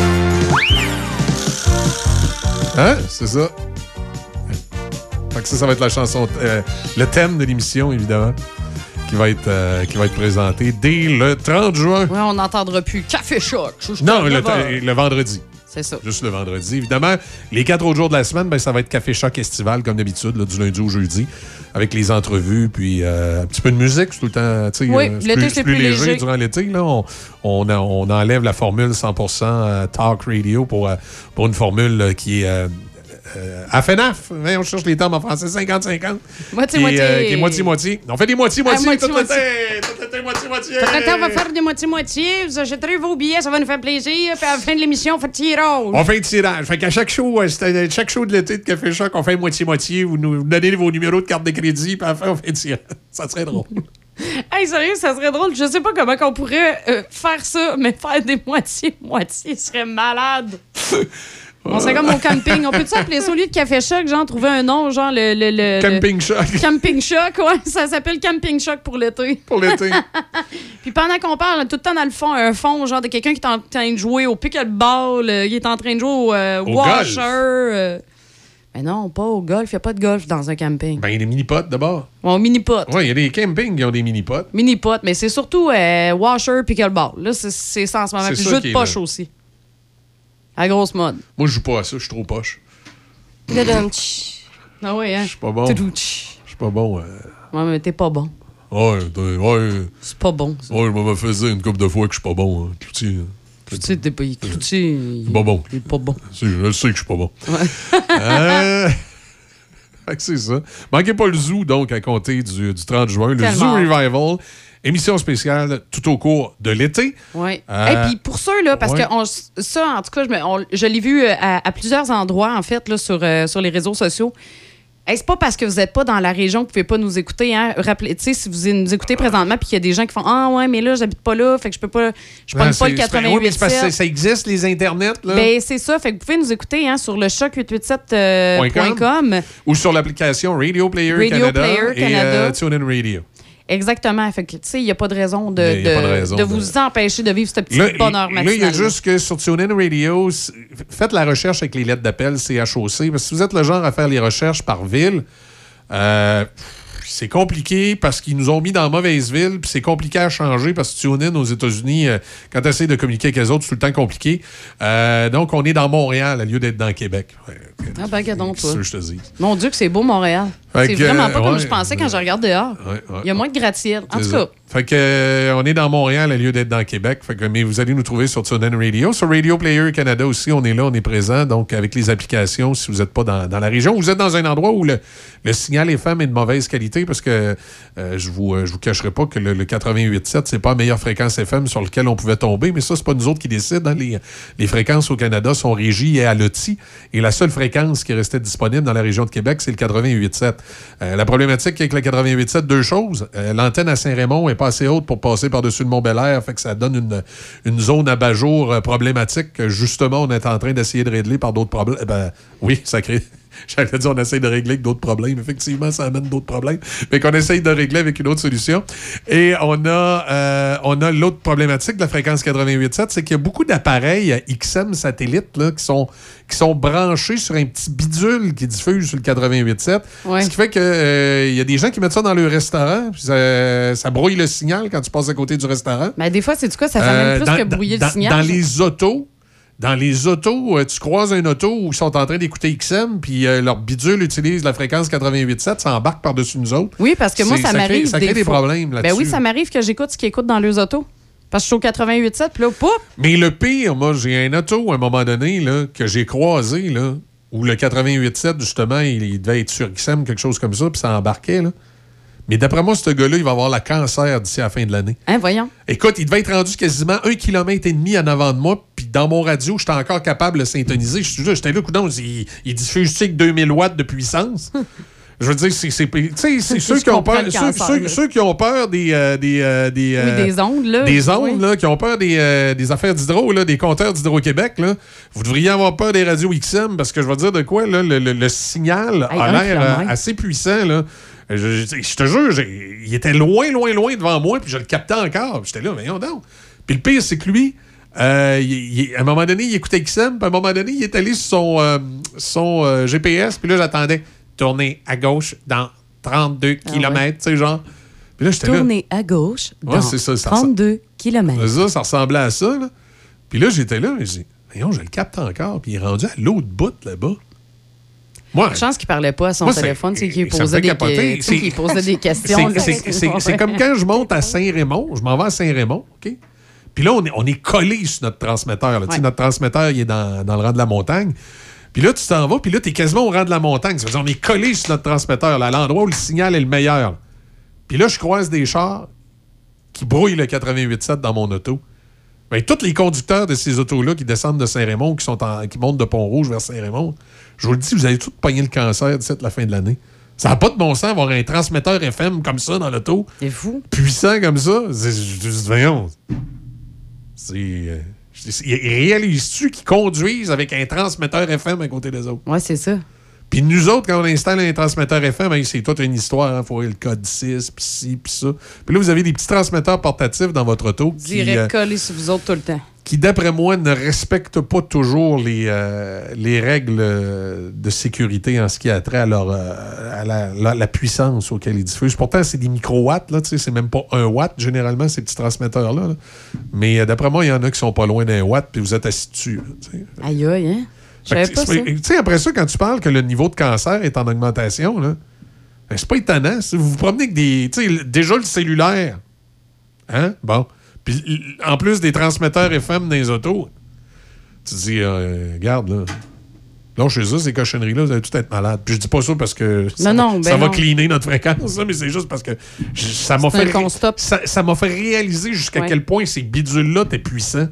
Hein? C'est ça. Fait que ça, ça va être la chanson, euh, le thème de l'émission, évidemment, qui va être, euh, qui va être présenté dès le trente juin. Oui, on n'entendra plus Café Choc. Non, le, le vendredi. C'est ça. Juste le vendredi. Évidemment, les quatre autres jours de la semaine, ben, ça va être Café Choc estival, comme d'habitude, là, du lundi au jeudi, avec les entrevues, puis euh, un petit peu de musique, c'est tout le temps. Oui, euh, c'est l'été, plus, c'est plus plus léger, léger. durant l'été. Là, on, on, a, on enlève la formule cent pour cent euh, talk radio pour, euh, pour une formule euh, qui est. Euh, Euh, à F N A F, hein, on cherche les termes en français, cinquante cinquante. Moitié-moitié. Euh, qui est moitié-moitié. On fait des moitiés-moitiés. Ah, tout moitié-moitié. l'été. Tout l'été, moitié-moitié. Tout l'été, on va faire des moitié-moitié. Vous achèterez vos billets, ça va nous faire plaisir. Puis à la fin de l'émission, on fait tirage. On fait un tirage. Fait qu'à chaque show, euh, c'est- chaque show de l'été de Café Choc, on fait moitié-moitié. Vous nous donnez vos numéros de carte de crédit, puis à la fin, on fait un tirage. Ça serait drôle. Hey, sérieux, ça serait drôle. Je sais pas comment on pourrait euh, faire ça, mais faire des moitiés-moitiés serait malade. On serait comme au camping. On peut-tu appeler ça au lieu de Café Choc, genre, trouver un nom, genre le... le, le Camping le... Choc. Camping Choc, ouais. Ça s'appelle Camping Choc pour l'été. Pour l'été. Puis pendant qu'on parle, tout le temps dans le fond, un fond, genre de quelqu'un qui est en train de jouer au pickleball, euh, qui est en train de jouer au, euh, Au washer. golf. Euh... Mais non, pas au golf. Il n'y a pas de golf dans un camping. Ben, il y a des mini-potes d'abord. Bon, mini-pot. Oui, il y a des campings qui ont des mini-potes. Mini-pot, mais c'est surtout euh, washer, pickleball. Là, c'est, c'est ça en ce moment. C'est Puis ça jeu qui de est poche là. aussi. À grosse mode. Moi, je joue pas à ça, je suis trop poche. Ah oui, hein? Je suis pas bon. Tudou. Je suis pas bon. Euh... Ouais, mais t'es pas bon. Ouais, t'es- ouais. C'est pas bon, ça. Ouais, je me fais dire une couple de fois que je suis pas bon. Hein. Cloutier, hein. Cloutier, t'es pas... Cloutier, il... Pas bon. il est pas bon. Si, je le sais que je suis pas bon. Ouais. euh... Fait que c'est ça. Manquez pas le zoo, donc, à compter du, du trente juin. Le Tellement. Zoo Revival. Émission spéciale tout au cours de l'été. Oui. Euh, Et puis pour ceux, là, parce ouais. que on, ça, en tout cas, je, me- on- je l'ai vu euh, à, à plusieurs endroits, en fait, là, sur, euh, sur les réseaux sociaux. Hey, c'est pas parce que vous n'êtes pas dans la région que vous pouvez pas nous écouter. Hein. Rappelez, tu sais, si vous nous écoutez présentement puis qu'il y a des gens qui font Ah ouais, mais là, j'habite pas là, fait que je peux pas. Je Non, pogne pas c'est- le c'est- oui, mais c'est parce que quatre-vingt-huit sept. ça existe, les internets, là. Ben, c'est ça. Fait que vous pouvez nous écouter hein, sur le choc huit huit sept point com. Ou sur l'application Radio Player Radio Canada Player et Canada. euh, TuneIn Radio. Exactement. Fait que, tu sais, il n'y a pas de raison de, Il y a- il y a de- pas de raison de de- vous empêcher de vivre ce petit Là, bonheur là, matinal. il y a juste que sur TuneIn Radio, c- faites la recherche avec les lettres d'appel C H O C. Parce que si vous êtes le genre à faire les recherches par ville, euh, c'est compliqué parce qu'ils nous ont mis dans la mauvaise ville, puis c'est compliqué à changer parce que TuneIn aux États-Unis, euh, quand tu essaies de communiquer avec les autres, c'est tout le temps compliqué. Euh, donc, on est dans Montréal au lieu d'être dans Québec. Ouais, Ah, ben, gadon, c'est toi. ça que je te dis. Mon Dieu, que c'est beau, Montréal. Fait C'est que, vraiment pas euh, comme ouais, je pensais quand je regarde dehors. Ouais, ouais, Il y a moins de gratte-ciel. En C'est tout ça. cas, Fait que, euh, on est dans Montréal au lieu d'être dans Québec. Fait que, mais vous allez nous trouver sur TuneIn Radio. Sur Radio Player Canada aussi, on est là, on est présent. Donc, avec les applications, si vous n'êtes pas dans, dans la région, vous êtes dans un endroit où le, le signal F M est de mauvaise qualité parce que euh, je vous, euh, je vous cacherai pas que le, le quatre-vingt-huit sept, c'est pas la meilleure fréquence F M sur laquelle on pouvait tomber. Mais ça, c'est pas nous autres qui décident. Hein. Les, les fréquences au Canada sont régies et à l'O T I. Et la seule fréquence qui restait disponible dans la région de Québec, c'est le quatre-vingt-huit sept. Euh, la problématique avec le quatre-vingt-huit sept, deux choses. Euh, l'antenne à Saint-Raymond est pas assez haute pour passer par-dessus le Mont-Bel-Air, fait que ça donne une, une zone à bas-jour euh, problématique que justement on est en train d'essayer de régler par d'autres problèmes. Ben, oui, ça crée, J'allais dire, on essaye de régler avec d'autres problèmes. Effectivement, ça amène d'autres problèmes. Mais qu'on essaye de régler avec une autre solution. Et on a, euh, on a l'autre problématique de la fréquence quatre-vingt-huit sept, c'est qu'il y a beaucoup d'appareils X M satellites là, qui, sont, qui sont branchés sur un petit bidule qui diffuse sur le quatre-vingt-huit sept. Ouais. Ce qui fait qu'il euh, y a des gens qui mettent ça dans le restaurant. Puis ça, ça brouille le signal quand tu passes à côté du restaurant. Mais des fois, c'est du quoi? Ça fait même Euh, plus dans, que brouiller dans, le signal. Dans les autos, Dans les autos, euh, tu croises un auto où ils sont en train d'écouter X M, puis euh, leur bidule utilise la fréquence quatre-vingt-huit sept, ça embarque par-dessus nous autres. Oui, parce que moi, C'est- ça, ça crée- m'arrive ça crée des fois. problèmes là-dessus. Ben oui, ça m'arrive que j'écoute ce qu'ils écoutent dans leurs autos. Parce que je suis au quatre-vingt-huit sept, puis là, pouf! Mais le pire, moi, j'ai un auto à un moment donné là, que j'ai croisé, là, où le quatre-vingt-huit sept, justement, il, il devait être sur X M, quelque chose comme ça, puis ça embarquait. Là. Mais d'après moi, ce gars-là, il va avoir la cancer d'ici à la fin de l'année. Hein, voyons. Écoute, il devait être rendu quasiment un kilomètre et demi en avant de moi, puis dans mon radio, j'étais encore capable de le syntoniser. Je suis là, j'étais là, coudonc, il, il diffuse avec deux mille watts de puissance. Je veux dire, c'est, c'est, tu sais, c'est ceux qui ont peur, ceux, ceux, ceux qui ont peur des, euh, des, euh, des, Oui, euh, des ondes, là. des ondes, Oui. là, qui ont peur des, euh, des affaires d'hydro, là, des compteurs d'Hydro-Québec, là. Vous devriez avoir peur des radios X M, parce que je vais dire de quoi, là, le, le, le signal Hey, a un l'air kilomètre. euh, assez puissant, là. Je, je- je te jure, j'ai- il était loin, loin, loin devant moi, puis je le captais encore. Puis j'étais là, voyons donc. Puis le pire, c'est que lui, euh, il- il- à un moment donné, il écoutait X M, puis à un moment donné, il est allé sur son, euh, son euh, G P S, puis là, j'attendais tourner à gauche dans trente-deux Ah kilomètres, tu sais, genre. Puis là, j'étais là. Tournez à gauche dans Ouais, c'est ça, ça trente-deux kilomètres. Ça, ça ressemblait à ça, là. Puis là, j'étais là, et j'ai dit, voyons, je le capte encore, puis il est rendu à l'autre bout, là-bas. Moi, Une chance qu'il parlait pas à son moi, c'est- téléphone, c'est qu'il ça me posait, fait des, capoter. tu sais, qu'il posait des questions. C'est- là. c'est- C'est c'est comme quand je monte à Saint-Raymond, je m'en vais à Saint-Raymond, OK? Puis là, on est, on est collé sur notre transmetteur. là. Tu sais, Ouais. Notre transmetteur, il est dans, dans le rang de la montagne. Puis là, tu t'en vas, puis là, tu es quasiment au rang de la montagne. Ça veut dire on est collé sur notre transmetteur, là, à l'endroit où le signal est le meilleur. Puis là, je croise des chars qui brouillent le quatre-vingt-huit sept dans mon auto. Ben, tous les conducteurs de ces autos-là qui descendent de Saint-Raymond, qui, sont en- qui montent de Pont-Rouge vers Saint-Raymond, je vous le dis, vous allez tous pogner le cancer d'ici la fin de l'année. Ça n'a pas de bon sens avoir un transmetteur F M comme ça dans l'auto. C'est fou. Puissant comme ça. C'est- Je dis, voyons. C'est. euh, c'est- Réalises-tu qu'ils conduisent avec un transmetteur F M à côté des autres? Ouais, c'est ça. Puis nous autres, quand on installe un transmetteur F M, ben, c'est toute une histoire. Il faut avoir le code six, puis ci, puis ça. Puis là, vous avez des petits transmetteurs portatifs dans votre auto qui, Direct euh, collé sur vous autres tout le temps. qui, d'après moi, ne respectent pas toujours les, euh, les règles euh, de sécurité en ce qui a trait à, leur, euh, à la, la- la puissance auquel ils diffusent. Pourtant, c'est des microwatts, là, tu sais, c'est même pas un watt, généralement, ces petits transmetteurs-là. là. Mais euh, d'après moi, il y en a qui sont pas loin d'un watt, puis vous êtes assis dessus. là, tu sais. Aïe, aïe, hein? Je Fait savais que, pas ça. Tu sais, après ça, quand tu parles que le niveau de cancer est en augmentation, là, ben, c'est pas étonnant. Si vous vous promenez avec des. Tu sais, le- déjà le cellulaire. Hein? Bon. Puis l- en plus des transmetteurs F M dans les autos, tu te dis, euh, regarde, là. Là, chez ça, ces cochonneries-là, vous allez tout être malade. Puis je dis pas ça parce que ça, Non, non, ben ça va non. cleaner notre fréquence, là, mais c'est juste parce que je- ça m'a C'est fait, un ré- constat. ça, ça m'a fait réaliser jusqu'à Ouais. quel point ces bidules-là étaient puissants.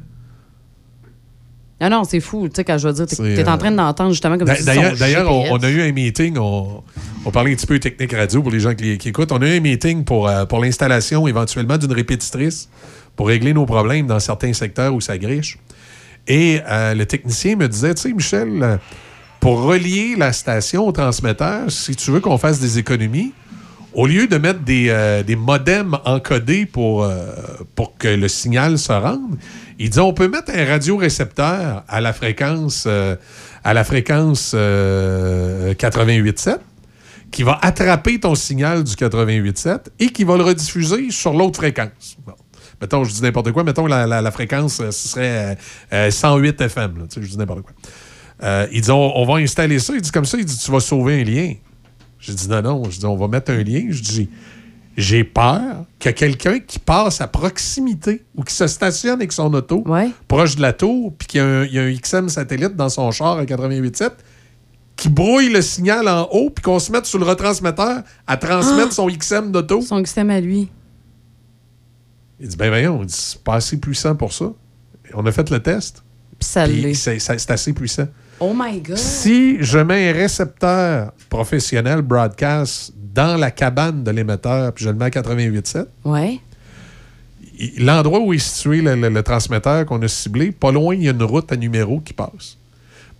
Non, non, c'est fou. Tu sais, quand je veux dire, t'es, C'est, t'es en euh, train d'entendre justement comme D'a- si D'ailleurs, son d'ailleurs on, G P S. on a eu un meeting, on, on parlait un petit peu technique radio pour les gens qui, qui écoutent. On a eu un meeting pour, euh, pour l'installation éventuellement d'une répétitrice pour régler nos problèmes dans certains secteurs où ça griche. Et euh, le technicien me disait, tu sais, Michel, euh, pour relier la station au transmetteur, si tu veux qu'on fasse des économies, au lieu de mettre des, euh, des modems encodés pour, euh, pour que le signal se rende, il dit on peut mettre un radiorécepteur à la fréquence, euh, à la fréquence euh, quatre-vingt-huit sept qui va attraper ton signal du quatre-vingt-huit sept et qui va le rediffuser sur l'autre fréquence. Bon. Mettons, je dis n'importe quoi, mettons la, la, la fréquence, euh, ce serait euh, euh, cent huit F M. Là, tu sais, je dis n'importe quoi. Euh, il dit on, on va installer ça. Il dit comme ça, il dit tu vas sauver un lien. J'ai dit non, non. Je dis on va mettre un lien. Je dis j'ai peur qu'il y ait quelqu'un qui passe à proximité ou qui se stationne avec son auto proche de la tour puis qu'il y a un, il y a un X M satellite dans son char à quatre-vingt-huit sept qui brouille le signal en haut puis qu'on se mette sur le retransmetteur à transmettre Ah! son X M d'auto. Son X M à lui. Il dit ben voyons, il dit, c'est pas assez puissant pour ça. Et on a fait le test. Puis ça l'est. c'est, c'est- c'est assez puissant. Oh my God! Si je mets un récepteur professionnel broadcast dans la cabane de l'émetteur, puis je le mets à quatre-vingt-huit sept, Ouais. il- l'endroit où est situé le, le- le transmetteur qu'on a ciblé, pas loin, il y a une route à numéro qui passe.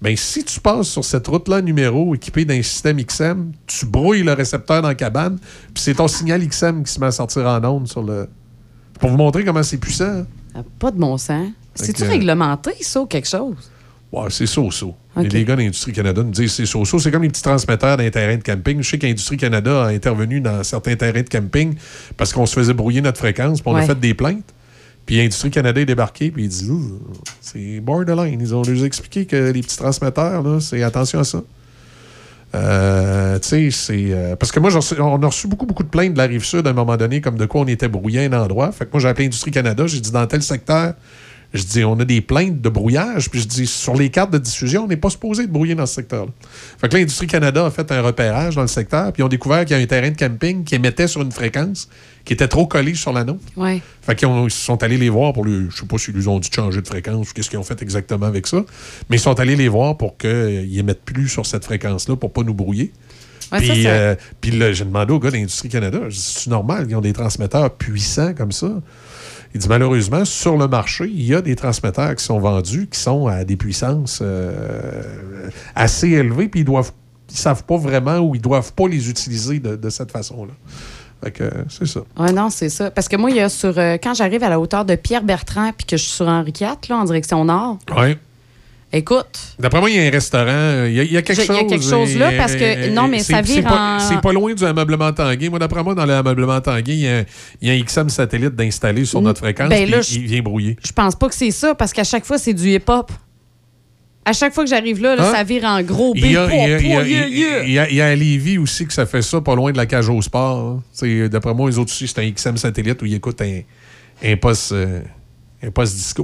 ben si tu passes sur cette route-là numéro équipée d'un système X M, tu brouilles le récepteur dans la cabane, puis c'est ton signal X M qui se met à sortir en onde sur le... Pour vous montrer comment c'est puissant. Ah, pas de bon sens. C'est-tu que... réglementé, ça, ou quelque chose? Ouais, c'est so-so. Okay. Les gars d'Industrie Canada nous disent c'est so-so. C'est comme les petits transmetteurs d'un terrain de camping. Je sais qu'Industrie Canada a intervenu dans certains terrains de camping parce qu'on se faisait brouiller notre fréquence, puis on ouais. a fait des plaintes. Puis Industrie Canada est débarqué, puis il dit c'est borderline. Ils ont nous expliqué que les petits transmetteurs, là, c'est attention à ça. Euh, tu sais, c'est. Euh, parce que moi, reçu, on a reçu beaucoup, beaucoup de plaintes de la Rive-Sud à un moment donné, comme de quoi on était brouillé à un endroit. Fait que moi, j'ai appelé Industrie Canada, j'ai dit dans tel secteur. Je dis, on a des plaintes de brouillage, puis je dis, sur les cartes de diffusion, on n'est pas supposé de brouiller dans ce secteur-là. Fait que là, l'Industrie Canada a fait un repérage dans le secteur, puis ils ont découvert qu'il y a un terrain de camping qui émettait sur une fréquence qui était trop collée sur la nôtre. Ouais. Fait qu'ils ont, ils sont allés les voir pour lui. Je sais pas s'ils lui ont dit de changer de fréquence ou qu'est-ce qu'ils ont fait exactement avec ça, mais ils sont allés les voir pour qu'ils émettent plus sur cette fréquence-là pour pas nous brouiller. Ouais, puis, ça, ça... euh, puis là, j'ai demandé aux gars d'Industrie Canada, je dis, c'est normal, ils ont des transmetteurs puissants comme ça. Il dit, malheureusement, sur le marché, il y a des transmetteurs qui sont vendus qui sont à des puissances euh, assez élevées, puis ils doivent, ils savent pas vraiment ou ils doivent pas les utiliser de, de cette façon-là. Fait que, euh, c'est ça. Oui, non, c'est ça. Parce que moi, il y a sur... Euh, quand j'arrive à la hauteur de Pierre-Bertrand puis que je suis sur Henri quatre, là, en direction nord... Oui. Écoute. D'après moi, il y a un restaurant. Il y a, il y a quelque chose. Il y a quelque chose là, parce que. Non, mais ça vire c'est pas, en. C'est pas loin du ameublement Tanguay. Moi, d'après moi, dans l'ameublement Tanguay, il y a, il y a un X M satellite d'installer sur notre fréquence, ben là, puis il vient brouiller. Je pense pas que c'est ça, parce qu'à chaque fois, c'est du hip-hop. À chaque fois que j'arrive là, là hein? Ça vire en gros. Il y a, il y a, il y a, il y a, il y a, il y a à Lévis aussi que ça fait ça, pas loin de la cage au sport. Hein. D'après moi, les autres aussi, c'est un X M satellite où ils écoutent un, un poste euh, un poste disco.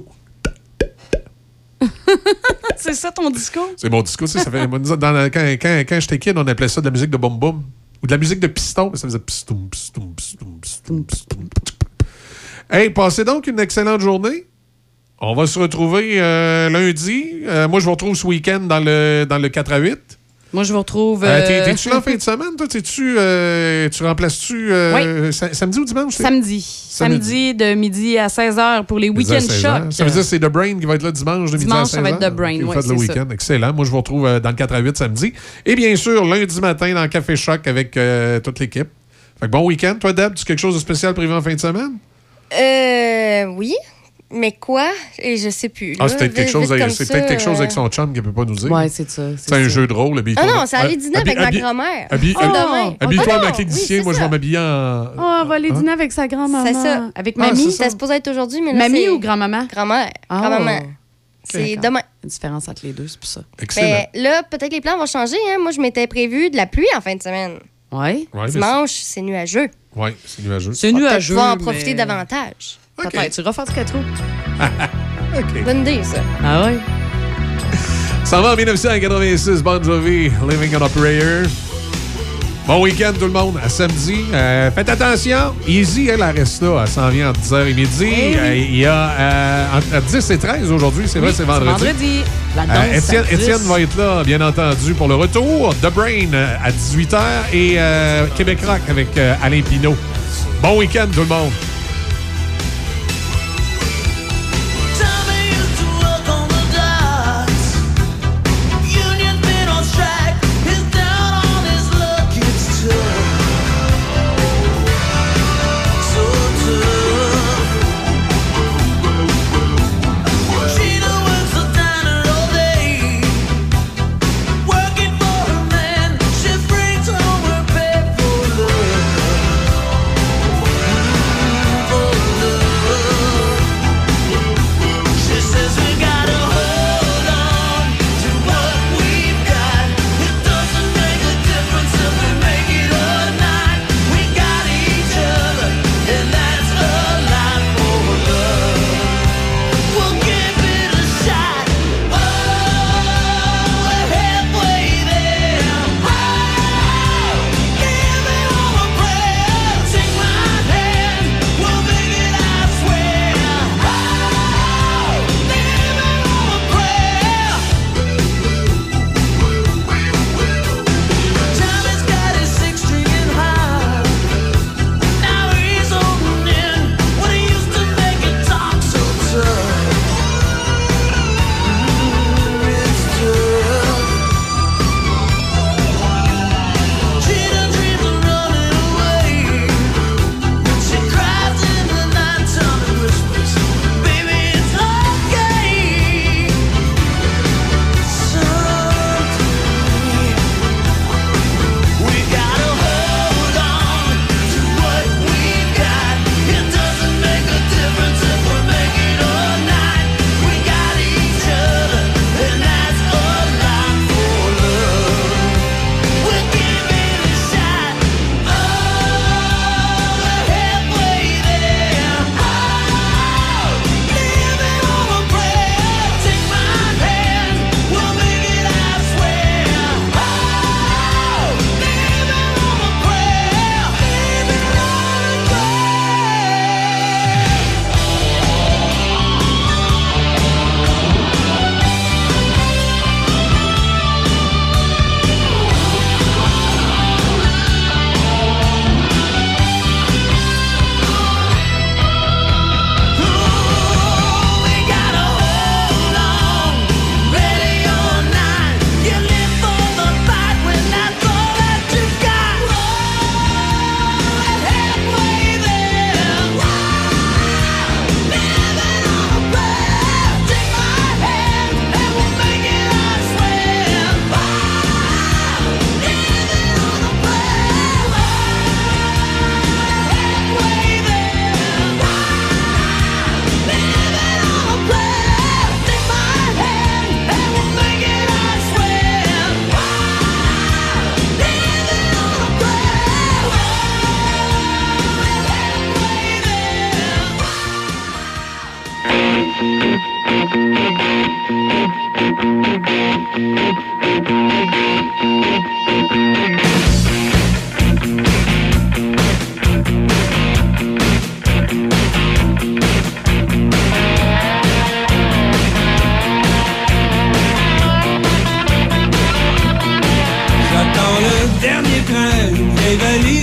C'est ça ton disco? C'est mon disco. Ça fait, dans la, quand quand, quand j'étais kid, on appelait ça de la musique de boum boum. Ou de la musique de piston. Ça faisait piston, piston, piston, piston, piston. Hey, passez donc une excellente journée. On va se retrouver euh, lundi. Euh, moi, je vous retrouve ce week-end dans le, dans le quatre à huit. Moi, je vous retrouve... Euh... Euh, T'es-tu là en fin de semaine, toi? T'es-tu, euh, tu remplaces-tu euh, oui. sa samedi ou dimanche? Samedi. Samedi. Samedi de midi à seize heures pour les week-end shocks. Ça veut dire que c'est The Brain qui va être là dimanche de midi dimanche, à seize heures? Dimanche, ça va être The Brain, okay, oui, c'est le week-end. Ça. Excellent. Moi, je vous retrouve euh, dans le quatre à huit samedi. Et bien sûr, lundi matin dans le Café Choc avec euh, toute l'équipe. Fait que bon week-end. Toi, Deb, tu as quelque chose de spécial prévu en fin de semaine? Euh, oui. Mais quoi? Et je sais plus. Ah, c'est peut-être quelque, chose, avec, c'est peut-être quelque chose avec son chum qu'elle peut pas nous dire. Oui, c'est ça. C'est un jeu de rôle. Ah non, ça allait dîner avec ma grand-mère. Habille-toi avec les lycéens. Moi, je vais m'habiller en... Oh, on va aller dîner avec sa grand-maman. C'est ça. Avec mamie. C'était supposé être aujourd'hui, mais là, mamie ou grand-maman? Grand-mère. Grand-maman. C'est demain. La différence entre les deux, c'est pour ça. Excellent. Mais là, peut-être que les plans vont changer. Hein? Moi, je m'étais prévu de la pluie en fin de semaine. Oui. Dimanche, c'est nuageux. Oui, c'est nuageux. C'est nuageux. Tu vas en profiter davantage. Peut-être. Tu vas faire du quatre roues. OK. Bonne idée, ça. Ah oui? Ça va en dix-neuf cent quatre-vingt-six, Bon Jovi, Living on a Prayer. Bon week-end, tout le monde. À samedi. Euh, faites attention. Easy, elle, elle reste là. Elle s'en vient entre dix heures et midi. Hey. Euh, il y a euh, entre dix et treize aujourd'hui. C'est oui, vrai, c'est vendredi. vendredi. La danse, euh, Étienne, Étienne va être là, bien entendu, pour le retour. The Brain à dix-huit heures et euh, Québec Rock avec euh, Alain Pinault. Bon week-end, tout le monde.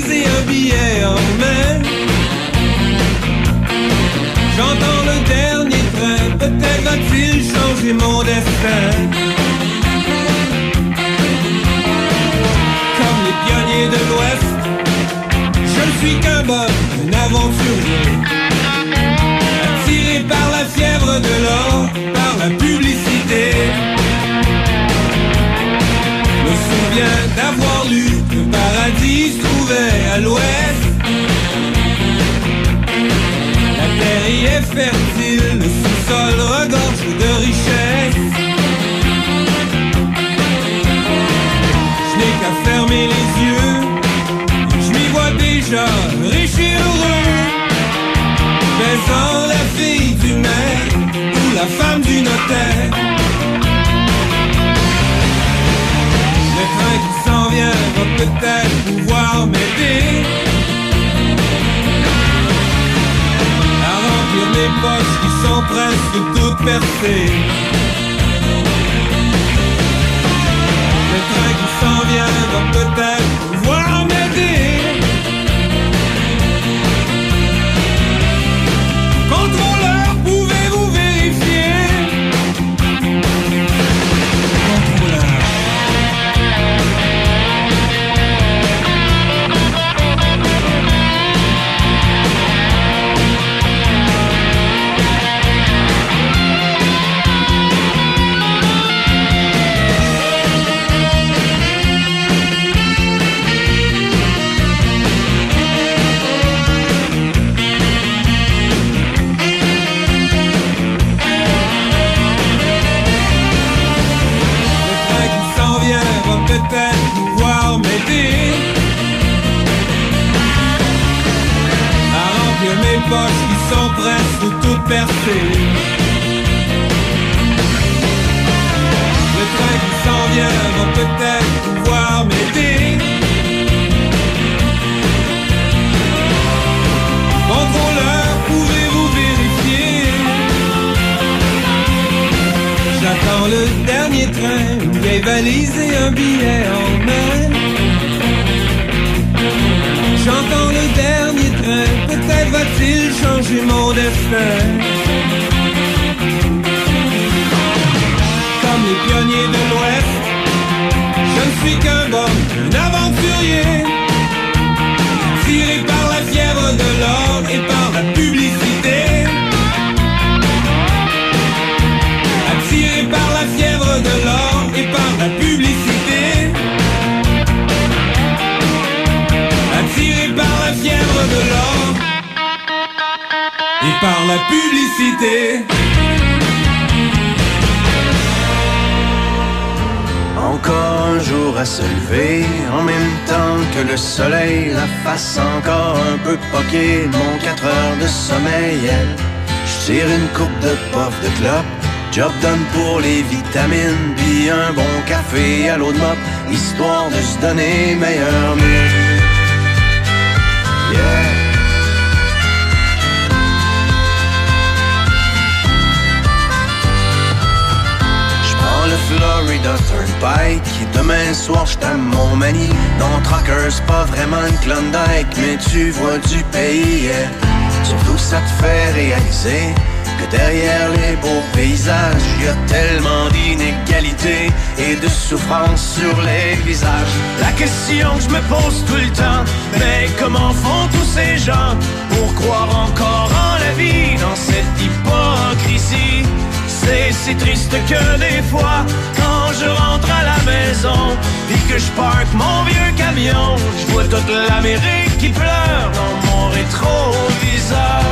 valise et un billet en main. J'entends le dernier train, peut-être va-t-il changer mon destin. Comme les pionniers de l'Ouest, je ne suis qu'un bonhomme, un aventurier. Attiré par la fièvre de l'or, par la publicité. Je me souviens d'avoir lu que le paradis se trouvait à l'ouest. La terre y est fertile, le sous-sol regorge de richesse. Je n'ai qu'à fermer les yeux, je m'y vois déjà riche et heureux. Baisant la fille du maire ou la femme du notaire. Le train qui s'en vient va peut-être pouvoir m'aider à remplir mes poches qui sont presque toutes percées. Le train qui s'en vient va peut-être pouvoir m'aider. Contrôleur, pouvez-vous vérifier? Contrôleur. Peut-être pouvoir m'aider à remplir mes poches qui sont presque toutes percées. Le train qui s'en vient va peut-être pouvoir m'aider. Contrôleur, pouvez-vous vérifier? J'attends le dernier train, une vieille valise et un billet en main. J'entends le dernier train, peut-être va-t-il changer mon destin. Comme les pionniers de l'Ouest, je ne suis qu'un bonhomme, un aventurier. Tiré par la fièvre de l'or et par la publicité. Attiré par la fièvre de l'or et par la publicité. Attiré par la fièvre de l'or et par la publicité. Encore un jour à se lever, en même temps que le soleil, la face encore un peu poquée, mon quatre heures de sommeil. Je tire une coupe de puff de clope. Job done pour les vitamines, puis un bon café à l'eau de mop, histoire de se donner meilleur mieux. Yeah. J'prends le Florida Turnpike, et demain soir j't'aime mon mani. Non, Trucker, c'est pas vraiment une Klondike, mais tu vois du pays, yeah. Surtout ça te fait réaliser que derrière les beaux paysages, y a tellement d'inégalités et de souffrance sur les visages. La question que je me pose tout le temps, mais comment font tous ces gens pour croire encore en la vie dans cette hypocrisie? C'est si triste que des fois, quand je rentre à la maison puis que je parque mon vieux camion, je vois toute l'Amérique qui pleure dans mon rétroviseur.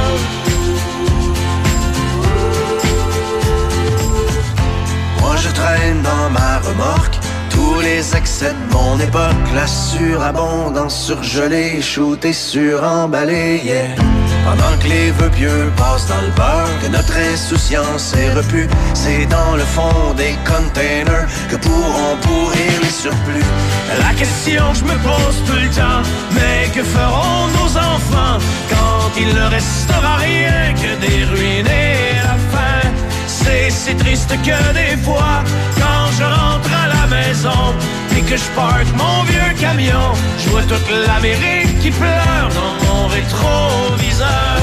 Moi je traîne dans ma remorque tous les excès de mon époque, la surabondance surgelée, shootée, suremballée, yeah. Pendant que les vœux pieux passent dans le beurre, que notre insouciance est repue, c'est dans le fond des containers que pourront pourrir les surplus. La question que je me pose tout le temps, mais que feront nos enfants quand il ne restera rien que des ruines et la faim? C'est si triste que des fois, quand je rentre à à la maison, puis que je parque mon vieux camion, je vois toute l'Amérique qui pleure dans mon rétroviseur.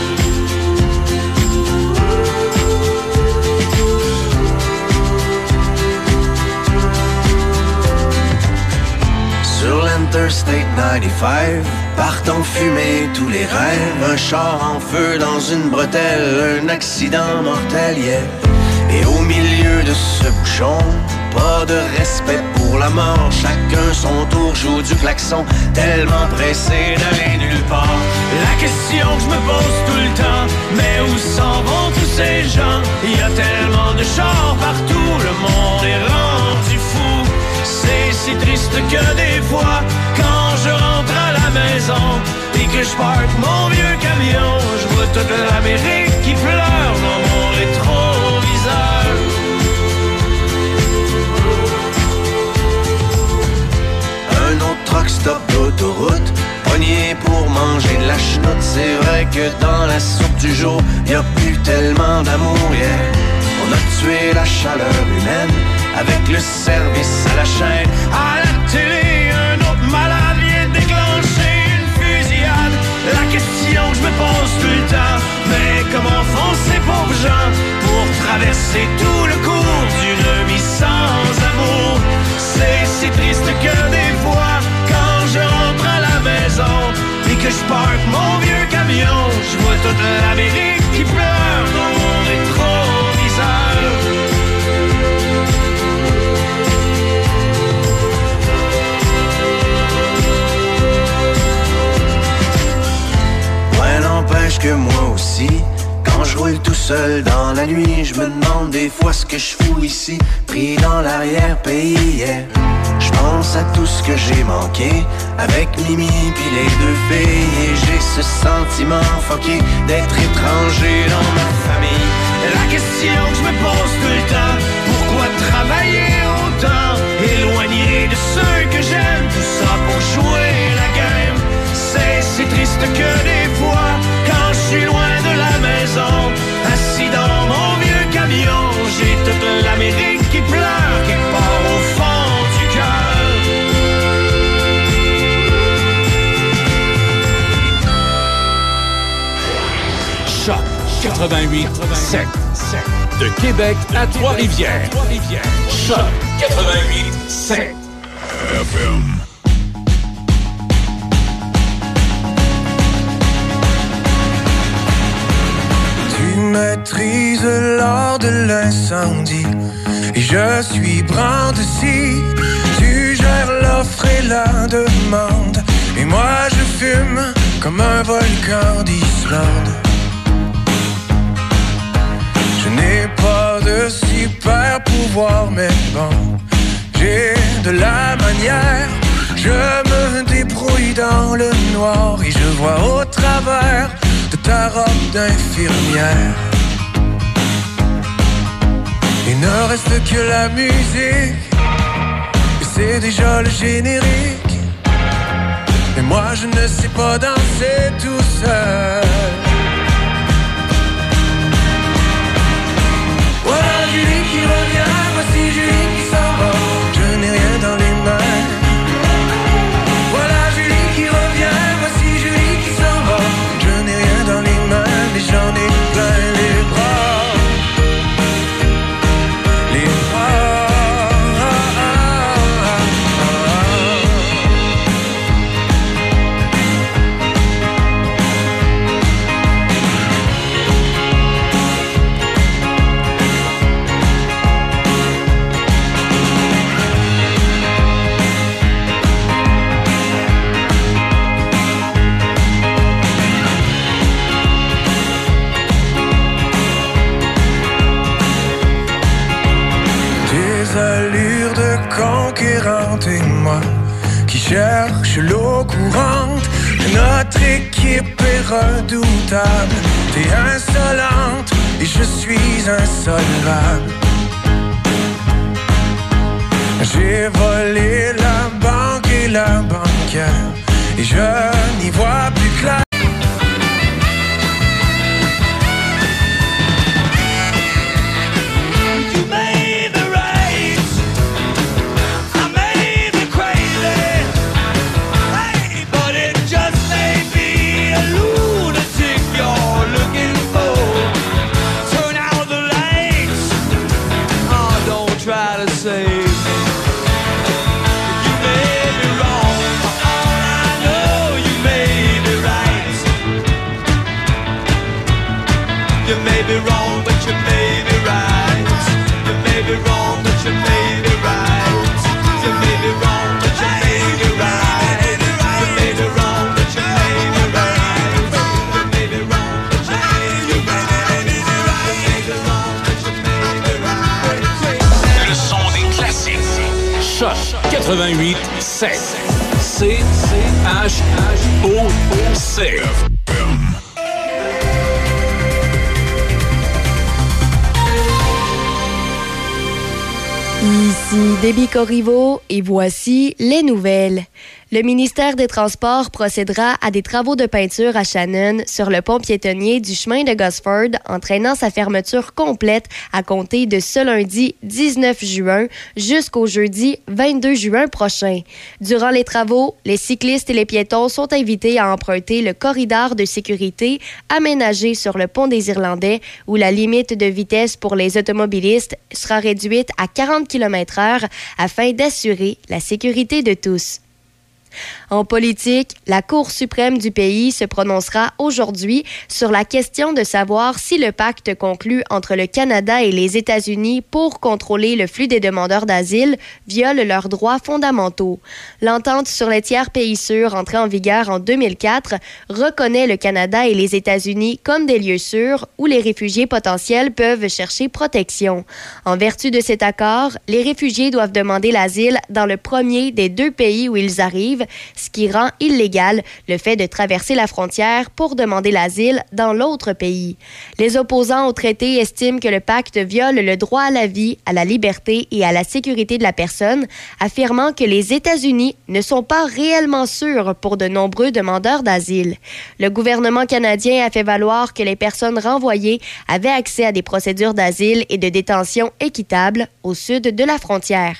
Sur l'Interstate quatre-vingt-quinze, partant fumer tous les rêves, un char en feu dans une bretelle, un accident mortel, yeah. Et au milieu de ce bouchon, pas de respect pour la mort, chacun son tour joue du klaxon, tellement pressé d'aller nulle part. La question que je me pose tout le temps, mais où s'en vont tous ces gens? Il y a tellement de chars partout, le monde est rendu fou. C'est si triste que des fois, quand je rentre à la maison, et que je parque mon vieux camion, je vois toute l'Amérique qui pleure dans mon rétroviseur. Un autre truck stop d'autoroute, pogné pour manger de la chenoute. C'est vrai que dans la soupe du jour, y a plus tellement d'amour, yeah. On a tué la chaleur humaine avec le service à la chaîne. À la télé, un autre malade vient déclencher une fusillade. La question que je me pose tout le temps, mais comment font ces pauvres gens pour traverser tout le cours d'une vie sans amour? C'est si triste que des fois, quand je rentre à la maison et que je parque mon vieux camion, je vois toute l'Amérique qui pleure dans mon rétroviseur. N'empêche que moi aussi, quand je roule tout seul dans la nuit, je me demande des fois ce que je fous ici, pris dans l'arrière-pays, yeah. Je pense à tout ce que j'ai manqué, avec Mimi puis les deux filles, et j'ai ce sentiment fucké d'être étranger dans ma famille. La question que je me pose tout le temps, pourquoi travailler autant, éloigné de ceux que j'aime, tout ça pour jouer la game. C'est si triste que des fois, quand je suis loin de la maison, assis dans mon vieux camion, j'ai toute l'Amérique qui pleure quelque part au fond du cœur. Choc quatre-vingt-huit sept. De Québec à Trois-Rivières. Choc quatre-vingt-huit sept. F M. Tu maîtrises l'art de l'incendie et je suis Brandessi. Tu gères l'offre et la demande et moi je fume comme un volcan d'Islande. Je n'ai pas de super pouvoir mais bon, j'ai de la manière. Je me débrouille dans le noir et je vois au travers de ta robe d'infirmière. Il ne reste que la musique et c'est déjà le générique. Mais moi je ne sais pas danser tout seul. Voilà Julie qui revient, voici Julie qui s'en va. Je n'ai rien dans les mains. Voilà Julie qui revient, voici Julie qui s'en va. Je n'ai rien dans les mains, mais j'en ai plein les bras. Les bras. Allure de conquérante et moi qui cherche l'eau courante. Notre équipe est redoutable. T'es insolente et je suis insolvable. J'ai volé la banque et la banquière et je n'y vois plus clair. quatre-vingt-huit sept. C H H O C. Ici Déby Corriveau et voici les nouvelles. Le ministère des Transports procédera à des travaux de peinture à Shannon sur le pont piétonnier du chemin de Gosford, entraînant sa fermeture complète à compter de ce lundi dix-neuf juin jusqu'au jeudi vingt-deux juin prochain. Durant les travaux, les cyclistes et les piétons sont invités à emprunter le corridor de sécurité aménagé sur le pont des Irlandais, où la limite de vitesse pour les automobilistes sera réduite à quarante kilomètres heure afin d'assurer la sécurité de tous. En politique, la Cour suprême du pays se prononcera aujourd'hui sur la question de savoir si le pacte conclu entre le Canada et les États-Unis pour contrôler le flux des demandeurs d'asile viole leurs droits fondamentaux. L'entente sur les tiers pays sûrs, entrée en vigueur en deux mille quatre, reconnaît le Canada et les États-Unis comme des lieux sûrs où les réfugiés potentiels peuvent chercher protection. En vertu de cet accord, les réfugiés doivent demander l'asile dans le premier des deux pays où ils arrivent, ce qui rend illégal le fait de traverser la frontière pour demander l'asile dans l'autre pays. Les opposants au traité estiment que le pacte viole le droit à la vie, à la liberté et à la sécurité de la personne, affirmant que les États-Unis ne sont pas réellement sûrs pour de nombreux demandeurs d'asile. Le gouvernement canadien a fait valoir que les personnes renvoyées avaient accès à des procédures d'asile et de détention équitables au sud de la frontière.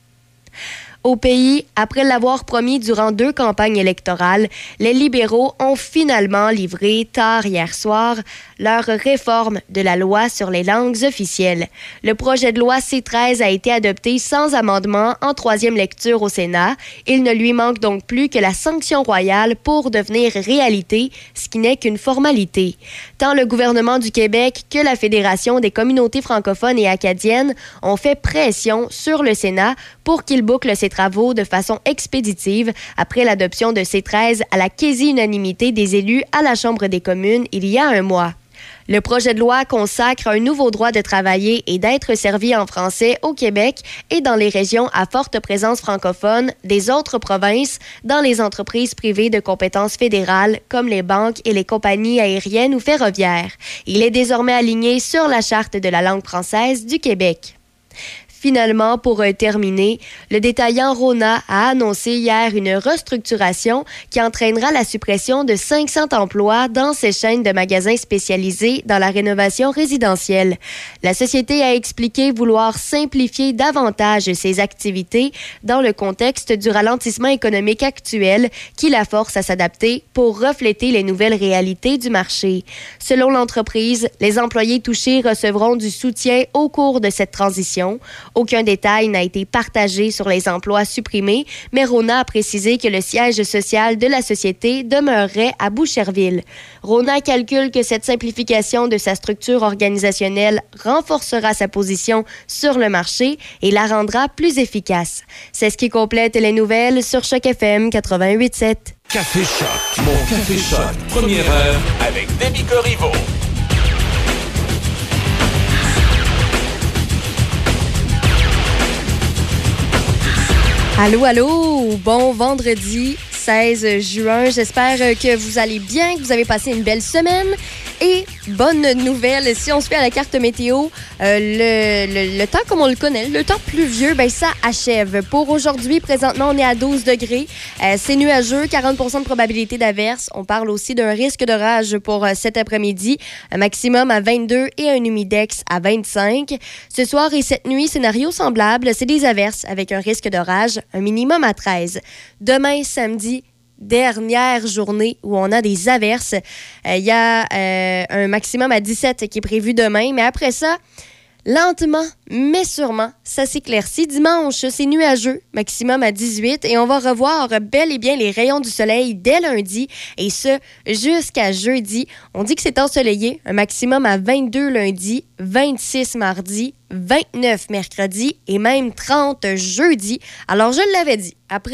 Au pays, après l'avoir promis durant deux campagnes électorales, les libéraux ont finalement livré tard hier soir leur réforme de la loi sur les langues officielles. Le projet de loi C treize a été adopté sans amendement en troisième lecture au Sénat. Il ne lui manque donc plus que la sanction royale pour devenir réalité, ce qui n'est qu'une formalité. Tant le gouvernement du Québec que la Fédération des communautés francophones et acadiennes ont fait pression sur le Sénat pour qu'il boucle ses travaux de façon expéditive après l'adoption de C treize à la quasi-unanimité des élus à la Chambre des communes il y a un mois. Le projet de loi consacre un nouveau droit de travailler et d'être servi en français au Québec et dans les régions à forte présence francophone des autres provinces, dans les entreprises privées de compétences fédérales comme les banques et les compagnies aériennes ou ferroviaires. Il est désormais aligné sur la Charte de la langue française du Québec. Finalement, pour terminer, le détaillant Rona a annoncé hier une restructuration qui entraînera la suppression de cinq cents emplois dans ses chaînes de magasins spécialisés dans la rénovation résidentielle. La société a expliqué vouloir simplifier davantage ses activités dans le contexte du ralentissement économique actuel qui la force à s'adapter pour refléter les nouvelles réalités du marché. Selon l'entreprise, les employés touchés recevront du soutien au cours de cette transition. Aucun détail n'a été partagé sur les emplois supprimés, mais Rona a précisé que le siège social de la société demeurerait à Boucherville. Rona calcule que cette simplification de sa structure organisationnelle renforcera sa position sur le marché et la rendra plus efficace. C'est ce qui complète les nouvelles sur Choc F M quatre-vingt-huit sept. Café Choc, mon Café Choc, première heure avec Déby Corriveau. Allô, allô! Bon vendredi seize juin. J'espère que vous allez bien, que vous avez passé une belle semaine. Et bonne nouvelle, si on se fait à la carte météo, euh, le, le, le temps comme on le connaît, le temps pluvieux, ben ça achève. Pour aujourd'hui, présentement, on est à douze degrés. Euh, c'est nuageux, quarante pour cent de probabilité d'averse. On parle aussi d'un risque d'orage pour euh, cet après-midi. Un maximum à vingt-deux et un humidex à vingt-cinq. Ce soir et cette nuit, scénario semblable, c'est des averses avec un risque d'orage, un minimum à treize. Demain, samedi, dernière journée où on a des averses. Il euh, y a euh, un maximum à dix-sept qui est prévu demain, mais après ça, lentement, mais sûrement, ça s'éclaircit. Dimanche, c'est nuageux, maximum à dix-huit, et on va revoir bel et bien les rayons du soleil dès lundi, et ce, jusqu'à jeudi. On dit que c'est ensoleillé, un maximum à vingt-deux lundi, vingt-six mardi, vingt-neuf mercredi, et même trente jeudi. Alors, je l'avais dit, après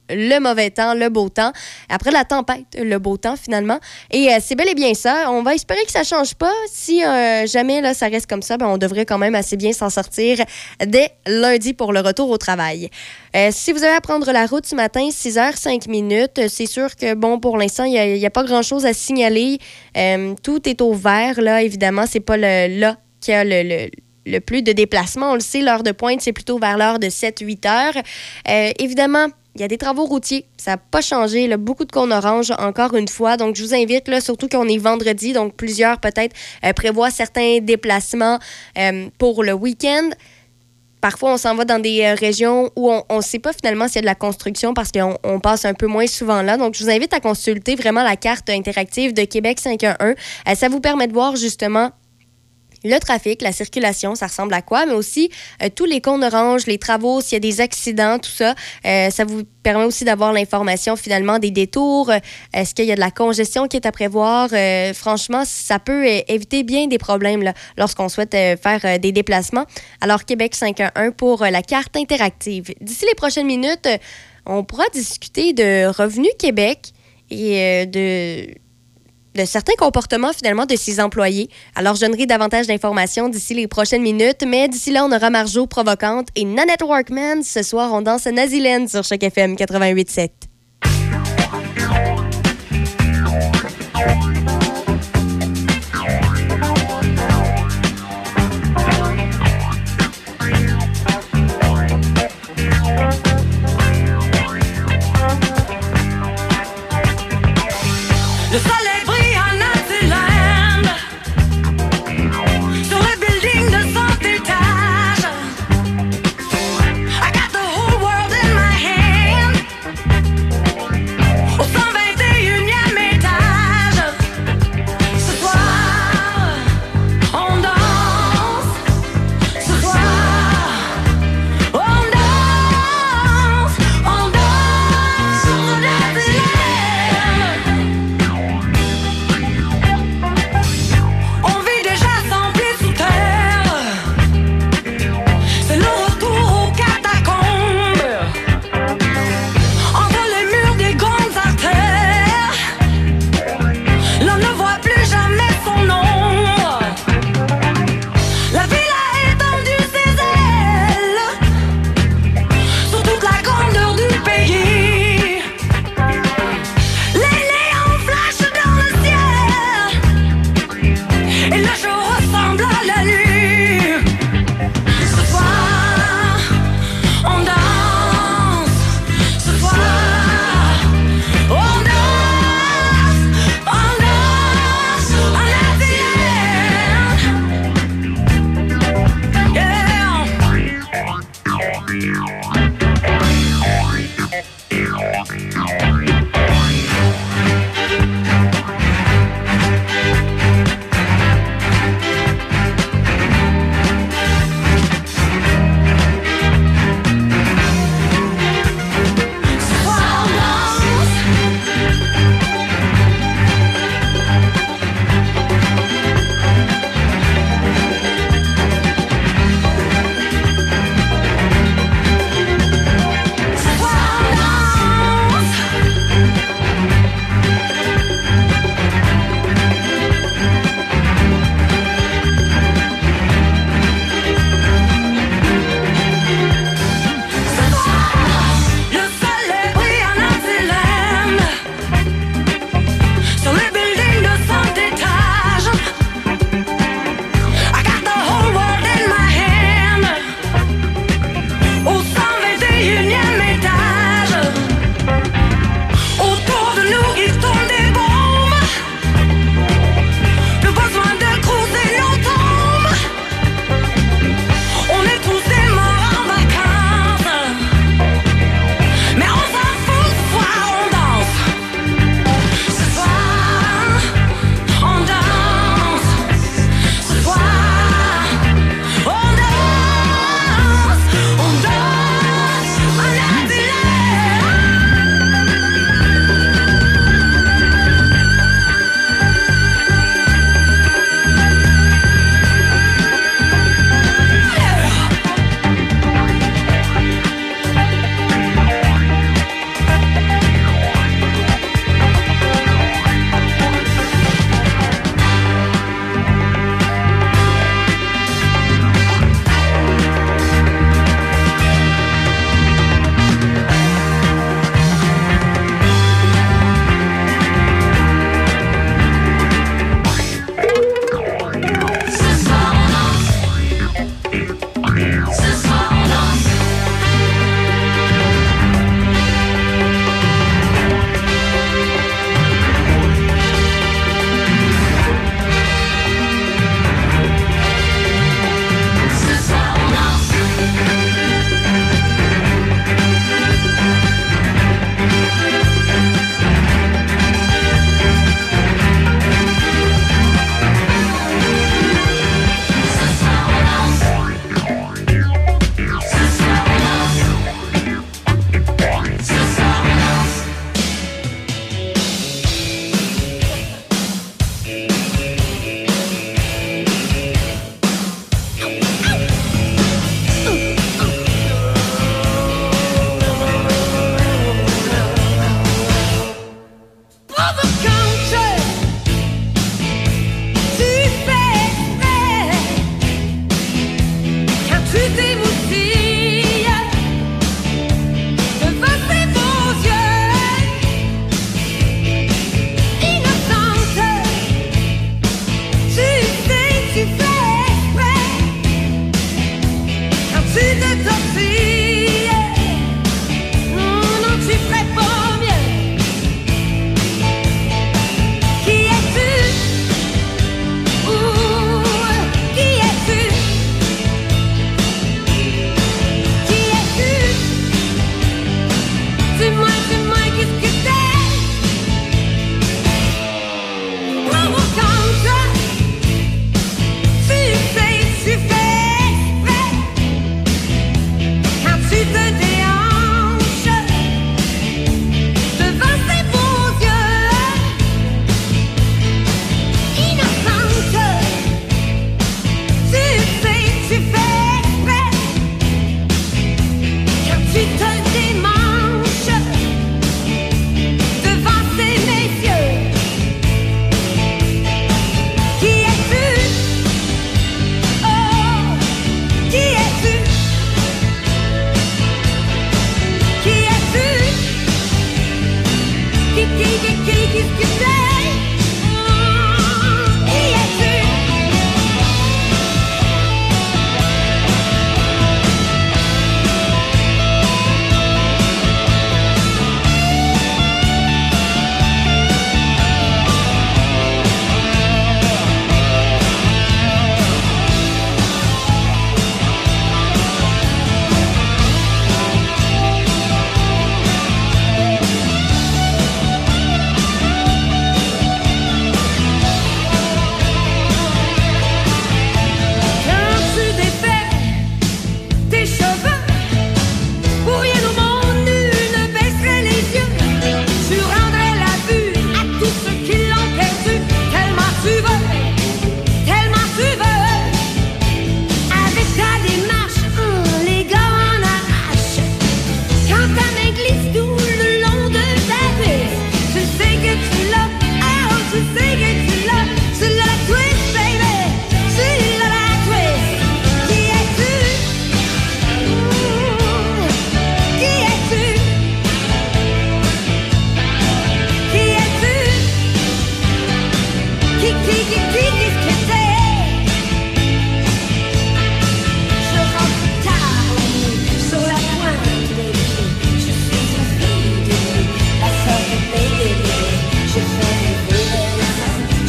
le mauvais temps, le beau temps. Après la tempête, le beau temps, finalement. Et euh, c'est bel et bien ça. On va espérer que ça ne change pas. Si euh, jamais là, ça reste comme ça, ben, on devrait quand même assez bien s'en sortir dès lundi pour le retour au travail. Euh, si vous avez à prendre la route ce matin, six heures cinq minutes, c'est sûr que, bon, pour l'instant, il n'y a, a pas grand-chose à signaler. Euh, tout est au vert, là, évidemment. C'est pas le là qu'il y a le... le le plus de déplacements. On le sait, l'heure de pointe, c'est plutôt vers l'heure de sept à huit heures. Euh, évidemment, il y a des travaux routiers. Ça n'a pas changé. Là, beaucoup de cônes orange, encore une fois. Donc, je vous invite, là, surtout qu'on est vendredi, donc plusieurs peut-être euh, prévoient certains déplacements euh, pour le week-end. Parfois, on s'en va dans des euh, régions où on ne sait pas finalement s'il y a de la construction parce qu'on on passe un peu moins souvent là. Donc, je vous invite à consulter vraiment la carte interactive de Québec cinq un un. Euh, ça vous permet de voir justement le trafic, la circulation, ça ressemble à quoi, mais aussi euh, tous les cônes oranges, les travaux, s'il y a des accidents, tout ça. Euh, ça vous permet aussi d'avoir l'information finalement des détours. Euh, est-ce qu'il y a de la congestion qui est à prévoir? Euh, franchement, ça peut euh, éviter bien des problèmes là, lorsqu'on souhaite euh, faire euh, des déplacements. Alors, Québec cinq un un pour euh, la carte interactive. D'ici les prochaines minutes, euh, on pourra discuter de Revenu Québec et euh, de... de certains comportements, finalement, de ses employés. Alors, je donnerai davantage d'informations d'ici les prochaines minutes, mais d'ici là, on aura Marjo Provocante et Nanette Workman. Ce soir, on danse Naziland sur Choc F M quatre-vingt-huit sept. Le soleil brille en Naziland, sur le building de cent étages. I got the whole world in my hand.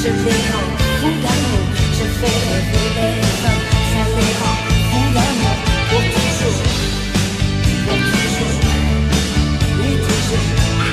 je les rends fous d'amour. Je fais rêver les hommes, ça les rend fous d'amour. Pour toujours, pour toujours, oui toujours.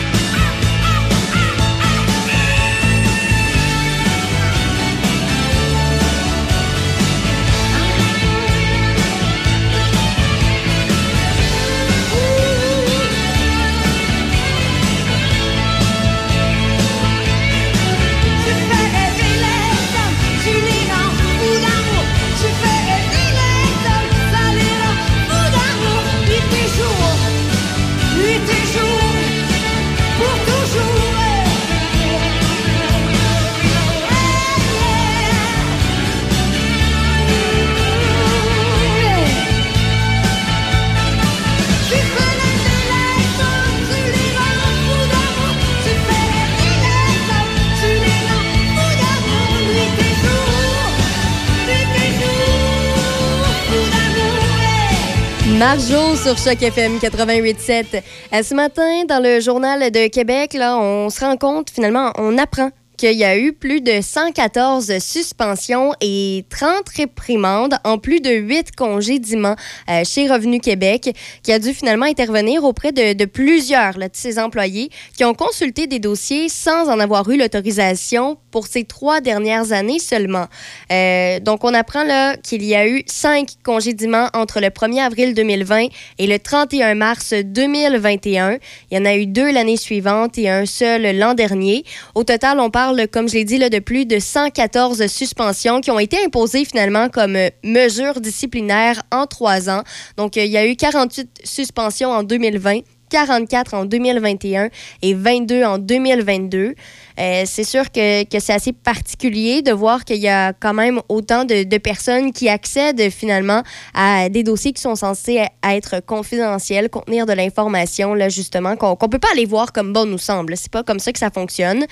Marjo sur Choc F M quatre-vingt-huit sept. Ce matin, dans le Journal de Québec, là, on se rend compte, finalement, on apprend qu'il y a eu plus de cent quatorze suspensions et trente réprimandes, en plus de huit congédiements euh, chez Revenu Québec, qui a dû finalement intervenir auprès de, de plusieurs là, de ses employés qui ont consulté des dossiers sans en avoir eu l'autorisation pour ces trois dernières années seulement. Euh, donc, on apprend là qu'il y a eu cinq congédiements entre le premier avril deux mille vingt et le trente et un mars deux mille vingt et un. Il y en a eu deux l'année suivante et un seul l'an dernier. Au total, on parle, comme je l'ai dit, là, de plus de cent quatorze suspensions qui ont été imposées finalement comme mesures disciplinaires en trois ans. Donc, il y a eu quarante-huit suspensions en deux mille vingt, quarante-quatre en deux mille vingt et un et vingt-deux en deux mille vingt-deux. Euh, c'est sûr que, que c'est assez particulier de voir qu'il y a quand même autant de, de personnes qui accèdent finalement à des dossiers qui sont censés être confidentiels, contenir de l'information, là, justement, qu'on ne peut pas aller voir comme bon nous semble. C'est pas comme ça que ça fonctionne.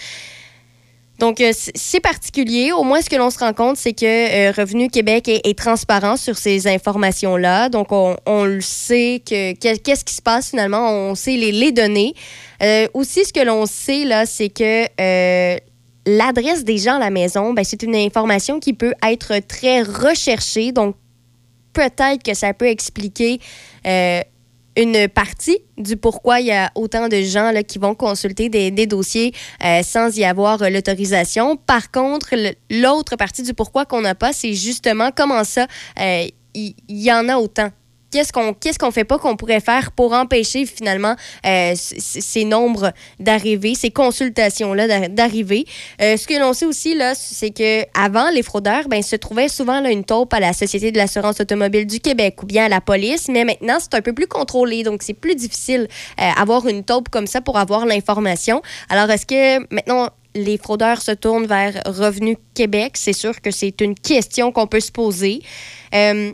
Donc, euh, c'est particulier. Au moins, ce que l'on se rend compte, c'est que euh, Revenu Québec est, est transparent sur ces informations-là. Donc, on, on le sait que qu'est-ce qui se passe finalement. On sait les, les données. Euh, aussi, ce que l'on sait, là, c'est que euh, l'adresse des gens à la maison, ben, c'est une information qui peut être très recherchée. Donc, peut-être que ça peut expliquer Euh, une partie du pourquoi il y a autant de gens là, qui vont consulter des, des dossiers euh, sans y avoir euh, l'autorisation. Par contre, l'autre partie du pourquoi qu'on n'a pas, c'est justement comment ça, il euh, y, y en a autant. Qu'est-ce qu'on qu'est-ce qu'on fait pas qu'on pourrait faire pour empêcher finalement euh, ces nombres d'arriver, ces consultations-là d'arriver. Euh, ce que l'on sait aussi, là, c'est qu'avant, les fraudeurs, ben, se trouvaient souvent là, une taupe à la Société de l'assurance automobile du Québec ou bien à la police, mais maintenant, c'est un peu plus contrôlé, donc c'est plus difficile euh, avoir une taupe comme ça pour avoir l'information. Alors, est-ce que maintenant les fraudeurs se tournent vers Revenu Québec? C'est sûr que c'est une question qu'on peut se poser. Euh,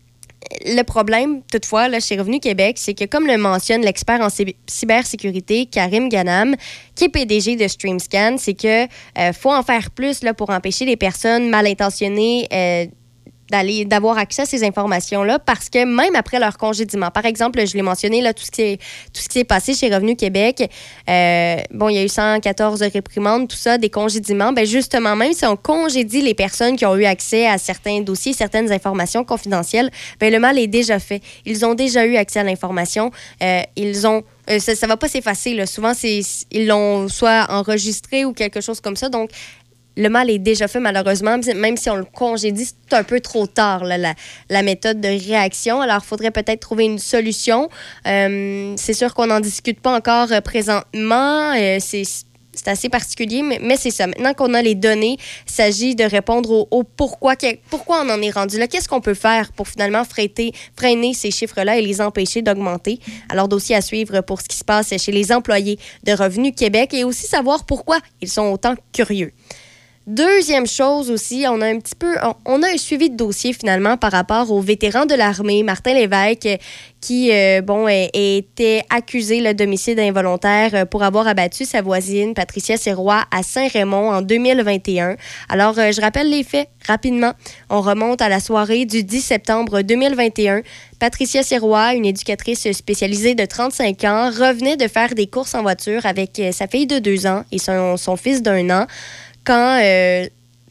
Le problème, toutefois, là, chez Revenu Québec, c'est que, comme le mentionne l'expert en cy- cybersécurité, Karim Ghanam, qui est P D G de StreamScan, c'est qu'il euh, faut en faire plus là, pour empêcher les personnes mal intentionnées euh, d'aller, d'avoir accès à ces informations-là, parce que même après leur congédiement, par exemple, je l'ai mentionné, là, tout ce qui est, tout ce qui s'est passé chez Revenu Québec, euh, bon, il y a eu cent quatorze réprimandes, tout ça, des congédiements, bien justement, même si on congédie les personnes qui ont eu accès à certains dossiers, certaines informations confidentielles, bien le mal est déjà fait. Ils ont déjà eu accès à l'information, euh, ils ont Euh, ça ne va pas s'effacer. Là. Souvent, c'est, ils l'ont soit enregistré ou quelque chose comme ça. Donc, le mal est déjà fait, malheureusement. Même si on le congédie, c'est un peu trop tard, là, la, la méthode de réaction. Alors, il faudrait peut-être trouver une solution. Euh, c'est sûr qu'on n'en discute pas encore euh, présentement. Euh, c'est... C'est assez particulier, mais, mais c'est ça. Maintenant qu'on a les données, il s'agit de répondre au, au pourquoi, pourquoi on en est rendu là. Qu'est-ce qu'on peut faire pour finalement freiner, freiner ces chiffres-là et les empêcher d'augmenter? Alors, dossier à suivre pour ce qui se passe chez les employés de Revenu Québec et aussi savoir pourquoi ils sont autant curieux. Deuxième chose aussi, on a un petit peu, on, on a un suivi de dossier finalement par rapport au vétéran de l'armée, Martin Lévesque, qui, euh, bon, a, a été accusé là, d'homicide involontaire pour avoir abattu sa voisine, Patricia Sirois, à Saint-Raymond en deux mille vingt et un. Alors, euh, je rappelle les faits rapidement. On remonte à la soirée du dix septembre deux mille vingt et un. Patricia Sirois, une éducatrice spécialisée de trente-cinq ans, revenait de faire des courses en voiture avec sa fille de deux ans et son, son fils d'un an, quand euh,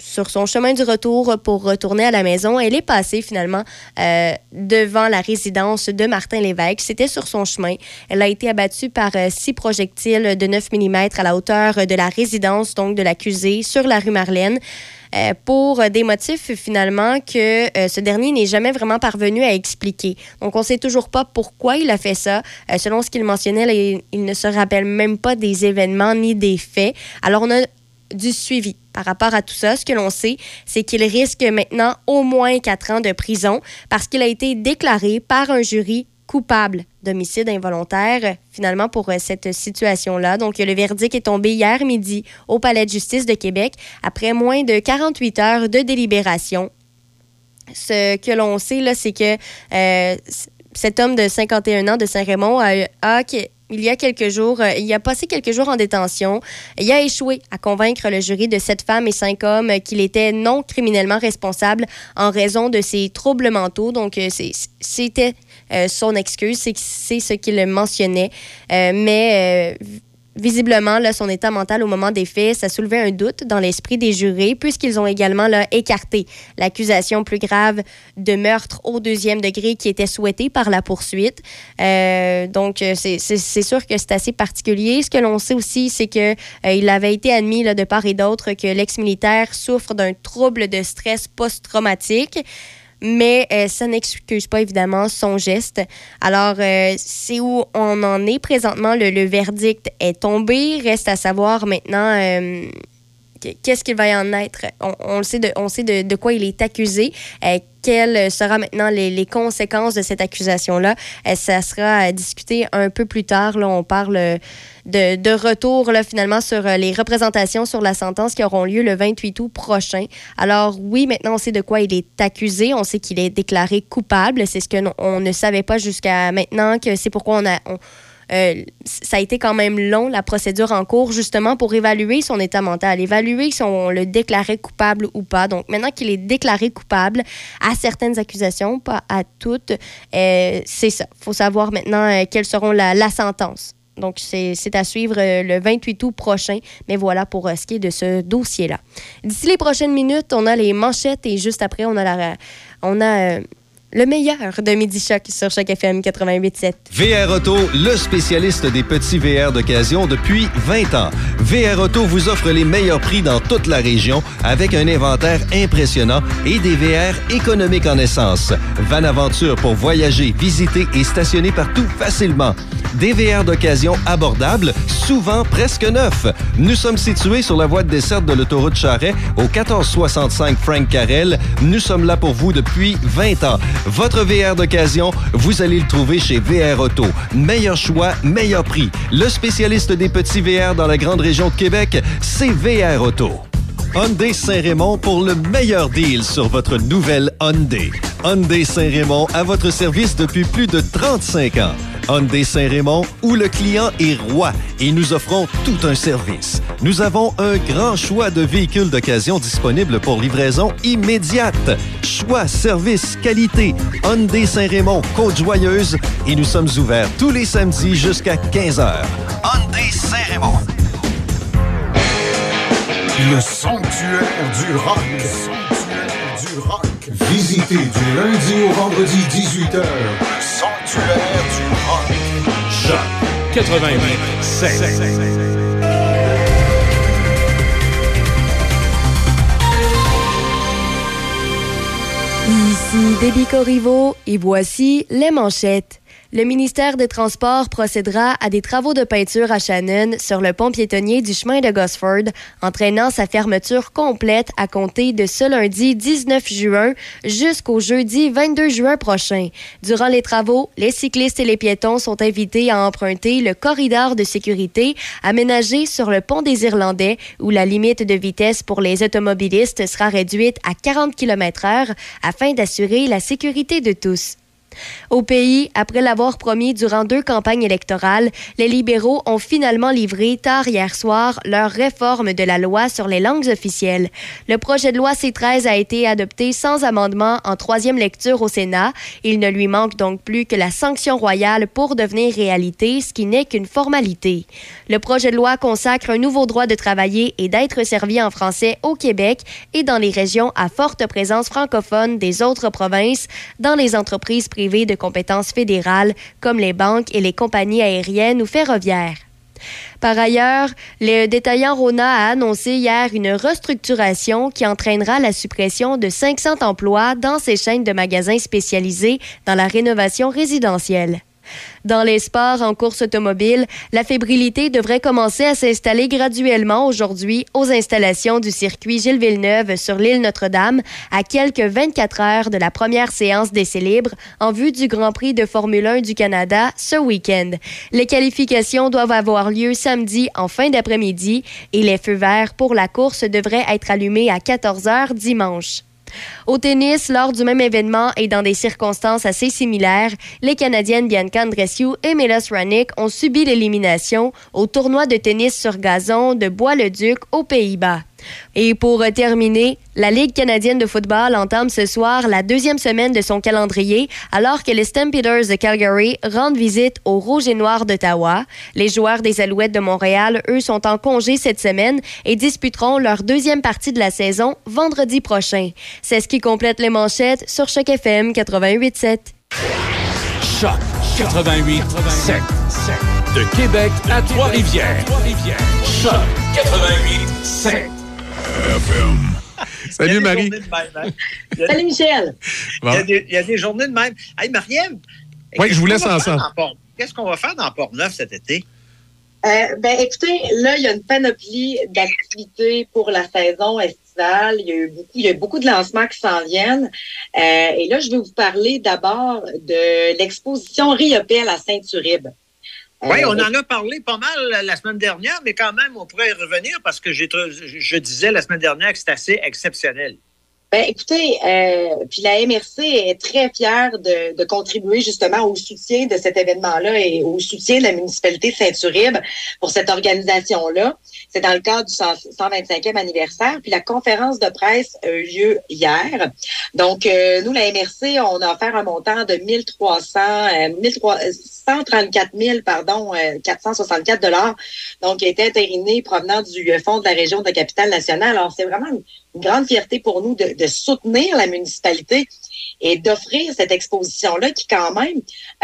sur son chemin du retour pour retourner à la maison. Elle est passée finalement euh, devant la résidence de Martin Lévesque. C'était sur son chemin. Elle a été abattue par euh, six projectiles de neuf millimètres à la hauteur de la résidence, donc de l'accusé, sur la rue Marlène. Euh, pour des motifs, finalement, que euh, ce dernier n'est jamais vraiment parvenu à expliquer. Donc, on ne sait toujours pas pourquoi il a fait ça. Euh, selon ce qu'il mentionnait, là, il, il ne se rappelle même pas des événements ni des faits. Alors, on a du suivi par rapport à tout ça. Ce que l'on sait, c'est qu'il risque maintenant au moins quatre ans de prison parce qu'il a été déclaré par un jury coupable d'homicide involontaire, finalement, pour euh, cette situation-là. Donc, le verdict est tombé hier midi au Palais de justice de Québec après moins de quarante-huit heures de délibération. Ce que l'on sait, là, c'est que euh, cet homme de cinquante et un ans de Saint-Raymond a, a, il y a quelques jours, euh, il a passé quelques jours en détention. Il a échoué à convaincre le jury de sept femmes et cinq hommes qu'il était non criminellement responsable en raison de ses troubles mentaux. Donc, euh, c'est, c'était euh, son excuse, c'est, c'est ce qu'il mentionnait. Euh, mais... Euh, Visiblement, là, son état mental au moment des faits, ça soulevait un doute dans l'esprit des jurés puisqu'ils ont également là, écarté l'accusation plus grave de meurtre au deuxième degré qui était souhaitée par la poursuite. Euh, donc, c'est, c'est, c'est sûr que c'est assez particulier. Ce que l'on sait aussi, c'est qu'il euh, avait été admis là, de part et d'autre que l'ex-militaire souffre d'un trouble de stress post-traumatique. Mais euh, ça n'excuse pas, évidemment, son geste. Alors, euh, c'est où on en est présentement. Le, le verdict est tombé. Reste à savoir maintenant euh, qu'est-ce qu'il va y en être. On, on le sait, de, on sait de, de quoi il est accusé. Euh, quelles seront maintenant les, les conséquences de cette accusation-là. Euh, ça sera discuté un peu plus tard. Là, on parle de, de retour là, finalement sur les représentations sur la sentence qui auront lieu le vingt-huit août prochain. Alors oui, maintenant on sait de quoi il est accusé. On sait qu'il est déclaré coupable. C'est ce qu'on on ne savait pas jusqu'à maintenant, que c'est pourquoi on a... On, Euh, ça a été quand même long, la procédure en cours, justement pour évaluer son état mental, évaluer si on le déclarait coupable ou pas. Donc, maintenant qu'il est déclaré coupable à certaines accusations, pas à toutes, euh, c'est ça. Il faut savoir maintenant euh, quelles seront la, la sentence. Donc, c'est, c'est à suivre euh, le vingt-huit août prochain. Mais voilà pour euh, ce qui est de ce dossier-là. D'ici les prochaines minutes, on a les manchettes et juste après, on a la... On a, euh, le meilleur de Midi Choc sur Choc F M quatre-vingt-huit sept. V R Auto, le spécialiste des petits V R d'occasion depuis vingt ans. V R Auto vous offre les meilleurs prix dans toute la région avec un inventaire impressionnant et des V R économiques en essence. Van Aventure pour voyager, visiter et stationner partout facilement. Des V R d'occasion abordables, souvent presque neufs. Nous sommes situés sur la voie de desserte de l'autoroute Charret au quatorze soixante-cinq Frank Carrel. Nous sommes là pour vous depuis vingt ans. Votre V R d'occasion, vous allez le trouver chez V R Auto. Meilleur choix, meilleur prix. Le spécialiste des petits V R dans la grande région de Québec, c'est V R Auto. Hyundai Saint-Raymond pour le meilleur deal sur votre nouvelle Hyundai. Hyundai Saint-Raymond à votre service depuis plus de trente-cinq ans. Hyundai Saint-Raymond, où le client est roi et nous offrons tout un service. Nous avons un grand choix de véhicules d'occasion disponibles pour livraison immédiate. Choix, service, qualité. Hyundai Saint-Raymond, Côte-Joyeuse et nous sommes ouverts tous les samedis jusqu'à quinze heures. Hyundai Saint-Raymond. Le sanctuaire du rock. Le sanctuaire du rock. Visitez du lundi au vendredi dix-huit heures. Le sanctuaire du rock. Choc quatre-vingt-huit sept. Ici Déby Corriveau et voici les manchettes. Le ministère des Transports procédera à des travaux de peinture à Shannon sur le pont piétonnier du chemin de Gosford, entraînant sa fermeture complète à compter de ce lundi dix-neuf juin jusqu'au jeudi vingt-deux juin prochain. Durant les travaux, les cyclistes et les piétons sont invités à emprunter le corridor de sécurité aménagé sur le pont des Irlandais, où la limite de vitesse pour les automobilistes sera réduite à quarante kilomètres heure afin d'assurer la sécurité de tous. Au pays, après l'avoir promis durant deux campagnes électorales, les libéraux ont finalement livré tard hier soir leur réforme de la loi sur les langues officielles. Le projet de loi C treize a été adopté sans amendement en troisième lecture au Sénat. Il ne lui manque donc plus que la sanction royale pour devenir réalité, ce qui n'est qu'une formalité. Le projet de loi consacre un nouveau droit de travailler et d'être servi en français au Québec et dans les régions à forte présence francophone des autres provinces, dans les entreprises privées de compétences fédérales comme les banques et les compagnies aériennes ou ferroviaires. Par ailleurs, le détaillant Rona a annoncé hier une restructuration qui entraînera la suppression de cinq cents emplois dans ses chaînes de magasins spécialisés dans la rénovation résidentielle. Dans les sports en course automobile, la fébrilité devrait commencer à s'installer graduellement aujourd'hui aux installations du circuit Gilles Villeneuve sur l'île Notre-Dame, à quelques vingt-quatre heures de la première séance d'essais libres en vue du Grand Prix de Formule un du Canada ce week-end. Les qualifications doivent avoir lieu samedi en fin d'après-midi et les feux verts pour la course devraient être allumés à quatorze heures dimanche. Au tennis, lors du même événement et dans des circonstances assez similaires, les Canadiennes Bianca Andreescu et Milos Raonic ont subi l'élimination au tournoi de tennis sur gazon de Bois-le-Duc aux Pays-Bas. Et pour terminer, la Ligue canadienne de football entame ce soir la deuxième semaine de son calendrier alors que les Stampeders de Calgary rendent visite aux Rouges et Noirs d'Ottawa. Les joueurs des Alouettes de Montréal, eux, sont en congé cette semaine et disputeront leur deuxième partie de la saison vendredi prochain. C'est ce qui complète les manchettes sur Choc F M quatre-vingt-huit sept. Choc quatre-vingt-huit sept. De Québec à Trois-Rivières. Choc quatre-vingt-huit sept. F M. Salut, Marie. Même, hein? a... Salut, Michel. Bon. Il, y a des, il y a des journées de même. Hey, Marie-Ève. Oui, je vous laisse ensemble. Qu'est-ce qu'on va faire dans Port-Neuf cet été? Euh, ben, écoutez, là, il y a une panoplie d'activités pour la saison estivale. Il y a eu beaucoup, il y a eu beaucoup de lancements qui s'en viennent. Euh, et là, je vais vous parler d'abord de l'exposition Riopelle à Saint-Uribe. Oui, on en a parlé pas mal la semaine dernière, mais quand même, on pourrait y revenir parce que j'ai, je disais la semaine dernière que c'est assez exceptionnel. Ben, écoutez, euh, puis la M R C est très fière de, de contribuer justement au soutien de cet événement-là et au soutien de la municipalité de Saint-Uribe pour cette organisation-là. C'est dans le cadre du cent vingt-cinquième anniversaire. Puis la conférence de presse a eu lieu hier. Donc, euh, nous, la M R C, on a offert un montant de mille trois cents, cent trente-quatre mille, pardon, quatre cent soixante-quatre dollars. Donc, qui a été intériné provenant du fonds de la région de Capitale-Nationale. Alors, c'est vraiment une, une grande fierté pour nous de, de soutenir la municipalité et d'offrir cette exposition-là qui, quand même,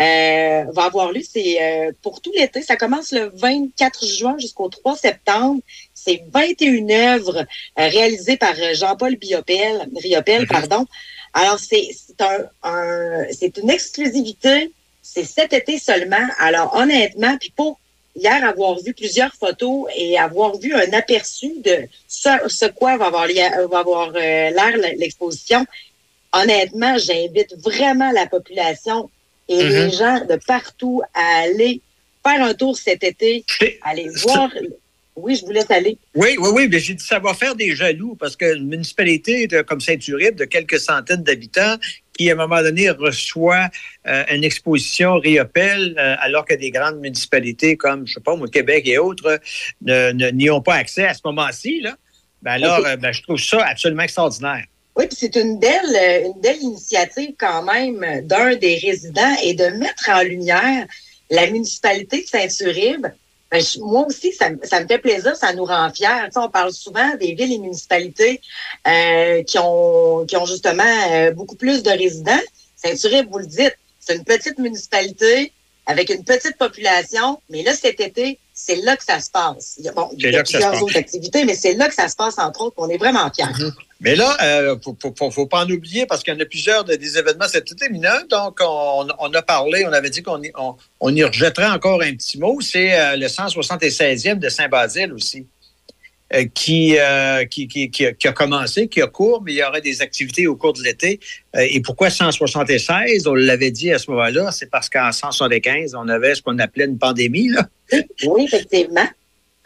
euh, va avoir lieu. C'est euh, pour tout l'été. Ça commence le vingt-quatre juin jusqu'au trois septembre. C'est vingt et une œuvres euh, réalisées par Jean-Paul Riopelle, Riopelle, pardon. Alors, c'est, c'est, un, un, c'est une exclusivité. C'est cet été seulement. Alors, honnêtement, puis pour hier avoir vu plusieurs photos et avoir vu un aperçu de ce, ce quoi va avoir, va avoir euh, l'air l'exposition, honnêtement, j'invite vraiment la population et mm-hmm. les gens de partout à aller faire un tour cet été, aller voir. Oui, je vous laisse aller. Oui, oui, oui, mais j'ai dit ça va faire des jaloux parce qu'une municipalité de, comme Saint-Uribe, de quelques centaines d'habitants, qui, à un moment donné, reçoit euh, une exposition Riopelle, euh, alors que des grandes municipalités comme, je sais pas, moi, Québec et autres, ne, ne, n'y ont pas accès à ce moment-ci, là. Ben alors, okay. euh, ben, je trouve ça absolument extraordinaire. Oui, puis c'est une belle, une belle initiative quand même d'un des résidents et de mettre en lumière la municipalité de Saint-Uribe. Ben, je, moi aussi, ça, ça me fait plaisir, ça nous rend fiers. Tu sais, on parle souvent des villes et municipalités euh, qui ont qui ont justement euh, beaucoup plus de résidents. Saint-Uribe, vous le dites, c'est une petite municipalité avec une petite population, mais là, cet été, c'est là que ça se passe. Il y a, bon, il y a plusieurs autres activités, mais c'est là que ça se passe, entre autres, on est vraiment fiers. Mm-hmm. Mais là, il euh, ne faut, faut pas en oublier parce qu'il y en a plusieurs de, des événements cet été mineurs. Donc, on, on a parlé, on avait dit qu'on y, on, on y rejetterait encore un petit mot. C'est euh, le cent soixante-seizième de Saint-Basile aussi, euh, qui, euh, qui, qui, qui, a, qui a commencé, qui a cours, mais il y aurait des activités au cours de l'été. Euh, et pourquoi cent soixante-seize? On l'avait dit à ce moment-là, c'est parce qu'en cent soixante-quinze, on avait ce qu'on appelait une pandémie, là. Oui, effectivement.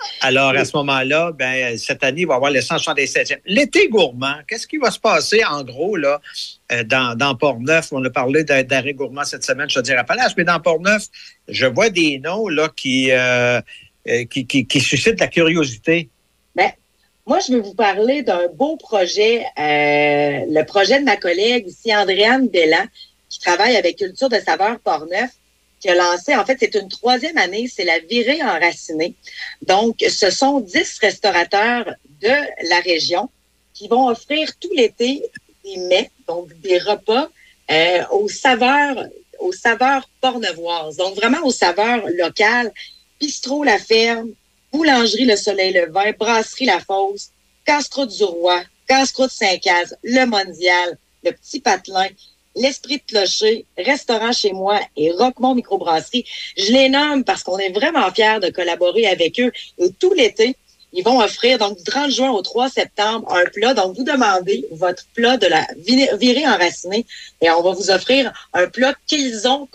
Alors, à ce moment-là, ben, cette année, il va y avoir le cent soixante-dix-septième. L'été gourmand, qu'est-ce qui va se passer, en gros, là, euh, dans, dans Port-Neuf? On a parlé d'arrêt gourmand cette semaine, je veux dire à Appalaches, mais dans Port-Neuf, je vois des noms là, qui, euh, qui, qui, qui suscitent la curiosité. Ben, moi, je vais vous parler d'un beau projet, euh, le projet de ma collègue ici, Andréane Belland, qui travaille avec Culture de saveur Port-Neuf, qui a lancé, en fait, c'est une troisième année, c'est la virée enracinée. Donc, ce sont dix restaurateurs de la région qui vont offrir tout l'été des mets, donc des repas euh, aux saveurs, aux saveurs portneuvoises. Donc, vraiment aux saveurs locales. Bistrot La Ferme, Boulangerie Le Soleil Levant, Brasserie La Fosse, Casse-Croûte du Roi, Casse-Croûte Saint-Caz, Le Mondial, Le Petit Patelin, L'Esprit de Clocher, Restaurant Chez Moi et Roquemont Microbrasserie. Je les nomme parce qu'on est vraiment fiers de collaborer avec eux. Et tout l'été, ils vont offrir, donc du trente juin au trois septembre, un plat. Donc, vous demandez votre plat de la virée enracinée et on va vous offrir un plat qu'ils ont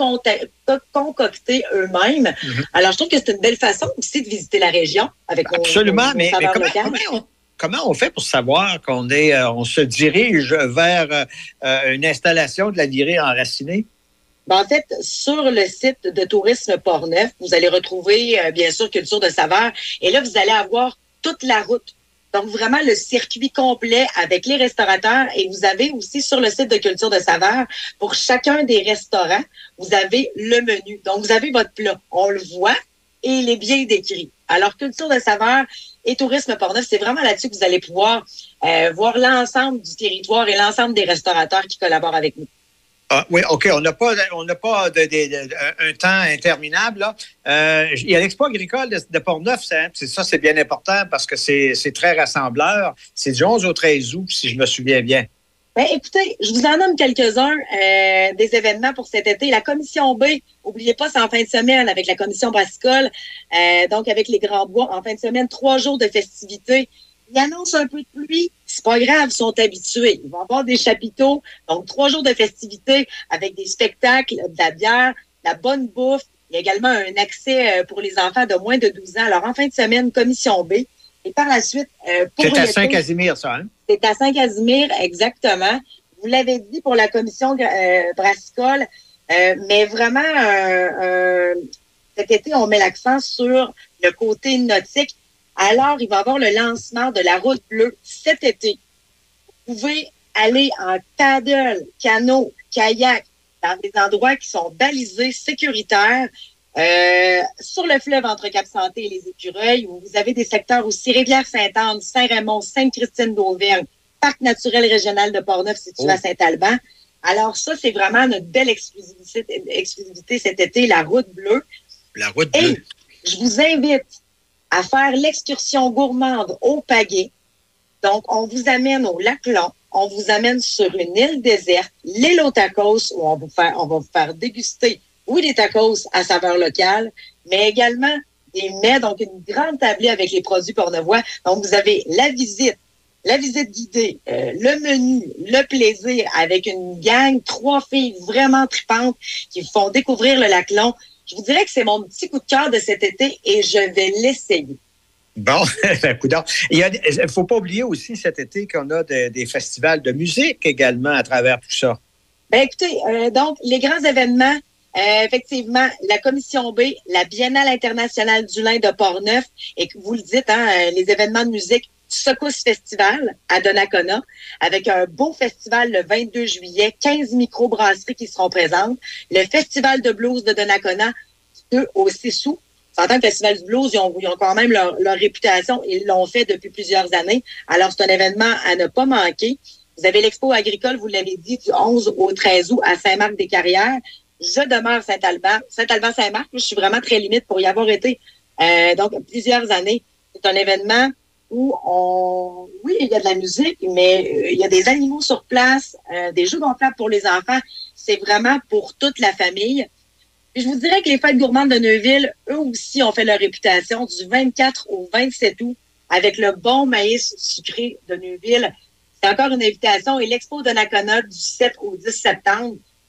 concocté eux-mêmes. Mm-hmm. Alors, je trouve que c'est une belle façon aussi de visiter la région avec nos, Absolument, nos, nos mais, mais comment, locales. comment on... Comment on fait pour savoir qu'on est, euh, on se dirige vers euh, une installation de la virée enracinée? Ben, en fait, sur le site de Tourisme Port-Neuf, vous allez retrouver, euh, bien sûr, Culture de saveur. Et là, vous allez avoir toute la route. Donc, vraiment, le circuit complet avec les restaurateurs. Et vous avez aussi sur le site de Culture de saveur, pour chacun des restaurants, vous avez le menu. Donc, vous avez votre plat. On le voit et il est bien décrit. Alors, Culture de saveur et Tourisme Port-Neuf, c'est vraiment là-dessus que vous allez pouvoir euh, voir l'ensemble du territoire et l'ensemble des restaurateurs qui collaborent avec nous. Ah, oui, OK. On n'a pas, on n'a pas de, de, de, un temps interminable. Là. Euh, il y a l'Expo agricole de, de Port-Neuf. C'est, c'est, ça, c'est bien important parce que c'est, c'est très rassembleur. C'est du onze au treize août, si je me souviens bien. Ben, écoutez, je vous en nomme quelques-uns euh, des événements pour cet été. La Commission B, n'oubliez pas, c'est en fin de semaine avec la Commission brassicole, euh, donc avec les Grands Bois, en fin de semaine, trois jours de festivités. Ils annoncent un peu de pluie, c'est pas grave, ils sont habitués. Ils vont avoir des chapiteaux, donc trois jours de festivités avec des spectacles, de la bière, de la bonne bouffe. Il y a également un accès pour les enfants de moins de douze ans. Alors, en fin de semaine, Commission B. Et par la suite, euh, pour c'est à Saint-Casimir, ça, hein? C'est à Saint-Casimir, exactement. Vous l'avez dit pour la commission euh, brassicole, euh, mais vraiment, euh, euh, cet été, on met l'accent sur le côté nautique. Alors, il va y avoir le lancement de la route bleue cet été. Vous pouvez aller en paddle, canot, kayak, dans des endroits qui sont balisés, sécuritaires. Euh, sur le fleuve entre Cap-Santé et les Écureuils, où vous avez des secteurs aussi Rivière-Sainte-Anne, Saint-Raymond, Sainte-Christine d'Auvergne, Parc naturel régional de Port-Neuf situé oh. à Saint-Alban. Alors ça, c'est vraiment notre belle exclusivité, exclusivité cet été, la route bleue. La route bleue. Et je vous invite à faire l'excursion gourmande au Pagaie. Donc, on vous amène au lac Long, on vous amène sur une île déserte, l'île aux tacos, où on, vous fait, on va vous faire déguster oui, des tacos à saveur locale, mais également des mets, donc une grande tablée avec les produits portneuvois. Donc, vous avez la visite, la visite guidée, euh, le menu, le plaisir avec une gang, trois filles vraiment tripantes qui vous font découvrir le lac Long. Je vous dirais que c'est mon petit coup de cœur de cet été et je vais l'essayer. Bon, coudonc. Il ne faut pas oublier aussi cet été qu'on a de, des festivals de musique également à travers tout ça. Bien, écoutez, euh, donc, les grands événements, Euh, effectivement, la Commission B, la Biennale internationale du lin de Port-Neuf, et que vous le dites, hein, les événements de musique, Secousse Festival à Donnacona, avec un beau festival le vingt-deux juillet, quinze microbrasseries qui seront présentes, le Festival de blues de Donnacona, deux au six août. En tant que Festival du blues, ils ont, ils ont quand même leur, leur réputation, ils l'ont fait depuis plusieurs années. Alors, c'est un événement à ne pas manquer. Vous avez l'Expo agricole, vous l'avez dit, du onze au treize août à Saint-Marc-des-Carrières. Je demeure Saint-Alban, Saint-Alban-Saint-Marc. Je suis vraiment très limite pour y avoir été euh, donc plusieurs années. C'est un événement où on, oui, il y a de la musique, mais euh, il y a des animaux sur place, euh, des jeux gonflables pour les enfants. C'est vraiment pour toute la famille. Puis je vous dirais que les fêtes gourmandes de Neuville, eux aussi, ont fait leur réputation du vingt-quatre au vingt-sept août avec le bon maïs sucré de Neuville. C'est encore une invitation. Et l'Expo de Donnacona du sept au dix septembre.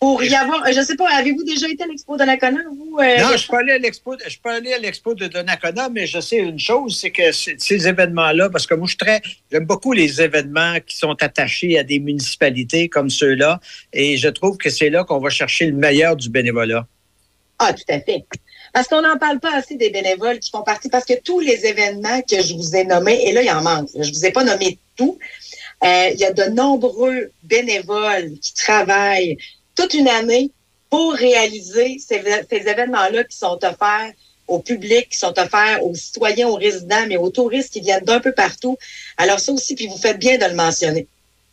Pour y avoir, je ne sais pas, avez-vous déjà été à l'Expo de Donnacona, vous? Euh, non, je ne suis pas allé à l'Expo, je suis pas allé à l'Expo de Donnacona, mais je sais une chose, c'est que ces événements-là, parce que moi, je suis très, j'aime beaucoup les événements qui sont attachés à des municipalités comme ceux-là, et je trouve que c'est là qu'on va chercher le meilleur du bénévolat. Ah, tout à fait. Parce qu'on n'en parle pas assez des bénévoles qui font partie, parce que tous les événements que je vous ai nommés, et là, il en manque, je ne vous ai pas nommé tout, euh, il y a de nombreux bénévoles qui travaillent toute une année pour réaliser ces, ces événements-là qui sont offerts au public, qui sont offerts aux citoyens, aux résidents, mais aux touristes qui viennent d'un peu partout. Alors ça aussi, puis vous faites bien de le mentionner.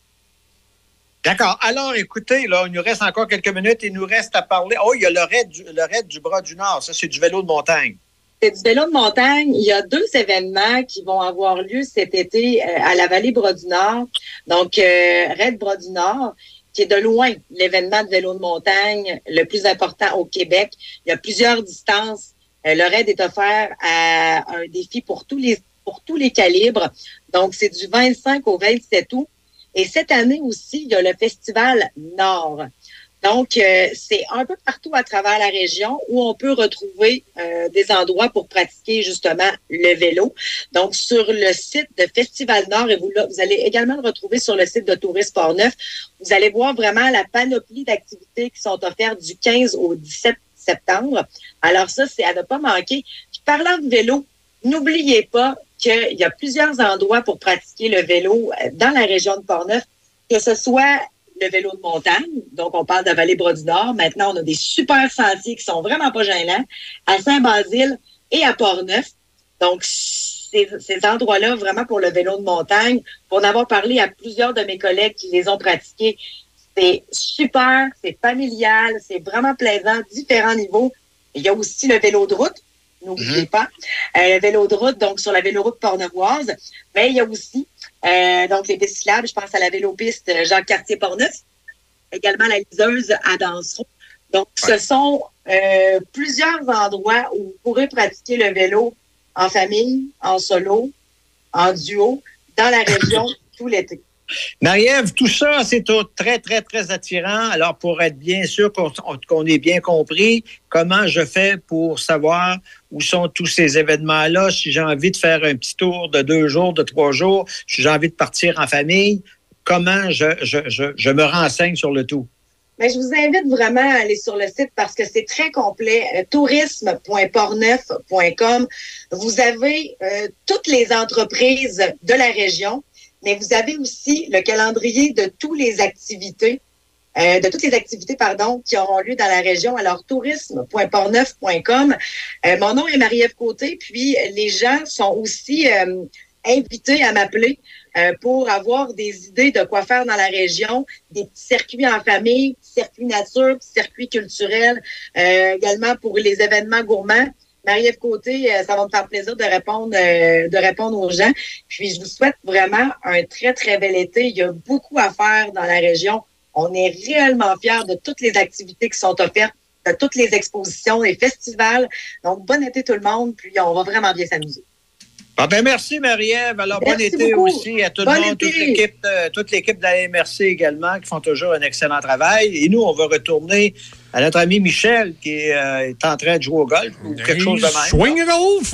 D'accord. Alors, écoutez, là, il nous reste encore quelques minutes. Il nous reste à parler. Oh, il y a le raid du, le raid du Bras du Nord. Ça, c'est du vélo de montagne. C'est du vélo de montagne. Il y a deux événements qui vont avoir lieu cet été euh, à la vallée Bras du Nord. Donc, euh, raid Bras du Nord, qui est de loin l'événement de vélo de montagne le plus important au Québec. Il y a plusieurs distances. Euh, le raid est offert à un défi pour tous les pour tous les calibres. Donc, c'est du vingt-cinq au vingt-sept août. Et cette année aussi, il y a le Festival Nord. Donc, euh, c'est un peu partout à travers la région où on peut retrouver euh, des endroits pour pratiquer justement le vélo. Donc, sur le site de Festival Nord, et vous, là, vous allez également le retrouver sur le site de Tourisme Portneuf, vous allez voir vraiment la panoplie d'activités qui sont offertes du quinze au dix-sept septembre. Alors ça, c'est à ne pas manquer. Puis, parlant de vélo, n'oubliez pas qu'il y a plusieurs endroits pour pratiquer le vélo dans la région de Portneuf, que ce soit le vélo de montagne, donc on parle de Vallée-Bras-du-Nord. Maintenant, on a des super sentiers qui sont vraiment pas gênants à Saint-Basile et à Portneuf. Donc, ces, ces endroits-là, vraiment pour le vélo de montagne, pour en avoir parlé à plusieurs de mes collègues qui les ont pratiqués, c'est super, c'est familial, c'est vraiment plaisant, différents niveaux. Il y a aussi le vélo de route, n'oubliez mm-hmm. pas. Euh, le vélo de route, donc sur la véloroute portneuvoise. Mais il y a aussi Euh, donc, les pistes cyclables, je pense à la vélopiste Jacques-Cartier-Portneuf, également la liseuse à Dansereau. Donc, ouais. ce sont euh, plusieurs endroits où vous pourrez pratiquer le vélo en famille, en solo, en duo, dans la région tout l'été. Marie-Ève, tout ça, c'est très, très, très attirant. Alors, pour être bien sûr qu'on qu'on ait bien compris, comment je fais pour savoir où sont tous ces événements-là, si j'ai envie de faire un petit tour de deux jours, de trois jours, si j'ai envie de partir en famille, comment je, je, je, je me renseigne sur le tout? Mais je vous invite vraiment à aller sur le site parce que c'est très complet, euh, tourisme point portneuf point com. Vous avez euh, toutes les entreprises de la région, mais vous avez aussi le calendrier de toutes les activités, euh, de toutes les activités, pardon, qui auront lieu dans la région. Alors, tourisme point portneuf point com. Euh, mon nom est Marie-Ève Côté, puis les gens sont aussi euh, invités à m'appeler euh, pour avoir des idées de quoi faire dans la région, des petits circuits en famille, circuits nature, circuits culturels, euh, également pour les événements gourmands. Marie-Ève Côté, ça va me faire plaisir de répondre, euh, de répondre aux gens. Puis, je vous souhaite vraiment un très, très bel été. Il y a beaucoup à faire dans la région. On est réellement fiers de toutes les activités qui sont offertes, de toutes les expositions, les festivals. Donc, bon été tout le monde. Puis, on va vraiment bien s'amuser. Ah ben merci, Marie-Ève. Alors, merci bon été beaucoup. aussi à tout bon le monde, été. toute l'équipe, euh, toute l'équipe de la M R C également, qui font toujours un excellent travail. Et nous, on va retourner à notre ami Michel, qui est, euh, est en train de jouer au golf ou quelque hey, chose de même. Swing golf!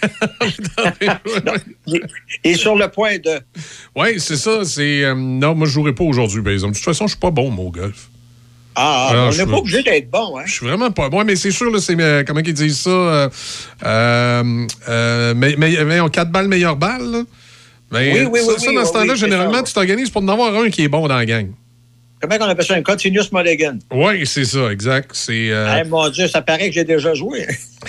il, il est sur le point de... Oui, c'est ça. C'est, euh, non, moi, je ne jouerai pas aujourd'hui, par exemple. De toute façon, je ne suis pas bon, moi, au golf. Ah, Alors, on n'est pas obligé d'être bon, hein? Je suis vraiment pas bon, mais c'est sûr, là, c'est, euh, comment ils disent ça? Euh, euh, euh, mais, mais, mais on quatre balles, meilleure balle, là. Mais, oui, oui, ça, oui. ça, oui, dans oui, ce temps-là, oui, généralement, ça, tu t'organises pour en avoir un qui est bon dans la gang. Comment on appelle ça? Un continuous mulligan? Oui, c'est ça, exact. C'est, euh... hey, mon Dieu, ça paraît que j'ai déjà joué.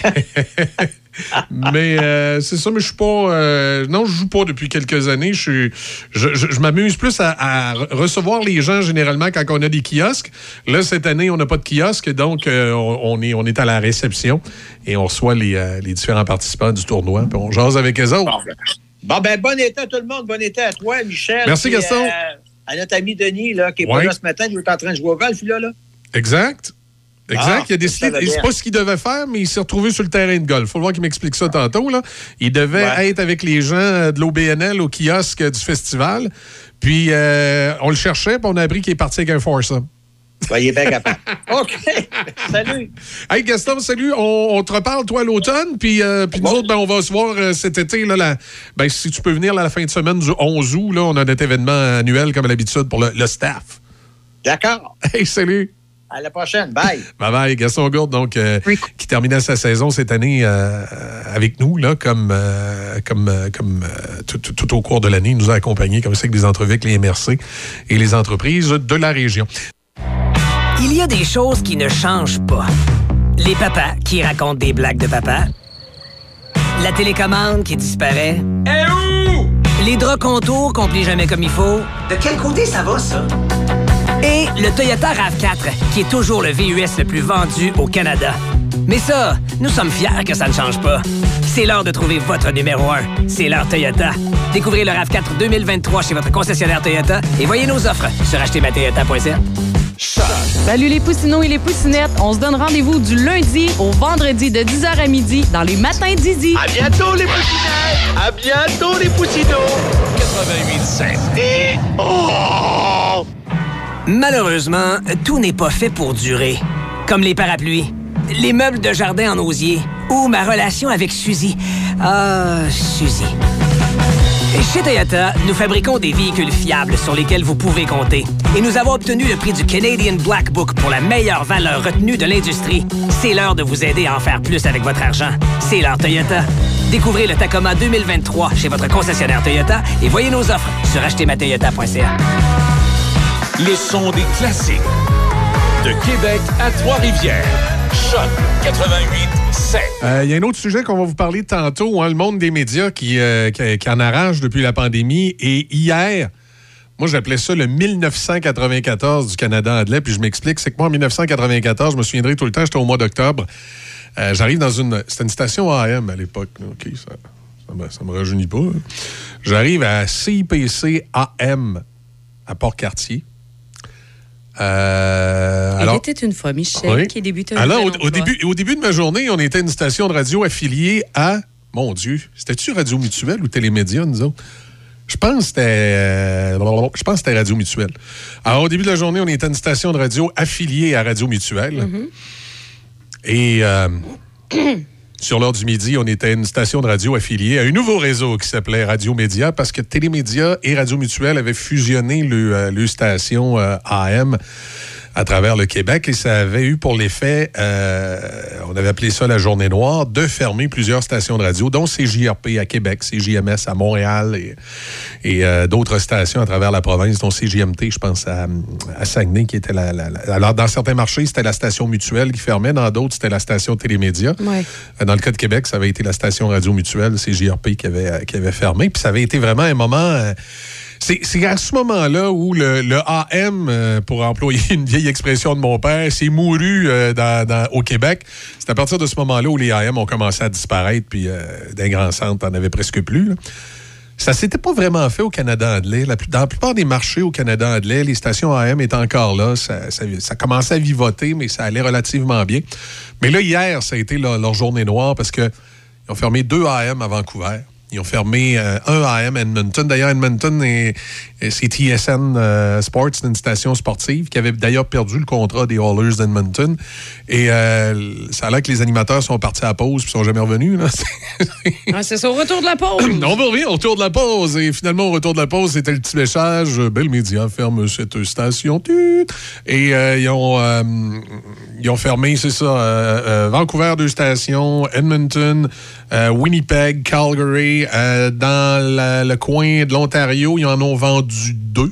mais euh, c'est ça, mais je suis pas... Euh, non, je joue pas depuis quelques années. Je, suis, je, je, je m'amuse plus à, à recevoir les gens, généralement, quand on a des kiosques. Là, cette année, on n'a pas de kiosque, donc euh, on, on, est, on est à la réception et on reçoit les, euh, les différents participants du tournoi, puis on jase avec eux autres. Bon, ben, bon été à tout le monde. Bon été à toi, Michel. Merci, puis, Gaston. Euh, à notre ami Denis, là, qui n'est ouais. pas là ce matin, il est en train de jouer au golf, là. là. Exact. Exact. Ah, il a décidé, il c'est pas ce qu'il devait faire, mais il s'est retrouvé sur le terrain de golf. Faut le voir qu'il m'explique ça tantôt, là. Il devait ouais. être avec les gens de l'O B N L au kiosque du festival. Puis, euh, on le cherchait, puis on a appris qu'il est parti avec un foursome. Soyez bien capable. OK. Salut. Hey, Gaston, salut. On, on te reparle, toi, à l'automne. Puis, euh, puis nous autres, ben, on va se voir euh, cet été. Là, la, ben, si tu peux venir là, la fin de semaine du onze août, là, on a notre événement annuel, comme à l'habitude, pour le, le staff. D'accord. Hey, salut. À la prochaine. Bye. Bye bye. Gaston Gourde, donc, euh, qui terminait sa saison cette année euh, avec nous, là, comme, euh, comme, euh, comme euh, tout, tout, tout au cours de l'année. Il nous a accompagnés comme ça avec des entrevues avec les M R C et les entreprises de la région. Il y a des choses qui ne changent pas. Les papas qui racontent des blagues de papa. La télécommande qui disparaît. Eh où? Les draps contours qu'on plie jamais comme il faut. De quel côté ça va, ça? Et le Toyota RAV quatre, qui est toujours le V U S le plus vendu au Canada. Mais ça, nous sommes fiers que ça ne change pas. C'est l'heure de trouver votre numéro un. C'est l'heure Toyota. Découvrez le RAV quatre deux mille vingt-trois chez votre concessionnaire Toyota et voyez nos offres sur acheter ma toyota point c a. Salut les poussinots et les poussinettes. On se donne rendez-vous du lundi au vendredi de dix heures à midi dans les matins d'Izzy. À bientôt les poussinettes! À bientôt les poussinots! quatre-vingt-huit sept. Et... Oh! Malheureusement, tout n'est pas fait pour durer. Comme les parapluies, les meubles de jardin en osier ou ma relation avec Suzy. Ah, Suzy. Chez Toyota, nous fabriquons des véhicules fiables sur lesquels vous pouvez compter. Et nous avons obtenu le prix du Canadian Black Book pour la meilleure valeur retenue de l'industrie. C'est l'heure de vous aider à en faire plus avec votre argent. C'est l'heure Toyota. Découvrez le Tacoma deux mille vingt-trois chez votre concessionnaire Toyota et voyez nos offres sur acheter ma toyota point c a. Le son des classiques. De Québec à Trois-Rivières. Choc quatre-vingt-huit sept. Il euh, y a un autre sujet qu'on va vous parler tantôt, hein, le monde des médias qui, euh, qui, qui en arrache depuis la pandémie. Et hier, moi, j'appelais ça le mille neuf cent quatre-vingt-quatorze du Canada anglais. Puis je m'explique, c'est que moi, en mille neuf cent quatre-vingt-quatorze, je me souviendrai tout le temps, j'étais au mois d'octobre. Euh, j'arrive dans une... C'était une station A M à l'époque. Là. OK, ça ça me, ça me rajeunit pas. Hein. J'arrive à C I P C A M à Port-Cartier. Euh, Il alors, était une fois Michel oui. qui débutait un Alors, au, nouvel au, début, au début de ma journée, on était une station de radio affiliée à... Mon Dieu, c'était-tu Radio Mutuelle ou Télémédia, nous autres? Je pense que c'était... Euh, je pense que c'était Radio Mutuelle. Alors, au début de la journée, on était une station de radio affiliée à Radio Mutuelle. Mm-hmm. Et... Euh, sur l'heure du midi, on était une station de radio affiliée à un nouveau réseau qui s'appelait Radio Média parce que Télémédia et Radio Mutuelle avaient fusionné le, euh, le station euh, A M à travers le Québec et ça avait eu pour l'effet, euh, on avait appelé ça la journée noire, de fermer plusieurs stations de radio, dont C J R P à Québec, C J M S à Montréal et, et euh, d'autres stations à travers la province, dont C J M T, je pense, à, à Saguenay, qui était la, la, la... Alors, dans certains marchés, c'était la station Mutuelle qui fermait, dans d'autres, c'était la station Télémédia. Ouais. Dans le cas de Québec, ça avait été la station Radio Mutuelle, C J R P, qui avait, qui avait fermé, puis ça avait été vraiment un moment... Euh, C'est, c'est à ce moment-là où le, le A M, euh, pour employer une vieille expression de mon père, s'est mouru euh, dans, dans, au Québec. C'est à partir de ce moment-là où les A M ont commencé à disparaître, puis euh, d'un grand centre, on n'en avait presque plus. Là. Ça s'était pas vraiment fait au Canada anglais. La, dans la plupart des marchés au Canada anglais, les stations A M étaient encore là. Ça, ça, ça commençait à vivoter, mais ça allait relativement bien. Mais là, hier, ça a été leur, leur journée noire parce qu'ils ont fermé deux A M à Vancouver. Ils ont fermé euh, un A M à Edmonton. D'ailleurs, Edmonton, est, est, c'est T S N euh, Sports, c'est une station sportive qui avait d'ailleurs perdu le contrat des Oilers d'Edmonton. Et euh, ça a l'air que les animateurs sont partis à la pause et ne sont jamais revenus. Là. Ah, c'est ça, au retour de la pause. On va revenir au retour de la pause. Et finalement, au retour de la pause, c'était le petit message. Bell Media ferme cette station. Et euh, ils, ont, euh, ils ont fermé, c'est ça, euh, euh, Vancouver, deux stations, Edmonton, euh, Winnipeg, Calgary. Euh, dans la, le coin de l'Ontario, ils en ont vendu deux.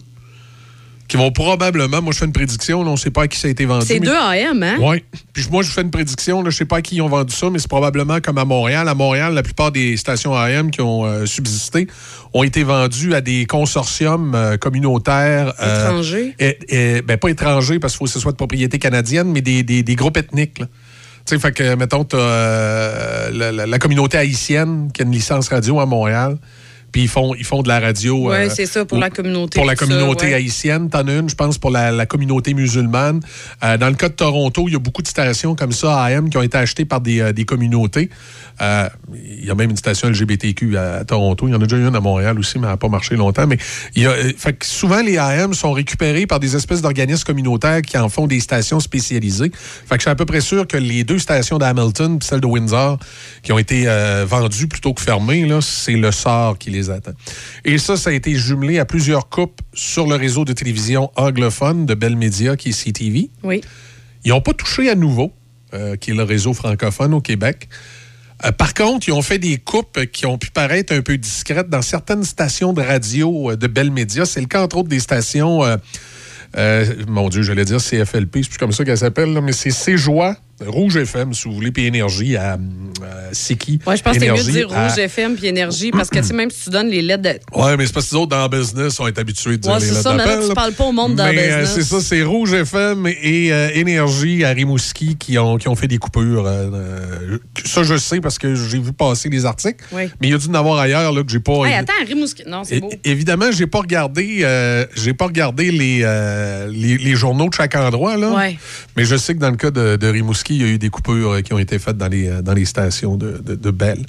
Qui vont probablement, moi je fais une prédiction, là, on ne sait pas à qui ça a été vendu. C'est mais... deux A M, hein? Oui. Puis moi je fais une prédiction, là, je ne sais pas à qui ils ont vendu ça, mais c'est probablement comme à Montréal. À Montréal, la plupart des stations A M qui ont euh, subsisté ont été vendues à des consortiums euh, communautaires. Euh, étrangers? Et, et, ben, pas étrangers, parce qu'il faut que ce soit de propriété canadienne, mais des, des, des groupes ethniques, là. Tu sais, fait que, mettons, tu as euh, la, la, la communauté haïtienne qui a une licence radio à Montréal. Puis ils font, ils font de la radio. Oui, euh, c'est ça, pour au, la communauté. Pour la communauté ça, ouais. haïtienne. T'en as une, je pense, pour la, la communauté musulmane. Euh, dans le cas de Toronto, il y a beaucoup de stations comme ça, A M, qui ont été achetées par des, euh, des communautés. Euh, il y a même une station L G B T Q à, à Toronto. Il y en a déjà une à Montréal aussi, mais elle n'a pas marché longtemps. Mais il y a, euh, fait que souvent, les A M sont récupérés par des espèces d'organismes communautaires qui en font des stations spécialisées. Fait que je suis à peu près sûr que les deux stations d'Hamilton et celle de Windsor qui ont été euh, vendues plutôt que fermées, là, c'est le sort qui les attend. Et ça, ça a été jumelé à plusieurs coupes sur le réseau de télévision anglophone de Bell Media, qui est C T V. Oui. Ils n'ont pas touché à Nouveau, euh, qui est le réseau francophone au Québec. Euh, par contre, ils ont fait des coupes qui ont pu paraître un peu discrètes dans certaines stations de radio euh, de Bell Media. C'est le cas, entre autres, des stations... Euh, euh, mon Dieu, j'allais dire C F L P, c'est plus comme ça qu'elle s'appelle, là, mais c'est C-Joie, Rouge F M, si vous voulez, puis Énergie à, à Siki. Oui, je pense que c'est mieux de dire à... Rouge F M puis Énergie, parce que, tu sais, même si tu donnes les lettres de... Oui, mais c'est parce que les autres dans le business sont habitués de dire ouais, les lettres d'appel. C'est ça, mais là, tu parles pas au monde dans le business. Mais euh, c'est ça, c'est Rouge F M et euh, Énergie à Rimouski qui ont, qui ont fait des coupures. Euh, euh, ça, je sais parce que j'ai vu passer les articles. Oui. Mais il y a dû en avoir ailleurs là, que j'ai pas... Hey, attends, Rimouski... Non, c'est beau. É- évidemment, j'ai pas regardé, euh, j'ai pas regardé les, euh, les, les journaux de chaque endroit, là. Ouais. Mais je sais que dans le cas de, de Rimouski, il y a eu des coupures qui ont été faites dans les, dans les stations de, de, de Bell.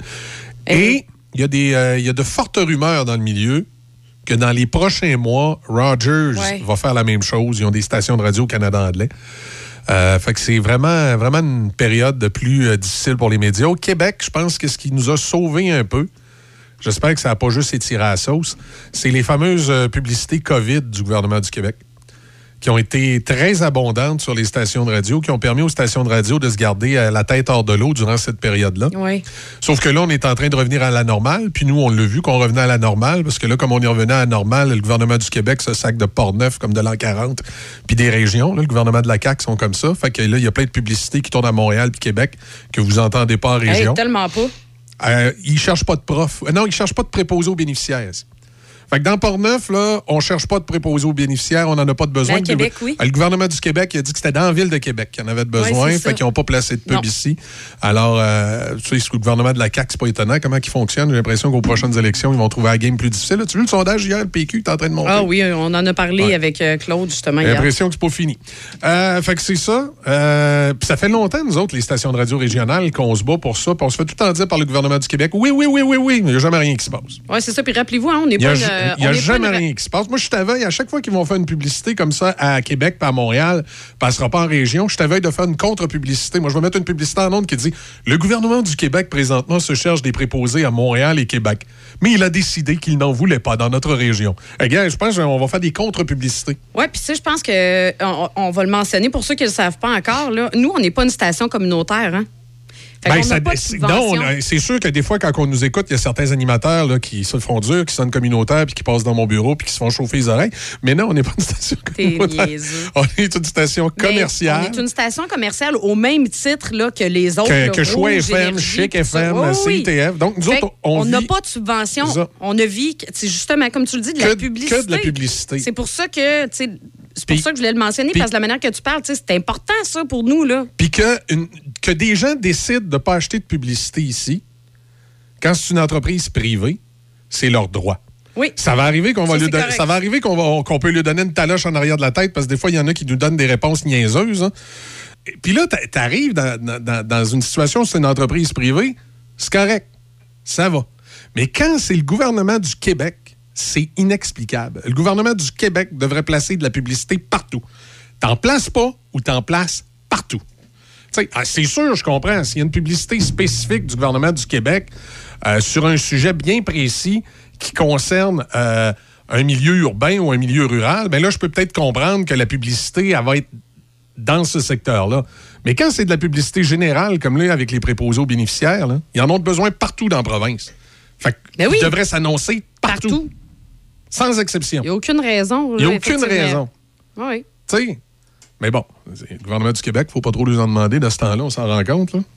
Et il y a des, euh, il y a de fortes rumeurs dans le milieu que dans les prochains mois, Rogers ouais. va faire la même chose. Ils ont des stations de radio au Canada anglais. Euh, fait que c'est vraiment, vraiment une période de plus euh, difficile pour les médias. Au Québec, je pense que ce qui nous a sauvés un peu, j'espère que ça n'a pas juste étiré à la sauce, c'est les fameuses euh, publicités COVID du gouvernement du Québec, qui ont été très abondantes sur les stations de radio, qui ont permis aux stations de radio de se garder euh, la tête hors de l'eau durant cette période-là. Oui. Sauf que là, on est en train de revenir à la normale, puis nous, on l'a vu qu'on revenait à la normale, parce que là, comme on y revenait à la normale, le gouvernement du Québec se sac de Port-Neuf comme de l'an quarante, puis des régions, là, le gouvernement de la C A Q sont comme ça. Fait que là, il y a plein de publicités qui tournent à Montréal puis Québec que vous entendez pas en région. Hey, tellement pas. Euh, ils cherchent pas de profs. Euh, non, ils cherchent pas de préposés aux bénéficiaires. Fait que dans Port-Neuf, là, on cherche pas de préposés aux béniciaires, on n'en a pas de besoin. Dans le Québec, oui. Le gouvernement du Québec il a dit que c'était dans la ville de Québec qu'il y en avait de besoin, ouais, fait qu'ils n'ont pas placé de pub non. ici. Alors, euh, tu sais, le gouvernement de la C A Q, c'est pas étonnant comment il fonctionne. J'ai l'impression qu'aux prochaines élections, ils vont trouver la game plus difficile. Là, tu as vu le sondage hier, le P Q, tu es en train de monter? Ah oui, on en a parlé ouais. avec euh, Claude, justement, J'ai hier. l'impression que c'est pas fini. Euh, fait que c'est ça. Euh, puis ça fait longtemps, nous autres, les stations de radio régionales, qu'on se bat pour ça, puis on se fait tout le temps dire par le gouvernement du Québec, oui, oui, oui, oui, oui, mais il n'y a jamais rien qui se passe. Oui, c'est ça. Puis rappelez-vous, hein, on n'est Il y a, pas... ju- une, il y a on n'est jamais pas une- rien qui se passe. Moi, je suis à veille, à chaque fois qu'ils vont faire une publicité comme ça à Québec puis à Montréal, passera pas en région, je suis à veille de faire une contre-publicité. Moi, je vais mettre une publicité en ondes qui dit « Le gouvernement du Québec, présentement, se cherche des préposés à Montréal et Québec. Mais il a décidé qu'il n'en voulait pas dans notre région. » Eh bien, je pense qu'on va faire des contre-publicités. Oui, puis tu sais, je pense que on, on va le mentionner pour ceux qui ne le savent pas encore. Là, nous, on n'est pas une station communautaire, hein? Fait Ben, qu'on n'a ça- pas de c'est- subvention. non, on- c'est sûr que des fois, quand on nous écoute, il y a certains animateurs là, qui se font dur, qui sonnent communautaires, puis qui passent dans mon bureau, puis qui se font chauffer les oreilles. Mais non, on n'est pas une station T'es communautaire. niaiseux. On est une station Mais commerciale. on est une station commerciale au même titre là, que les autres. Que- là, que Choix Rouge, F M, Énergie, Chic tout ça. F M, Oui, oui. C T F. Donc, nous Fait autres, on on n'a vit- pas de subvention. C'est ça. On ne vit, que- c'est justement, comme tu le dis, de la Que- publicité. que de la publicité. C'est pour ça que, tu sais, c'est pour Puis- ça que je voulais le mentionner, puis- parce que la manière que tu parles, tu sais, c'est important, ça, pour nous, là. Puis que, une- que des gens décident de ne pas acheter de publicité ici, quand c'est une entreprise privée, c'est leur droit. Oui. Ça va arriver qu'on va Ça, lui c'est don- correct. ça va arriver qu'on va- qu'on peut lui donner une taloche en arrière de la tête parce que des fois, il y en a qui nous donnent des réponses niaiseuses. hein. Et Puis là, t'a- t'arrives dans, dans- dans une situation où c'est une entreprise privée, c'est correct. Ça va. Mais quand c'est le gouvernement du Québec, c'est inexplicable. Le gouvernement du Québec devrait placer de la publicité partout. T'en places pas ou t'en places partout. Tu sais, ah, c'est sûr, je comprends. S'il y a une publicité spécifique du gouvernement du Québec euh, sur un sujet bien précis qui concerne euh, un milieu urbain ou un milieu rural, bien là, je peux peut-être comprendre que la publicité, elle va être dans ce secteur-là. Mais quand c'est de la publicité générale, comme là, avec les préposés aux bénéficiaires, là, ils en ont besoin partout dans la province. Fait Ben oui. qu'ils devraient s'annoncer partout. Partout. Sans exception. Il n'y a aucune raison. Il n'y a là, aucune effectivement. raison. Oui. Tu sais, mais bon, c'est le gouvernement du Québec, il ne faut pas trop lui en demander. De ce temps-là, on s'en rend compte. Là.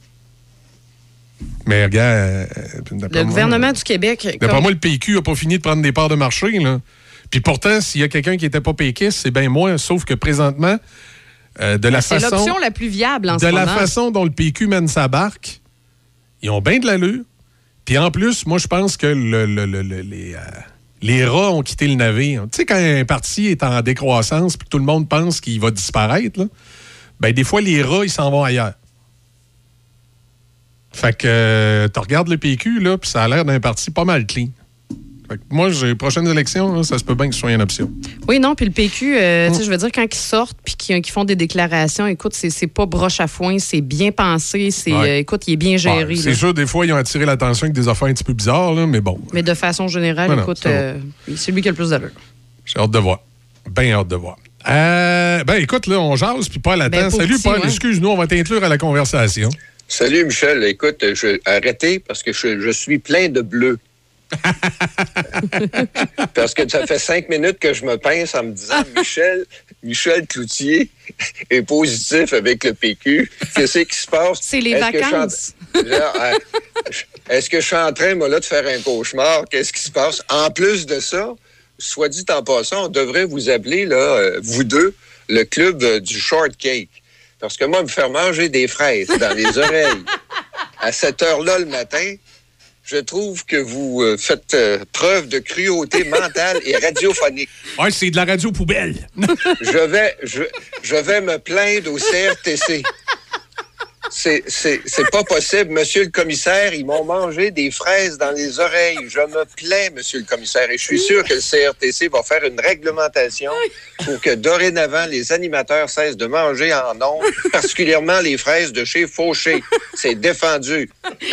Mais regarde... euh, d'après Le moi, gouvernement du Québec... D'après comme- moi, le P Q n'a pas fini de prendre des parts de marché. Là. Puis pourtant, s'il y a quelqu'un qui n'était pas péquiste, c'est bien moi. Sauf que présentement, euh, de la c'est façon... l'option la plus viable en de ce la moment. façon dont le P Q mène sa barque, ils ont bien de l'allure. Puis en plus, moi, je pense que le, le, le, le, les, euh, les rats ont quitté le navire. Tu sais, quand un parti est en décroissance puis que tout le monde pense qu'il va disparaître, là, ben des fois, les rats, ils s'en vont ailleurs. Fait que euh, tu regardes le P Q, là, puis ça a l'air d'un parti pas mal clean. Fait que moi, les prochaines élections, là, ça se peut bien que ce soit une option. Oui, non, puis le P Q, euh, mm. tu sais, je veux dire, quand ils sortent puis qu'ils, qu'ils font des déclarations, écoute, c'est, c'est pas broche à foin, c'est bien pensé, c'est, ouais. euh, écoute, il est bien géré. Ouais, c'est là. sûr, des fois, ils ont attiré l'attention avec des affaires un petit peu bizarres, là, mais bon. Mais de façon générale, voilà, écoute, euh, c'est lui qui a le plus d'allure. J'ai hâte de voir. Bien hâte de voir. Euh, ben, écoute, là, on jase, puis Paul attend. Ben, Salut, Paul, ouais. Excuse-nous, on va t'inclure à la conversation. Salut, Michel. Écoute, je, arrêtez parce que je, je suis plein de bleu. Parce que ça fait cinq minutes que je me pince en me disant Michel, Michel Cloutier est positif avec le P Q. Qu'est-ce qui se passe? C'est les Est-ce vacances. Que je en... Est-ce que je suis en train, moi, là, de faire un cauchemar? Qu'est-ce qui se passe? En plus de ça, soit dit en passant, on devrait vous appeler, là, vous deux, le club du shortcake. Parce que moi, me faire manger des fraises dans les oreilles à cette heure-là le matin, je trouve que vous euh, faites euh, preuve de cruauté mentale et radiophonique. Ouais, c'est de la radio poubelle. je vais, je, je vais me plaindre au C R T C. C'est, c'est, c'est pas possible. Monsieur le commissaire, ils m'ont mangé des fraises dans les oreilles. Je me plains, monsieur le commissaire, et je suis sûr que le C R T C va faire une réglementation pour que dorénavant, les animateurs cessent de manger en ondes, particulièrement les fraises de chez Fauché. C'est défendu.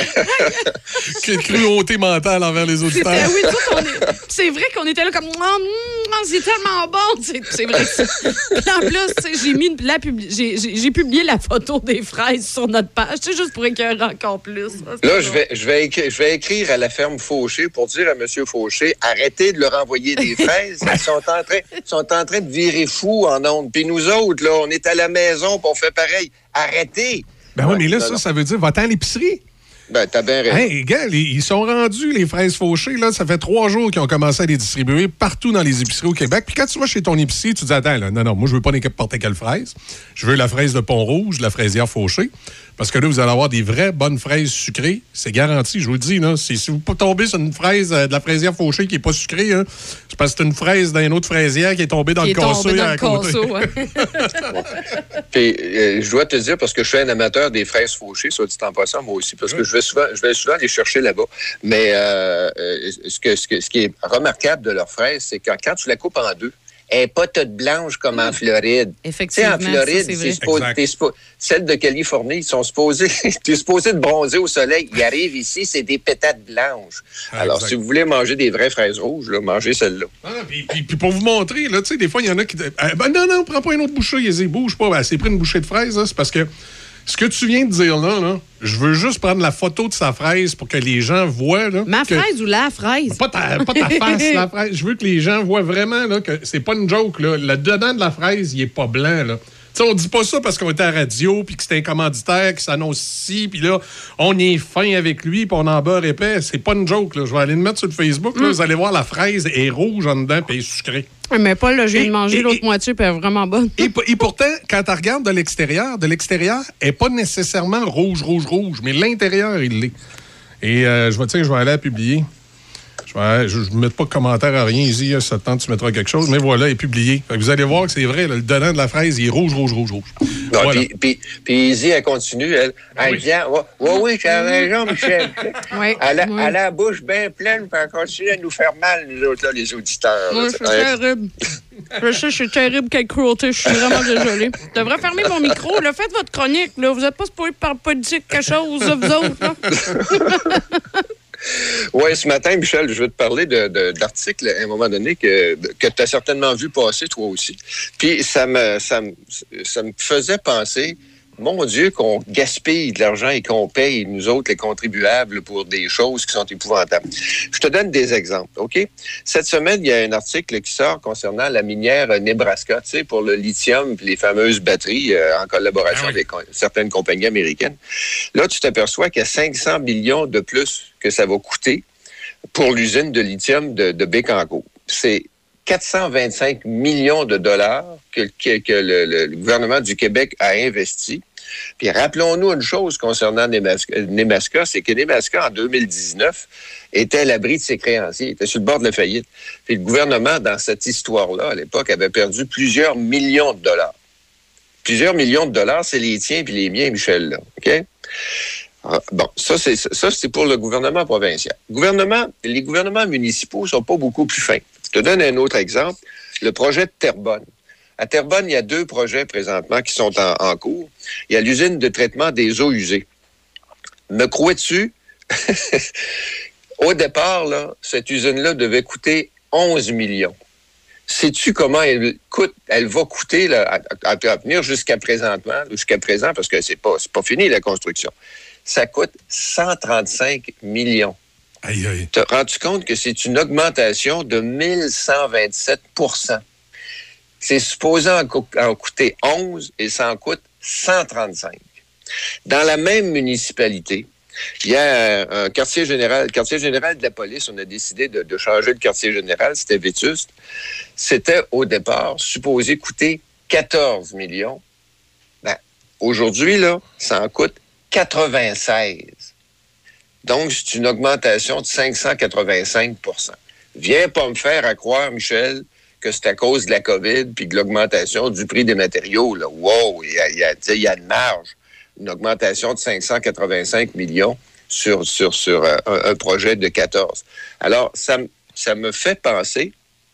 Quelle cruauté mentale envers les auditeurs. C'était, oui, tout, on est, c'est vrai qu'on était là comme oh, mm, c'est tellement bon. C'est, c'est vrai. C'est, en plus, j'ai, mis la pub, j'ai, j'ai, j'ai publié la photo des fraises sur notre page, c'est juste pour écœurer encore plus. Là, je vais, je, vais écrire, je vais écrire à la ferme Fauché pour dire à M. Fauché, arrêtez de leur envoyer des fraises. Ils sont en train, sont en train de virer fous en ondes. Puis nous autres, là, on est à la maison puis on fait pareil. Arrêtez! Ben oui, mais là, ça, ça veut dire va-t'en à l'épicerie. Ben, t'as bien raison. Hey, gars, les, ils sont rendus, les fraises Fauché, là. Ça fait trois jours qu'ils ont commencé à les distribuer partout dans les épiceries au Québec. Puis quand tu vas chez ton épicier, tu te dis, attends, là, non, non, moi, je veux pas n'importe quelle fraise. Je veux la fraise de Pont-Rouge, la fraisière Fauché. Parce que là, vous allez avoir des vraies bonnes fraises sucrées. C'est garanti, je vous le dis. Là. C'est, si vous tombez sur une fraise euh, de la fraisière Fauché qui n'est pas sucrée, hein, c'est parce que c'est une fraise d'une autre fraisière qui est tombée dans qui le casseau à côté. Casseau, ouais. Puis, euh, je dois te dire, parce que je suis un amateur des fraises Fauché, soit dit en passant, moi aussi, parce que je vais souvent, je vais souvent les chercher là-bas. Mais euh, ce, que, ce, que, ce qui est remarquable de leurs fraises, c'est que quand tu la coupes en deux, elle n'est pas toute blanche comme en Floride. Effectivement, tu sais, en Floride, ça, c'est c'est supposé, t'es supposé, celles de Californie, ils sont supposés, t'es supposé de bronzer au soleil. Ils arrivent ici, c'est des pétates blanches. Ah, alors, exact. Si vous voulez manger des vraies fraises rouges, là, mangez celles-là. Ah, puis, puis, puis pour vous montrer, là, tu sais, des fois, il y en a qui... Euh, ben non, non, prends pas une autre bouchée, ils bouge pas. Ben, c'est pris une bouchée de fraises, là, c'est parce que ce que tu viens de dire là, là, je veux juste prendre la photo de sa fraise pour que les gens voient. Là, Ma que... fraise ou la fraise? Pas ta, pas ta face, la fraise. Je veux que les gens voient vraiment là, que c'est pas une joke. Là. Le dedans de la fraise, il est pas blanc. Là. T'sais, on dit pas ça parce qu'on était à la radio, puis que c'était un commanditaire qui s'annonce ici, puis là, on est fin avec lui, puis on en beurre épais. C'est pas une joke. Là. Je vais aller le mettre sur le Facebook. Là, mm. Vous allez voir, la fraise est rouge en dedans, puis elle est sucrée. Mais Paul, là, je viens de manger et, l'autre et, moitié, puis elle est vraiment bonne. Et, et pourtant, quand tu regardes de l'extérieur, de l'extérieur, elle n'est pas nécessairement rouge, rouge, rouge, mais l'intérieur, il l'est. Et euh, je vais, tiens, je vais aller la publier. Je ne mets pas de commentaire à rien ici. Ça te tente, tu mettras quelque chose. Mais voilà, elle est publiée. Vous allez voir que c'est vrai. Là, le dedans de la fraise, il est rouge, rouge, rouge, rouge. Non, voilà. Puis, puis Izzy, elle continue. Elle, elle oui. dit ouais, ouais, oui, tu as raison, Michel. Oui, elle, a, oui. elle a la bouche bien pleine, puis elle continue à nous faire mal, nous autres, là, les auditeurs. Oui, c'est terrible. Je sais, c'est terrible, quelle cruauté. Je suis vraiment désolée. Je devrais fermer mon micro. Là, faites votre chronique. Là. Vous n'êtes pas supposé parler politique, quelque chose, vous autres. Là. Oui, ce matin, Michel, je veux te parler de, de, d'articles à un moment donné que, que tu as certainement vu passer, toi aussi. Puis ça me, ça me, ça me faisait penser, mon Dieu, qu'on gaspille de l'argent et qu'on paye, nous autres, les contribuables, pour des choses qui sont épouvantables. Je te donne des exemples, OK? Cette semaine, il y a un article qui sort concernant la minière Nebraska, tu sais, pour le lithium et les fameuses batteries euh, en collaboration ah oui. avec certaines compagnies américaines. Là, tu t'aperçois qu'il y a cinq cents millions de plus que ça va coûter pour l'usine de lithium de, de Bécancour. C'est quatre cent vingt-cinq millions de dollars que, que, que le, le gouvernement du Québec a investi Puis rappelons-nous une chose concernant Nemaska, Nemaska, c'est que Nemaska, en deux mille dix-neuf, était à l'abri de ses créanciers, était sur le bord de la faillite. Puis le gouvernement, dans cette histoire-là, à l'époque, avait perdu plusieurs millions de dollars. Plusieurs millions de dollars, c'est les tiens puis les miens, Michel, là. OK? Ah, bon, ça c'est, ça, c'est pour le gouvernement provincial. Gouvernement, les gouvernements municipaux sont pas beaucoup plus fins. Je te donne un autre exemple. Le projet de Terrebonne. À Terrebonne, il y a deux projets présentement qui sont en, en cours. Il y a l'usine de traitement des eaux usées. Me crois-tu? Au départ, là, cette usine-là devait coûter onze millions. Sais-tu comment elle coûte? Elle va coûter là, à, à, à venir jusqu'à présentement, jusqu'à présent, parce que c'est pas, c'est pas fini la construction. Ça coûte cent trente-cinq millions. Aïe, aïe. Tu te rends-tu compte que c'est une augmentation de mille cent vingt-sept pour cent? C'est supposé en, co- en coûter onze et ça en coûte cent trente-cinq. Dans la même municipalité, il y a un, un quartier général, le quartier général de la police, on a décidé de, de changer le quartier général, c'était Vétuste. C'était au départ supposé coûter quatorze millions. Ben, aujourd'hui, là, ça en coûte quatre-vingt-seize. Donc, c'est une augmentation de cinq cent quatre-vingt-cinq pour cent. Viens pas me faire à croire, Michel, que c'est à cause de la COVID puis de l'augmentation du prix des matériaux. Là. Wow, il y a, il y a, il y a une marge. Une augmentation de cinq cent quatre-vingt-cinq millions sur, sur, sur un, un projet de quatorze. Alors, ça, ça me fait penser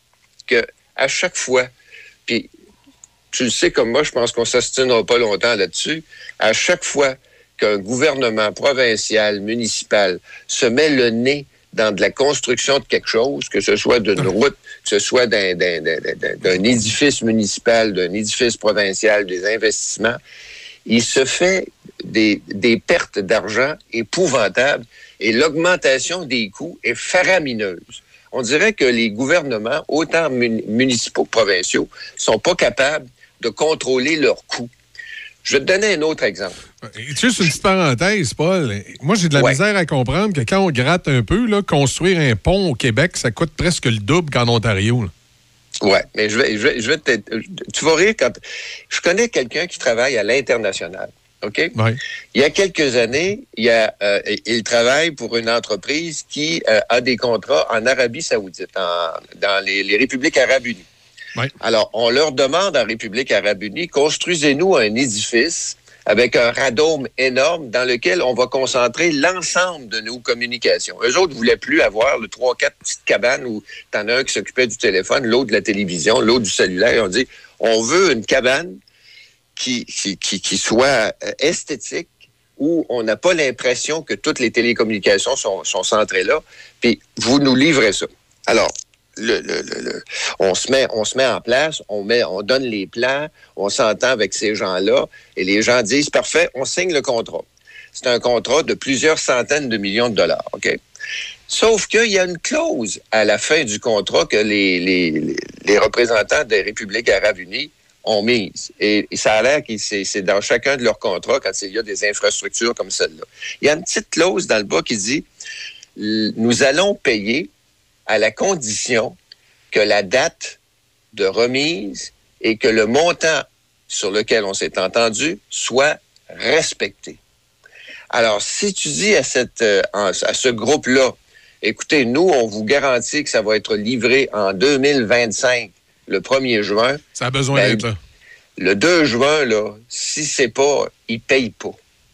que à chaque fois, puis tu le sais comme moi, je pense qu'on ne s'astinera pas longtemps là-dessus, à chaque fois qu'un gouvernement provincial, municipal, se met le nez dans de la construction de quelque chose, que ce soit d'une route, que ce soit d'un, d'un, d'un, d'un, d'un édifice municipal, d'un édifice provincial, des investissements, il se fait des, des pertes d'argent épouvantables et l'augmentation des coûts est faramineuse. On dirait que les gouvernements, autant mun- municipaux que provinciaux, sont pas capables de contrôler leurs coûts. Je vais te donner un autre exemple. Juste une petite parenthèse, Paul. Moi, j'ai de la ouais. misère à comprendre que quand on gratte un peu, là, construire un pont au Québec, ça coûte presque le double qu'en Ontario. Là. Oui, mais je vais, je vais, je vais te... Tu vas rire quand... Je connais quelqu'un qui travaille à l'international, OK? Ouais. Il y a quelques années, il, y a, euh, il travaille pour une entreprise qui euh, a des contrats en Arabie Saoudite, en, dans les, les Républiques arabes unies. Ouais. Alors, on leur demande en République arabe unie, construisez-nous un édifice avec un radome énorme dans lequel on va concentrer l'ensemble de nos communications. Eux autres ne voulaient plus avoir le trois, quatre petites cabanes où t'en as un qui s'occupait du téléphone, l'autre de la télévision, l'autre du cellulaire. On dit, on veut une cabane qui, qui, qui, qui soit esthétique, où on n'a pas l'impression que toutes les télécommunications sont, sont centrées là, puis vous nous livrez ça. Alors, Le, le, le, le, on se met, on se met en place, on met, on donne les plans, on s'entend avec ces gens-là, et les gens disent parfait, on signe le contrat. C'est un contrat de plusieurs centaines de millions de dollars, ok. Sauf qu'il y a une clause à la fin du contrat que les, les, les représentants des Républiques arabes unies ont mise. Et, et ça a l'air que c'est, c'est dans chacun de leurs contrats quand il y a des infrastructures comme celle-là. Il y a une petite clause dans le bas qui dit nous allons payer à la condition que la date de remise et que le montant sur lequel on s'est entendu soit respecté. Alors, si tu dis à, cette, euh, à ce groupe-là, écoutez, nous, on vous garantit que ça va être livré en deux mille vingt-cinq, le premier juin. Ça a besoin ben, d'être là. Le deux juin, là, si c'est pas, ils payent pas.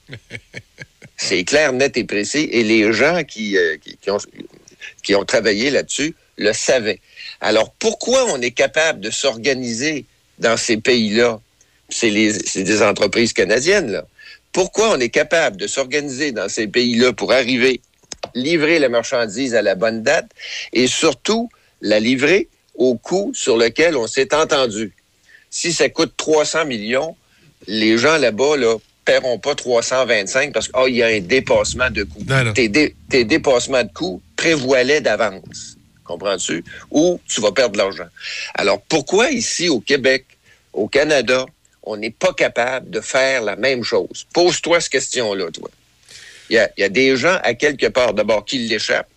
C'est clair, net et précis. Et les gens qui, euh, qui, qui ont... qui ont travaillé là-dessus, le savaient. Alors, pourquoi on est capable de s'organiser dans ces pays-là? C'est, les, c'est des entreprises canadiennes, là. Pourquoi on est capable de s'organiser dans ces pays-là pour arriver, livrer la marchandise à la bonne date et surtout la livrer au coût sur lequel on s'est entendu? Si ça coûte trois cents millions, les gens là-bas, là, paieront pas trois cent vingt-cinq parce qu'il oh, y a un dépassement de coûts. Non, non. Tes, dé, tes dépassements de coûts prévois-les d'avance. Comprends-tu? Ou tu vas perdre de l'argent. Alors, pourquoi ici, au Québec, au Canada, on n'est pas capable de faire la même chose? Pose-toi cette question-là, toi. Il y a, il y a des gens, à quelque part, d'abord, qui l'échappent.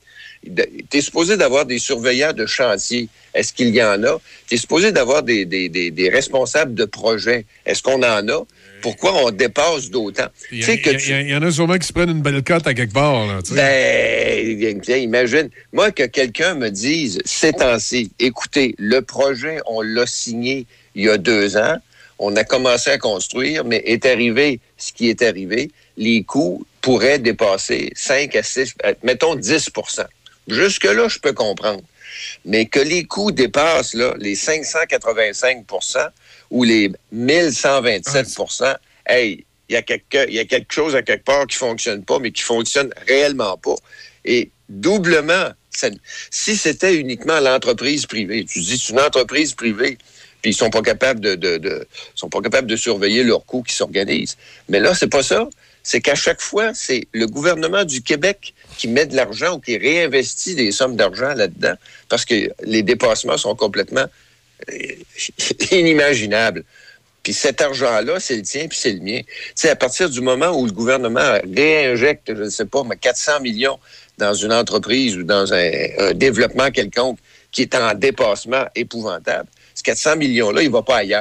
Tu es supposé d'avoir des surveillants de chantier. Est-ce qu'il y en a? Tu es supposé d'avoir des, des, des, des responsables de projet. Est-ce qu'on en a? Pourquoi on dépasse d'autant? Il y, y, tu... y, y en a sûrement qui se prennent une belle cote à quelque part. Là, ben, imagine. Moi, que quelqu'un me dise, ces temps-ci, écoutez, le projet, on l'a signé il y a deux ans, on a commencé à construire, mais est arrivé ce qui est arrivé, les coûts pourraient dépasser cinq à six, mettons dix pour cent. Jusque-là, je peux comprendre. Mais que les coûts dépassent là, les cinq cent quatre-vingt-cinq pour cent ou les mille cent vingt-sept pour cent, hey, il y a quelque, y a quelque chose à quelque part qui fonctionne pas, mais qui fonctionne réellement pas. Et doublement, ça, si c'était uniquement l'entreprise privée, tu dis c'est une entreprise privée, puis ils sont pas capables de, de, de sont pas capables de surveiller leurs coûts qui s'organisent. Mais là, c'est pas ça. C'est qu'à chaque fois, c'est le gouvernement du Québec qui met de l'argent ou qui réinvestit des sommes d'argent là-dedans parce que les dépassements sont complètement inimaginables. Puis cet argent-là, c'est le tien puis c'est le mien. Tu sais, à partir du moment où le gouvernement réinjecte, je ne sais pas, mais quatre cents millions dans une entreprise ou dans un, un développement quelconque qui est en dépassement épouvantable, ce quatre cents millions-là, il ne va pas ailleurs.